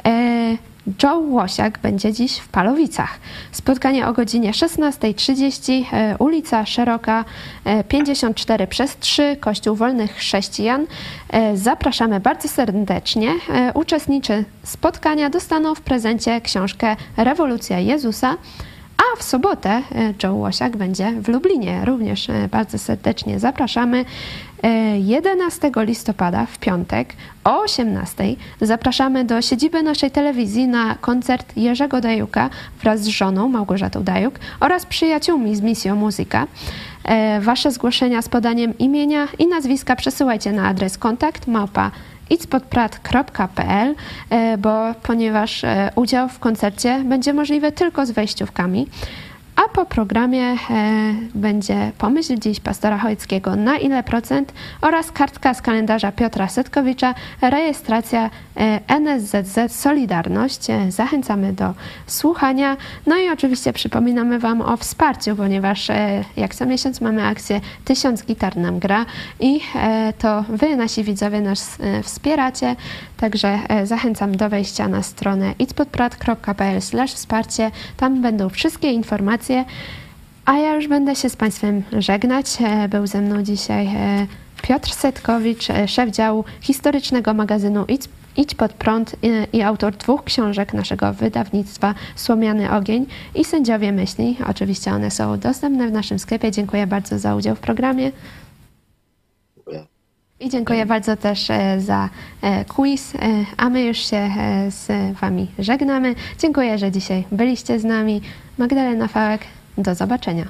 Speaker 1: Joe Łosiak będzie dziś w Palowicach. Spotkanie o godzinie szesnastej trzydzieści, ulica Szeroka, pięćdziesiąt cztery przez trzy, Kościół Wolnych Chrześcijan. Zapraszamy bardzo serdecznie. Uczestnicy spotkania dostaną w prezencie książkę Rewolucja Jezusa. A w sobotę Joe Łosiak będzie w Lublinie. Również bardzo serdecznie zapraszamy. jedenastego listopada w piątek o osiemnastej zapraszamy do siedziby naszej telewizji na koncert Jerzego Dajuka wraz z żoną Małgorzatą Dajuk oraz przyjaciółmi z Misją Muzyka. Wasze zgłoszenia z podaniem imienia i nazwiska przesyłajcie na adres kontakt małpa idźpodprat kropka pe el, bo ponieważ udział w koncercie będzie możliwy tylko z wejściówkami. A po programie e, będzie Pomyśl dziś pastora Chojeckiego na ile procent oraz kartka z kalendarza Piotra Setkowicza, rejestracja e, N S Z Z Solidarność. E, zachęcamy do słuchania. No i oczywiście przypominamy Wam o wsparciu, ponieważ e, jak co miesiąc mamy akcję Tysiąc Gitar nam gra i e, to Wy, nasi widzowie, nas e, wspieracie. Także e, zachęcam do wejścia na stronę idźpodprat kropka pe el slash wsparcie. Tam będą wszystkie informacje. A ja już będę się z Państwem żegnać. Był ze mną dzisiaj Piotr Setkowicz, szef działu historycznego magazynu Idź, Idź pod prąd i autor dwóch książek naszego wydawnictwa Słomiany Ogień i Sędziowie Myśli. Oczywiście one są dostępne w naszym sklepie. Dziękuję bardzo za udział w programie. I dziękuję bardzo też za quiz, a my już się z Wami żegnamy. Dziękuję, że dzisiaj byliście z nami. Magdalena Fałek, do zobaczenia.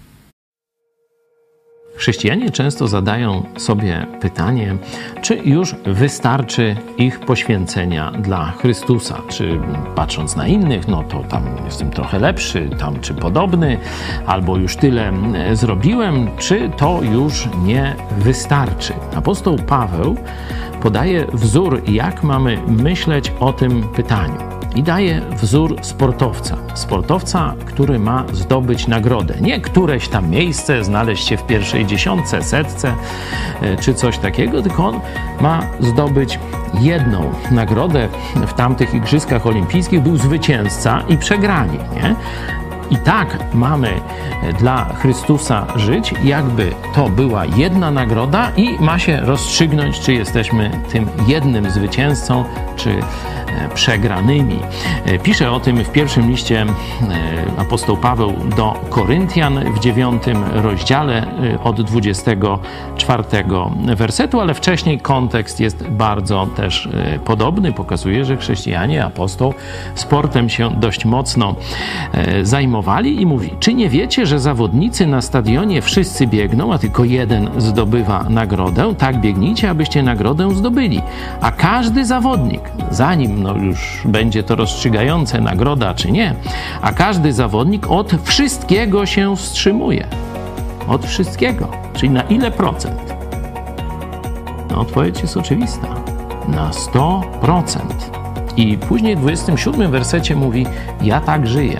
Speaker 7: Chrześcijanie często zadają sobie pytanie, czy już wystarczy ich poświęcenia dla Chrystusa. Czy patrząc na innych, no to tam jestem trochę lepszy, tam czy podobny, albo już tyle zrobiłem, czy to już nie wystarczy. Apostoł Paweł podaje wzór, jak mamy myśleć o tym pytaniu. I daje wzór sportowca. Sportowca, który ma zdobyć nagrodę. Nie któreś tam miejsce, znaleźć się w pierwszej dziesiątce, setce czy coś takiego, tylko on ma zdobyć jedną nagrodę. W tamtych igrzyskach olimpijskich był zwycięzca i przegrani, nie? I tak mamy dla Chrystusa żyć, jakby to była jedna nagroda i ma się rozstrzygnąć, czy jesteśmy tym jednym zwycięzcą, czy przegranymi. Pisze o tym w pierwszym liście apostoł Paweł do Koryntian w dziewiątym rozdziale od dwudziestego czwartego wersetu, ale wcześniej kontekst jest bardzo też podobny. Pokazuje, że chrześcijanie, apostoł sportem się dość mocno zajmowali i mówi, czy nie wiecie, że zawodnicy na stadionie wszyscy biegną, a tylko jeden zdobywa nagrodę? Tak biegnijcie, abyście nagrodę zdobyli. A każdy zawodnik, zanim no już będzie to rozstrzygające nagroda czy nie, a każdy zawodnik od wszystkiego się wstrzymuje. Od wszystkiego. Czyli na ile procent? No, odpowiedź jest oczywista. Na sto procent. I później w dwudziestym siódmym wersecie mówi, ja tak żyję.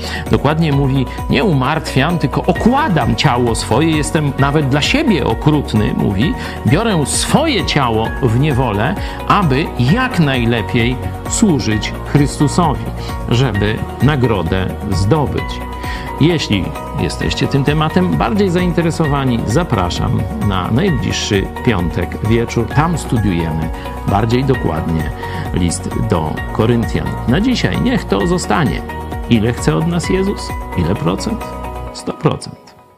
Speaker 7: Dokładnie mówi, nie umartwiam, tylko okładam ciało swoje, jestem nawet dla siebie okrutny, mówi, biorę swoje ciało w niewolę, aby jak najlepiej służyć Chrystusowi, żeby nagrodę zdobyć. Jeśli jesteście tym tematem bardziej zainteresowani, zapraszam na najbliższy piątek wieczór. Tam studiujemy bardziej dokładnie list do Koryntian. Na dzisiaj niech to zostanie. Ile chce od nas Jezus? Ile procent? sto procent.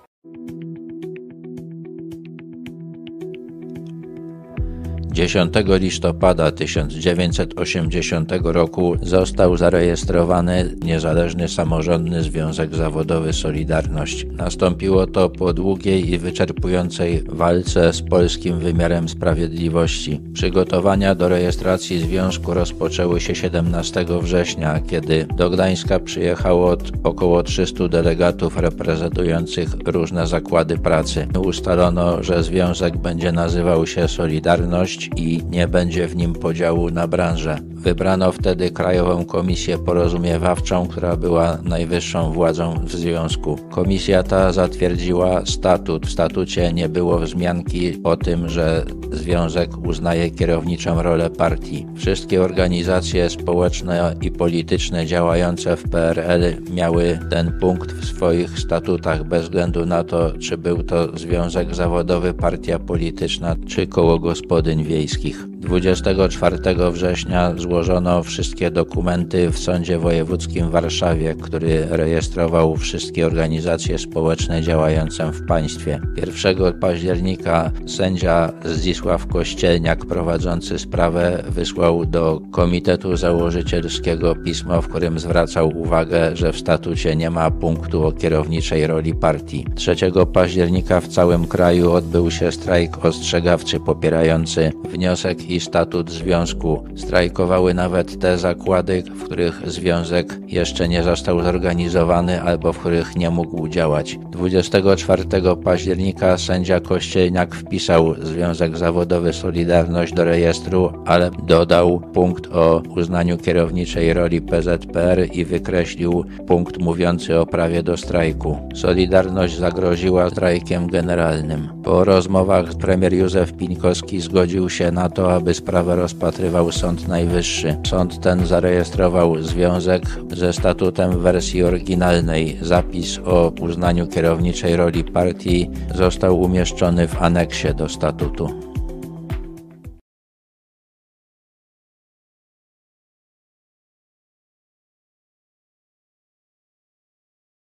Speaker 6: dziesiątego listopada tysiąc dziewięćset osiemdziesiątego roku został zarejestrowany Niezależny Samorządny Związek Zawodowy Solidarność. Nastąpiło to po długiej i wyczerpującej walce z polskim wymiarem sprawiedliwości. Przygotowania do rejestracji związku rozpoczęły się siedemnastego września, kiedy do Gdańska przyjechało około trzystu delegatów reprezentujących różne zakłady pracy. Ustalono, że związek będzie nazywał się Solidarność i nie będzie w nim podziału na branże. Wybrano wtedy Krajową Komisję Porozumiewawczą, która była najwyższą władzą w związku. Komisja ta zatwierdziła statut. W statucie nie było wzmianki o tym, że związek uznaje kierowniczą rolę partii. Wszystkie organizacje społeczne i polityczne działające w P R L miały ten punkt w swoich statutach bez względu na to, czy był to związek zawodowy, partia polityczna czy koło gospodyń wiejskich. dwudziestego czwartego września złożono wszystkie dokumenty w Sądzie Wojewódzkim w Warszawie, który rejestrował wszystkie organizacje społeczne działające w państwie. pierwszego października sędzia Zdzisław Kościelniak prowadzący sprawę wysłał do Komitetu Założycielskiego pismo, w którym zwracał uwagę, że w statucie nie ma punktu o kierowniczej roli partii. trzeciego października w całym kraju odbył się strajk ostrzegawczy popierający wniosek i statut związku. Strajkowały nawet te zakłady, w których związek jeszcze nie został zorganizowany albo w których nie mógł działać. dwudziestego czwartego października sędzia Kościelniak wpisał Związek Zawodowy Solidarność do rejestru, ale dodał punkt o uznaniu kierowniczej roli P Z P R i wykreślił punkt mówiący o prawie do strajku. Solidarność zagroziła strajkiem generalnym. Po rozmowach premier Józef Pińkowski zgodził się na to, aby sprawę rozpatrywał Sąd Najwyższy. Sąd ten zarejestrował związek ze statutem w wersji oryginalnej. Zapis o uznaniu kierowniczej roli partii został umieszczony w aneksie do statutu.